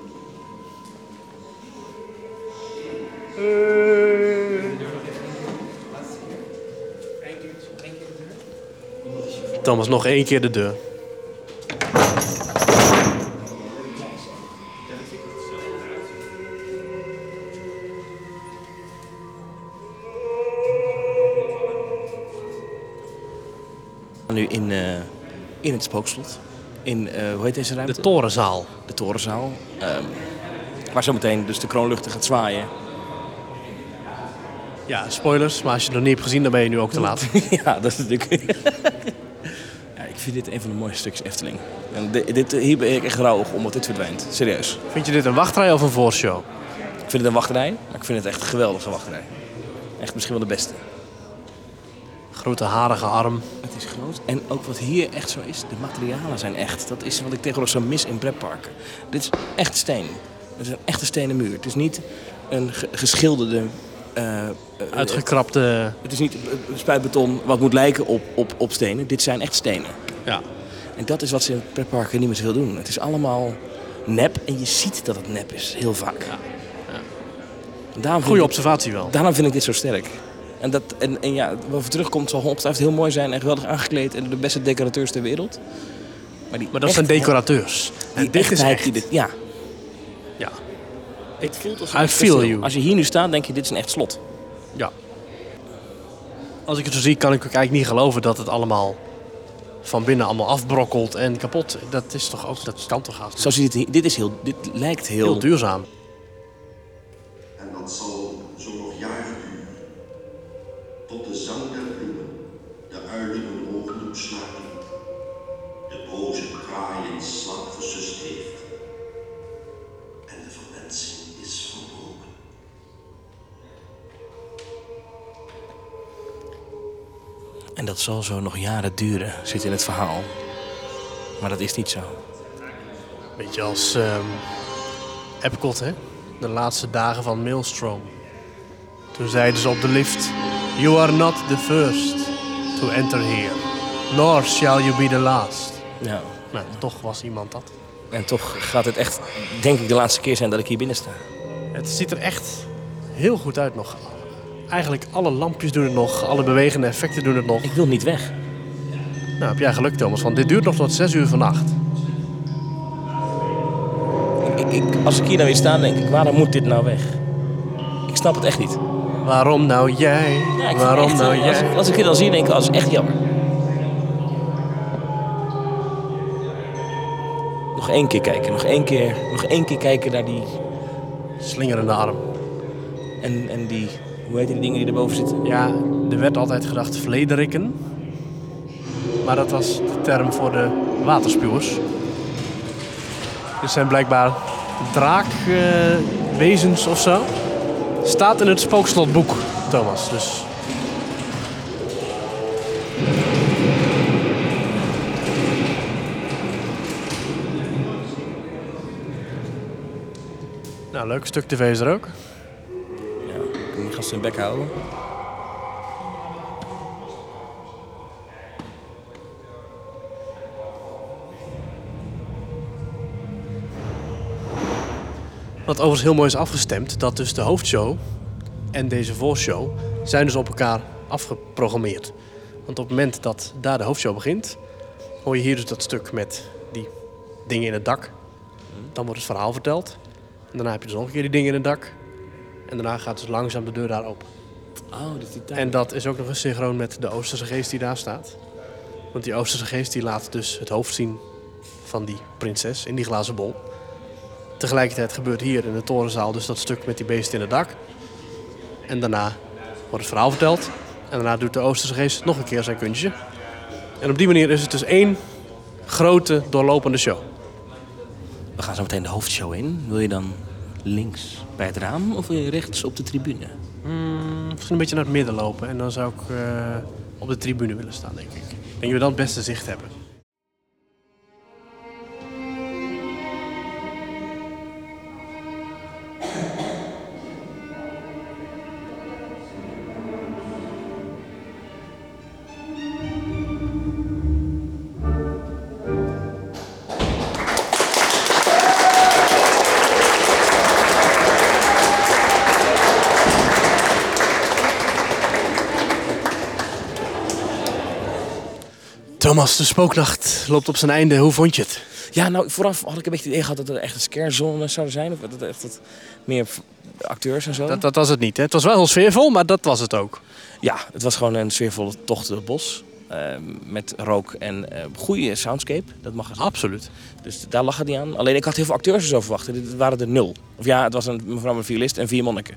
Thomas, nog 1 keer de deur. Nu in het spookslot. Hoe heet deze ruimte? De torenzaal. De torenzaal. Waar zometeen dus de kroonluchter gaat zwaaien. Ja, spoilers, maar als je het nog niet hebt gezien, dan ben je nu ook te laat. Ja, dat is natuurlijk... Ik vind dit een van de mooiste stukjes Efteling. En hier ben ik echt rouwig omdat dit verdwijnt. Serieus. Vind je dit een wachtrij of een voorshow? Ik vind het een wachtrij, maar ik vind het echt een geweldige wachtrij. Echt misschien wel de beste. Grote harige arm. Het is groot. En ook wat hier echt zo is, de materialen zijn echt. Dat is wat ik tegenwoordig zo mis in pretparken. Dit is echt steen. Het is een echte stenen muur. Het is niet een geschilderde... Uitgekrapte... Het is niet spuitbeton wat moet lijken op stenen. Dit zijn echt stenen. Ja. En dat is wat ze in pretparken niet meer zoveel doen. Het is allemaal nep en je ziet dat het nep is, heel vaak. Ja. Goeie observatie wel. Daarom vind ik dit zo sterk. En wat voor terugkomt zal ongetwijfeld heel mooi zijn en geweldig aangekleed en de beste decorateurs ter wereld. Maar dat zijn decorateurs. En dit is echt. Ja. Het voelt als I feel you. Als je hier nu staat, denk je dit is een echt slot. Ja. Als ik het zo zie, kan ik ook eigenlijk niet geloven dat het allemaal van binnen allemaal afbrokkelt en kapot. Dat is toch ook, dat kan toch haast. Zo ziet het, dit lijkt heel duurzaam. En dat zal zo nog jaren duren. Tot de zang der bloemen, de uilen hun ogen doen sluiten, de boze kraai in slaap versust heeft. En de verwensing is verbroken. En dat zal zo nog jaren duren, zit in het verhaal. Maar dat is niet zo. Beetje als Epcot, hè? De laatste dagen van Maelstrom. Toen zeiden ze op de lift: You are not the first to enter here. Nor shall you be the last. Ja. Nou, toch was iemand dat. En toch gaat het echt, denk ik, de laatste keer zijn dat ik hier binnen sta. Het ziet er echt heel goed uit nog. Eigenlijk alle lampjes doen het nog. Alle bewegende effecten doen het nog. Ik wil niet weg. Nou, heb jij geluk, Thomas, want dit duurt nog tot 6 uur vannacht. Als ik hier nou weer sta, denk ik, waarom moet dit nou weg? Ik snap het echt niet. Waarom nou jij? Ja, waarom echt, nou jij? Als ik dit dan zie, denk ik, dat is echt jammer. Nog één keer kijken, nog één keer kijken naar die... Slingerende arm. En die, hoe heet die dingen die erboven zitten? Ja, er werd altijd gedacht vlederikken. Maar dat was de term voor de waterspuwers. Dit zijn blijkbaar draakwezens of zo. Staat in het spookslotboek, Thomas. Dus... Nou, leuk stuk tv is er ook. Ja, ik kan die gast zijn bek houden. Wat overigens heel mooi is afgestemd, dat dus de hoofdshow en deze voorshow zijn dus op elkaar afgeprogrammeerd. Want op het moment dat daar de hoofdshow begint, hoor je hier dus dat stuk met die dingen in het dak. Dan wordt het verhaal verteld. En daarna heb je dus nog een keer die dingen in het dak. En daarna gaat dus langzaam de deur daar open. Oh, dus die En dat is ook nog eens synchroon met de Oosterse geest die daar staat. Want die Oosterse geest die laat dus het hoofd zien van die prinses in die glazen bol. Tegelijkertijd gebeurt hier in de torenzaal dus dat stuk met die beest in het dak. En daarna wordt het verhaal verteld. En daarna doet de Oosterse geest nog een keer zijn kunstje. En op die manier is het dus 1 grote doorlopende show. We gaan zo meteen de hoofdshow in. Wil je dan links bij het raam of wil je rechts op de tribune? Misschien een beetje naar het midden lopen. En dan zou ik op de tribune willen staan, denk ik. Ik denk dat we dan het beste zicht hebben. Thomas, de spooknacht loopt op zijn einde. Hoe vond je het? Ja, nou, vooraf had ik een beetje het idee gehad dat er echt een scarezone zou zijn. Of dat er echt wat meer acteurs en zo. Dat was het niet, hè? Het was wel heel sfeervol, maar dat was het ook. Ja, het was gewoon een sfeervolle tocht door het bos. Met rook en goede soundscape. Dat mag er zijn. Absoluut. Dus daar lag het niet aan. Alleen ik had heel veel acteurs er zo verwacht. Dit waren er 0. Of ja, het was een mevrouw een violist en 4 monniken.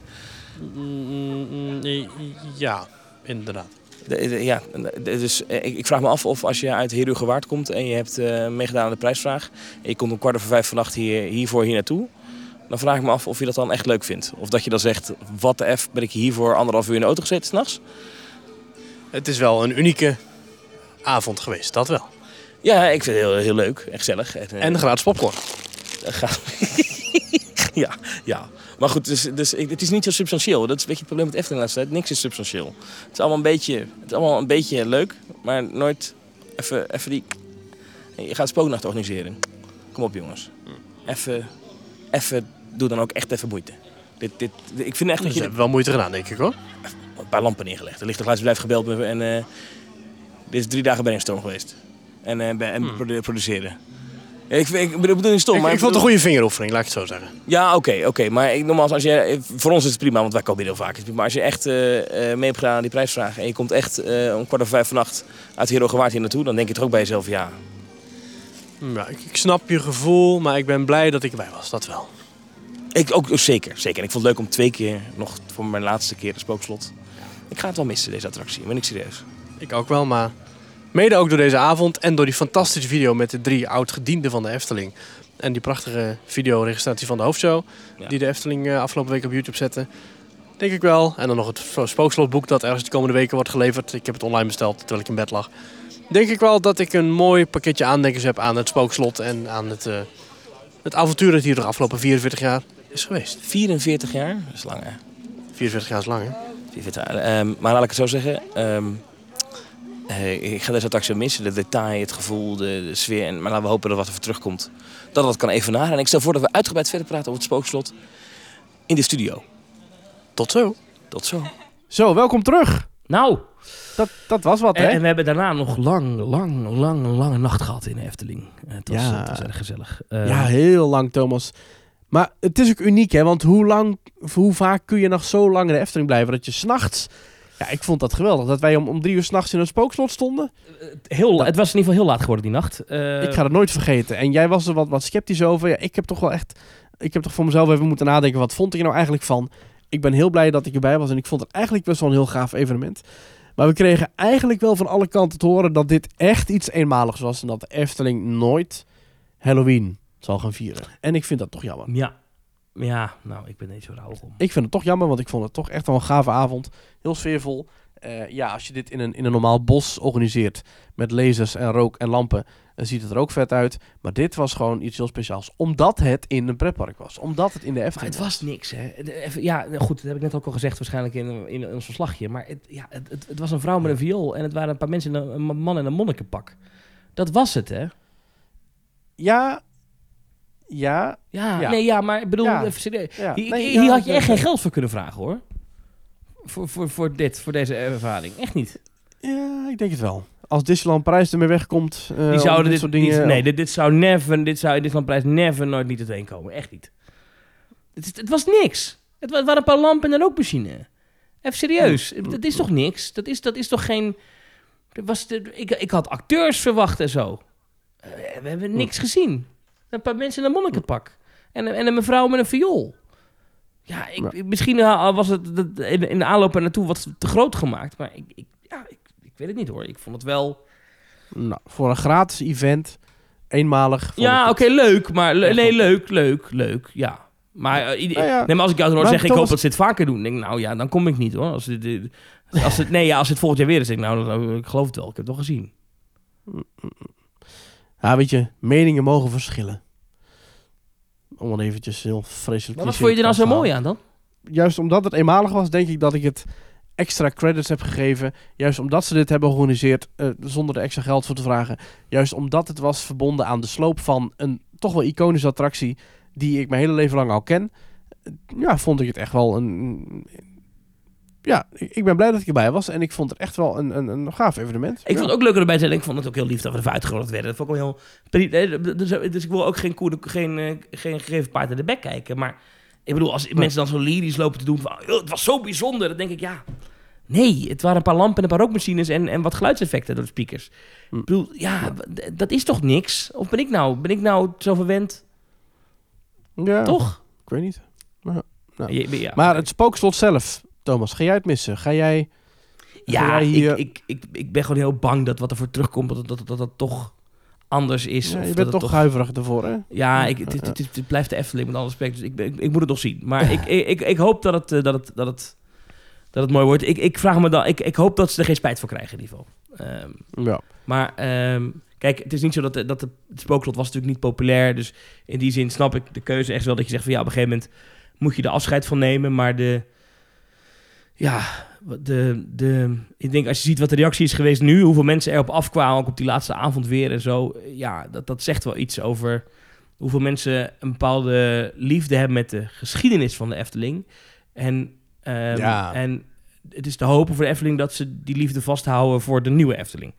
Ja, inderdaad. Dus ik vraag me af of als je uit Heerhugowaard komt en je hebt meegedaan aan de prijsvraag en je komt om 4:15 vannacht hier naartoe, dan vraag ik me af of je dat dan echt leuk vindt. Of dat je dan zegt, wat de F ben ik hiervoor 1,5 uur in de auto gezeten 's nachts? Het is wel een unieke avond geweest, dat wel. Ja, ik vind het heel leuk en gezellig. En gratis popcorn. Ja. Maar goed, dus het is niet zo substantieel. Dat is een beetje het probleem met Efteling de laatste tijd. Niks is substantieel. Het is allemaal een beetje leuk, maar nooit even die... Je gaat spooknacht organiseren. Kom op, jongens. Even, doe dan ook echt even moeite. Ik vind echt dat je... hebben wel moeite gedaan, denk ik, hoor. Een paar lampen neergelegd. Er ligt een geluidsbedrijf gebeld en dit is 3 dagen brainstorm geweest. En produceren. Ik bedoel niet stom, maar ik vond het een goede vingeroefening, laat ik het zo zeggen. Ja, oké. Maar nogmaals, voor ons is het prima, want wij komen hier heel vaak. Maar als je echt mee hebt gedaan aan die prijsvraag en je komt echt om 4:15 vannacht uit Heerhugowaard hier naartoe, dan denk je toch ook bij jezelf, ja. Ja, ik snap je gevoel, maar ik ben blij dat ik erbij was, dat wel. Ik ook, zeker. En ik vond het leuk om 2 keer, nog voor mijn laatste keer, de Spookslot. Ik ga het wel missen, deze attractie, ben ik serieus. Ik ook wel, maar mede ook door deze avond en door die fantastische video met de 3 oud-gedienden van de Efteling. En die prachtige videoregistratie van de hoofdshow, die de Efteling afgelopen week op YouTube zette. Denk ik wel. En dan nog het Spookslotboek dat ergens de komende weken wordt geleverd. Ik heb het online besteld terwijl ik in bed lag. Denk ik wel dat ik een mooi pakketje aandenkers heb aan het Spookslot en aan het avontuur dat hier de afgelopen 44 jaar is geweest. 44 jaar? Dat is lang, hè? 44 jaar is lang, hè? 44 jaar. Maar laat ik het zo zeggen. Ik ga deze attractie missen. De detail, het gevoel, de sfeer. Maar laten we hopen dat wat er voor terugkomt. Dat het kan evenaren. En ik stel voor dat we uitgebreid verder praten over het Spookslot in de studio. Tot zo. Tot zo. Zo, welkom terug. Nou. Dat was wat, hè? En we hebben daarna nog lange nacht gehad in de Efteling. Het was erg gezellig. Ja, heel lang, Thomas. Maar het is ook uniek, hè? Want hoe vaak kun je nog zo lang in de Efteling blijven? Dat je 's nachts... Ja, ik vond dat geweldig. Dat wij om 3 uur 's nachts in het Spookslot stonden. Het was in ieder geval heel laat geworden die nacht. Ik ga dat nooit vergeten. En jij was er wat sceptisch over. Ja, ik heb toch voor mezelf even moeten nadenken. Wat vond ik er nou eigenlijk van? Ik ben heel blij dat ik erbij was. En ik vond het eigenlijk best wel een heel gaaf evenement. Maar we kregen eigenlijk wel van alle kanten te horen dat dit echt iets eenmaligs was. En dat de Efteling nooit Halloween zal gaan vieren. En ik vind dat toch jammer. Ja, nou, ik ben niet zo rauw om. Ik vind het toch jammer, want ik vond het toch echt wel een gave avond. Heel sfeervol. Als je dit in een normaal bos organiseert met lasers en rook en lampen, dan ziet het er ook vet uit. Maar dit was gewoon iets heel speciaals. Omdat het in een pretpark was. Omdat het in de Efteling was. Het was niks, hè. Ja, goed, dat heb ik net ook al gezegd waarschijnlijk in ons verslagje. Maar het was een vrouw met een viool en het waren een paar mensen in een man in een monnikenpak. Dat was het, hè. Ja, maar ik bedoel, even serieus. Hier had je echt geen geld voor kunnen vragen, hoor. Voor deze ervaring. Echt niet. Ja, ik denk het wel. Als Disneyland Prijs ermee wegkomt... Die zouden dit soort dingen... Nee, dit zou in Disneyland Prijs nooit niet uiteen komen. Echt niet. Het was niks. Het waren een paar lampen en een rookmachine. Even serieus. Dat is toch niks? Dat is toch geen... Ik had acteurs verwacht en zo. We hebben niks gezien. Een paar mensen in een monnikenpak. En een mevrouw met een viool. Ja, misschien was het in de aanloop er naartoe wat te groot gemaakt. Maar ik weet het niet hoor. Ik vond het wel... Nou, voor een gratis event, eenmalig... Ja, oké, leuk. Maar leuk. Ja. Maar, nee, maar als ik jou hoor zeggen, ik hoop dat ze het vaker doen. Denk ik, nou ja, dan kom ik niet hoor. Als het volgend jaar weer is, denk ik, nou, ik geloof het wel. Ik heb het toch gezien. Ja, weet je, meningen mogen verschillen. Om dan eventjes heel vreselijk... Maar wat vond je er nou zo mooi aan dan? Juist omdat het eenmalig was, denk ik dat ik het extra credits heb gegeven. Juist omdat ze dit hebben georganiseerd, zonder er extra geld voor te vragen. Juist omdat het was verbonden aan de sloop van een toch wel iconische attractie die ik mijn hele leven lang al ken. Ja, vond ik het echt wel een... Ja, ik ben blij dat ik erbij was. En ik vond het echt wel een gaaf evenement. Ik vond het ook leuk erbij zijn. Ik vond het ook heel lief dat we ervoor uitgenodigd werden. Dat vond ik wel heel... Dus ik wil ook geen gegeven paard in de bek kijken. Maar ik bedoel, als mensen dan zo lyrisch lopen te doen van... het was zo bijzonder. Dan denk ik, ja... Nee, het waren een paar lampen en een paar rookmachines en wat geluidseffecten door de speakers. Ik bedoel, ja, dat is toch niks? Of ben ik nou zo verwend? Ja, toch? Ik weet niet. Maar het spookslot zelf... Thomas, ga jij het missen? Ga jij hier... ik ben gewoon heel bang dat wat er voor terugkomt, dat toch anders is. Ja, of je bent toch huiverig ervoor, hè? Ja, het blijft de Efteling met alle respect. Dus ik moet het nog zien. Maar ik hoop dat het mooi wordt. Ik vraag me dan... Ik hoop dat ze er geen spijt voor krijgen in ieder geval. Maar kijk, het is niet zo dat het spookslot was natuurlijk niet populair. Dus in die zin snap ik de keuze echt wel dat je zegt van ja, op een gegeven moment moet je er afscheid van nemen. Maar ik denk als je ziet wat de reactie is geweest nu, hoeveel mensen erop afkwamen, ook op die laatste avond weer en zo. Ja, dat zegt wel iets over hoeveel mensen een bepaalde liefde hebben met de geschiedenis van de Efteling. En het is te hopen voor de Efteling dat ze die liefde vasthouden voor de nieuwe Efteling.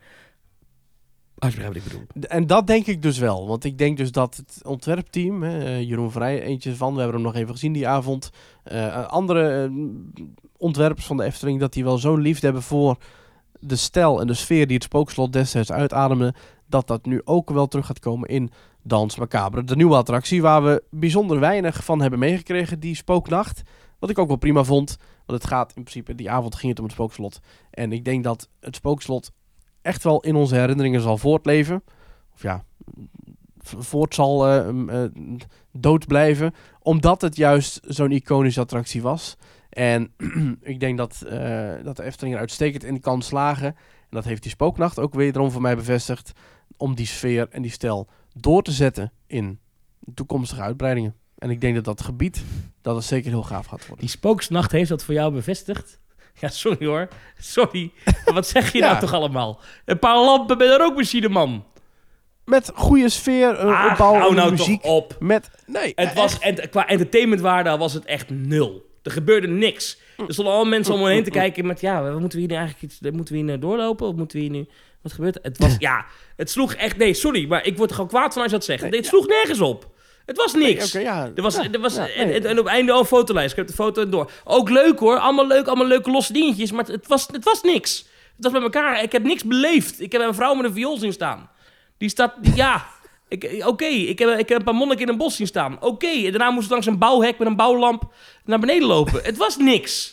Als je begrijpt wat ik bedoel. En dat denk ik dus wel. Want ik denk dus dat het ontwerpteam, Jeroen Vrij, eentje van, we hebben hem nog even gezien die avond. Andere ontwerpers van de Efteling, dat die wel zo'n liefde hebben voor de stijl en de sfeer die het spookslot destijds uitademde, dat nu ook wel terug gaat komen in Dans Macabre. De nieuwe attractie waar we bijzonder weinig van hebben meegekregen, die spooknacht. Wat ik ook wel prima vond. Want het gaat in principe, die avond ging het om het spookslot. En ik denk dat het spookslot echt wel in onze herinneringen zal voortleven. Of ja, voort zal dood blijven. Omdat het juist zo'n iconische attractie was. En ik denk dat de Efteling er uitstekend in kan slagen. En dat heeft die spooknacht ook wederom voor mij bevestigd. Om die sfeer en die stijl door te zetten in toekomstige uitbreidingen. En ik denk dat gebied, dat het zeker heel gaaf gaat worden. Die spooksnacht heeft dat voor jou bevestigd? Ja, sorry hoor. Sorry. Maar wat zeg je nou toch allemaal? Een paar lampen met een rookmachine, man. Met goede sfeer, opbouwen, nou muziek. Toch op. Qua entertainmentwaarde was het echt 0. Er gebeurde niks. Er stonden al mensen om me heen te kijken met... Ja, wat moeten we hier nu eigenlijk... Moeten we hier doorlopen? Of moeten we hier nu... Wat gebeurt er? Het was... Ja, het sloeg echt... Nee, sorry. Maar ik word er gewoon kwaad van als je dat zegt. Nee, het sloeg nergens op. Het was niks. En op het einde al een fotolijst. Ik heb de foto door. Ook leuk hoor. Allemaal leuke losse dingetjes. Maar het was niks. Het was met elkaar. Ik heb niks beleefd. Ik heb een vrouw met een viool zien staan. Die staat... Ja. Ik heb een paar monniken in een bos zien staan. En daarna moest ik langs een bouwhek met een bouwlamp naar beneden lopen. Het was niks.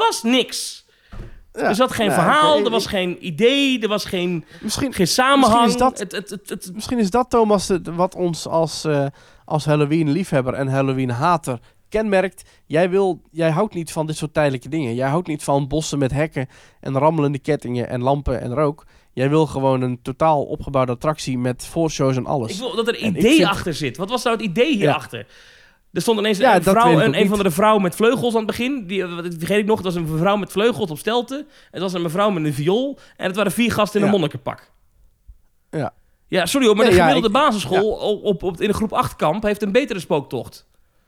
Ja, er zat geen verhaal, er was geen idee, er was geen samenhang. Misschien is dat, Thomas, wat ons als Halloween-liefhebber en Halloween-hater kenmerkt. Jij houdt niet van dit soort tijdelijke dingen. Jij houdt niet van bossen met hekken en rammelende kettingen en lampen en rook. Jij wil gewoon een totaal opgebouwde attractie met voorshows en alles. Ik wil dat er een idee achter zit. Wat was nou het idee hierachter? Ja. Er stond ineens een van de vrouw met vleugels aan het begin. Die vergeet ik nog. Het was een mevrouw met vleugels op stelten. Het was een mevrouw met een viool. En het waren 4 gasten in een monnikenpak. Ja, sorry hoor. Maar de gemiddelde basisschool in een groep 8 kamp heeft een betere spooktocht.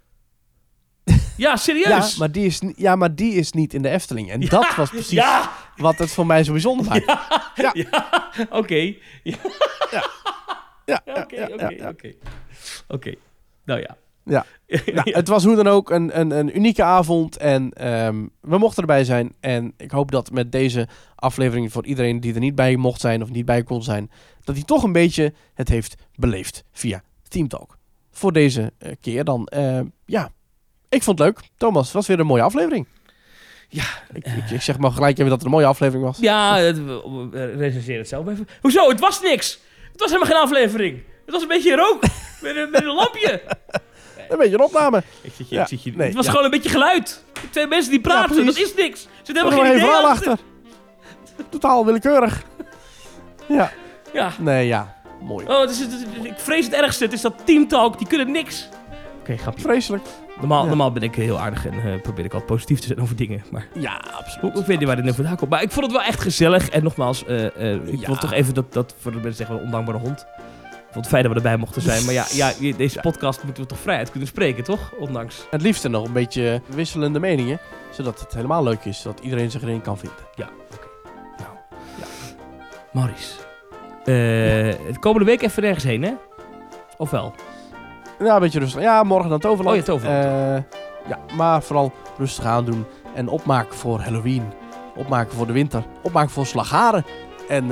Ja, serieus. Maar die is niet in de Efteling. En dat was precies wat het voor mij zo bijzonder maakt. Oké. Oké. Nou ja. Ja. Nou, het was hoe dan ook een unieke avond. En we mochten erbij zijn. En ik hoop dat met deze aflevering voor iedereen die er niet bij mocht zijn of niet bij kon zijn, dat hij toch een beetje het heeft beleefd via Team Talk. Voor deze keer dan. Ik vond het leuk. Thomas, het was weer een mooie aflevering. Ja. Ik zeg maar gelijk even dat het een mooie aflevering was. Ja, recenseer het zelf even. Hoezo? Het was niks. Het was helemaal geen aflevering. Het was een beetje rook met een lampje. Een beetje een opname. Ik zit je. Het was gewoon een beetje geluid. 2 mensen die praten, dat is niks. Er zit helemaal geen idee verhaal achter. Totaal willekeurig. Ja. Ja. Nee, ja. Mooi. Oh, ik vrees het ergste. Het is dat Team Talk, die kunnen niks. Oké, grapje. Vreselijk. Normaal ben ik heel aardig en probeer ik altijd positief te zijn over dingen. Maar ja, absoluut. Ik weet niet waar dit nu vandaan komt. Maar ik vond het wel echt gezellig. En nogmaals, ik wil toch even dat voor de mensen zeggen, een ondankbare hond. Ik vond het fijn dat we erbij mochten zijn. Maar deze podcast moeten we toch vrijheid kunnen spreken, toch? Ondanks. Het liefste nog een beetje wisselende meningen. Zodat het helemaal leuk is. Zodat iedereen zich erin kan vinden. Ja, oké. Nou, ja. Maurice. De komende week even ergens heen, hè? Of wel? Ja, een beetje rustig. Ja, morgen naar Toverland. Oh ja, Toverland. Maar vooral rustig aandoen. En opmaken voor Halloween. Opmaken voor de winter. Opmaken voor Slagharen. En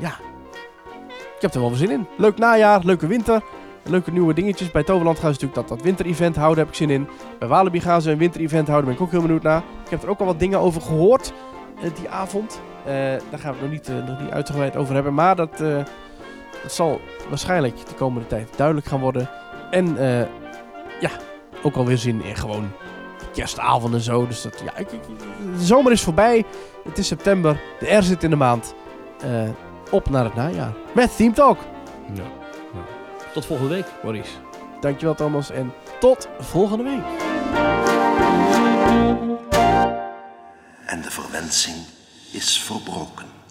ik heb er wel weer zin in. Leuk najaar, leuke winter. Leuke nieuwe dingetjes. Bij Toverland gaan ze natuurlijk dat winter-event houden. Heb ik zin in. Bij Walibi gaan ze een winter-event houden. Ben ik ook heel benieuwd naar. Ik heb er ook al wat dingen over gehoord. Die avond. Daar gaan we het nog niet uitgebreid over hebben. Maar dat zal waarschijnlijk de komende tijd duidelijk gaan worden. En ook alweer zin in gewoon kerstavond en zo. Dus dat, de zomer is voorbij. Het is september. De R zit in de maand. Op naar het najaar. Met Team Talk. Ja. Tot volgende week, Maurice. Dankjewel, Thomas. En tot volgende week. En de verwensing is verbroken.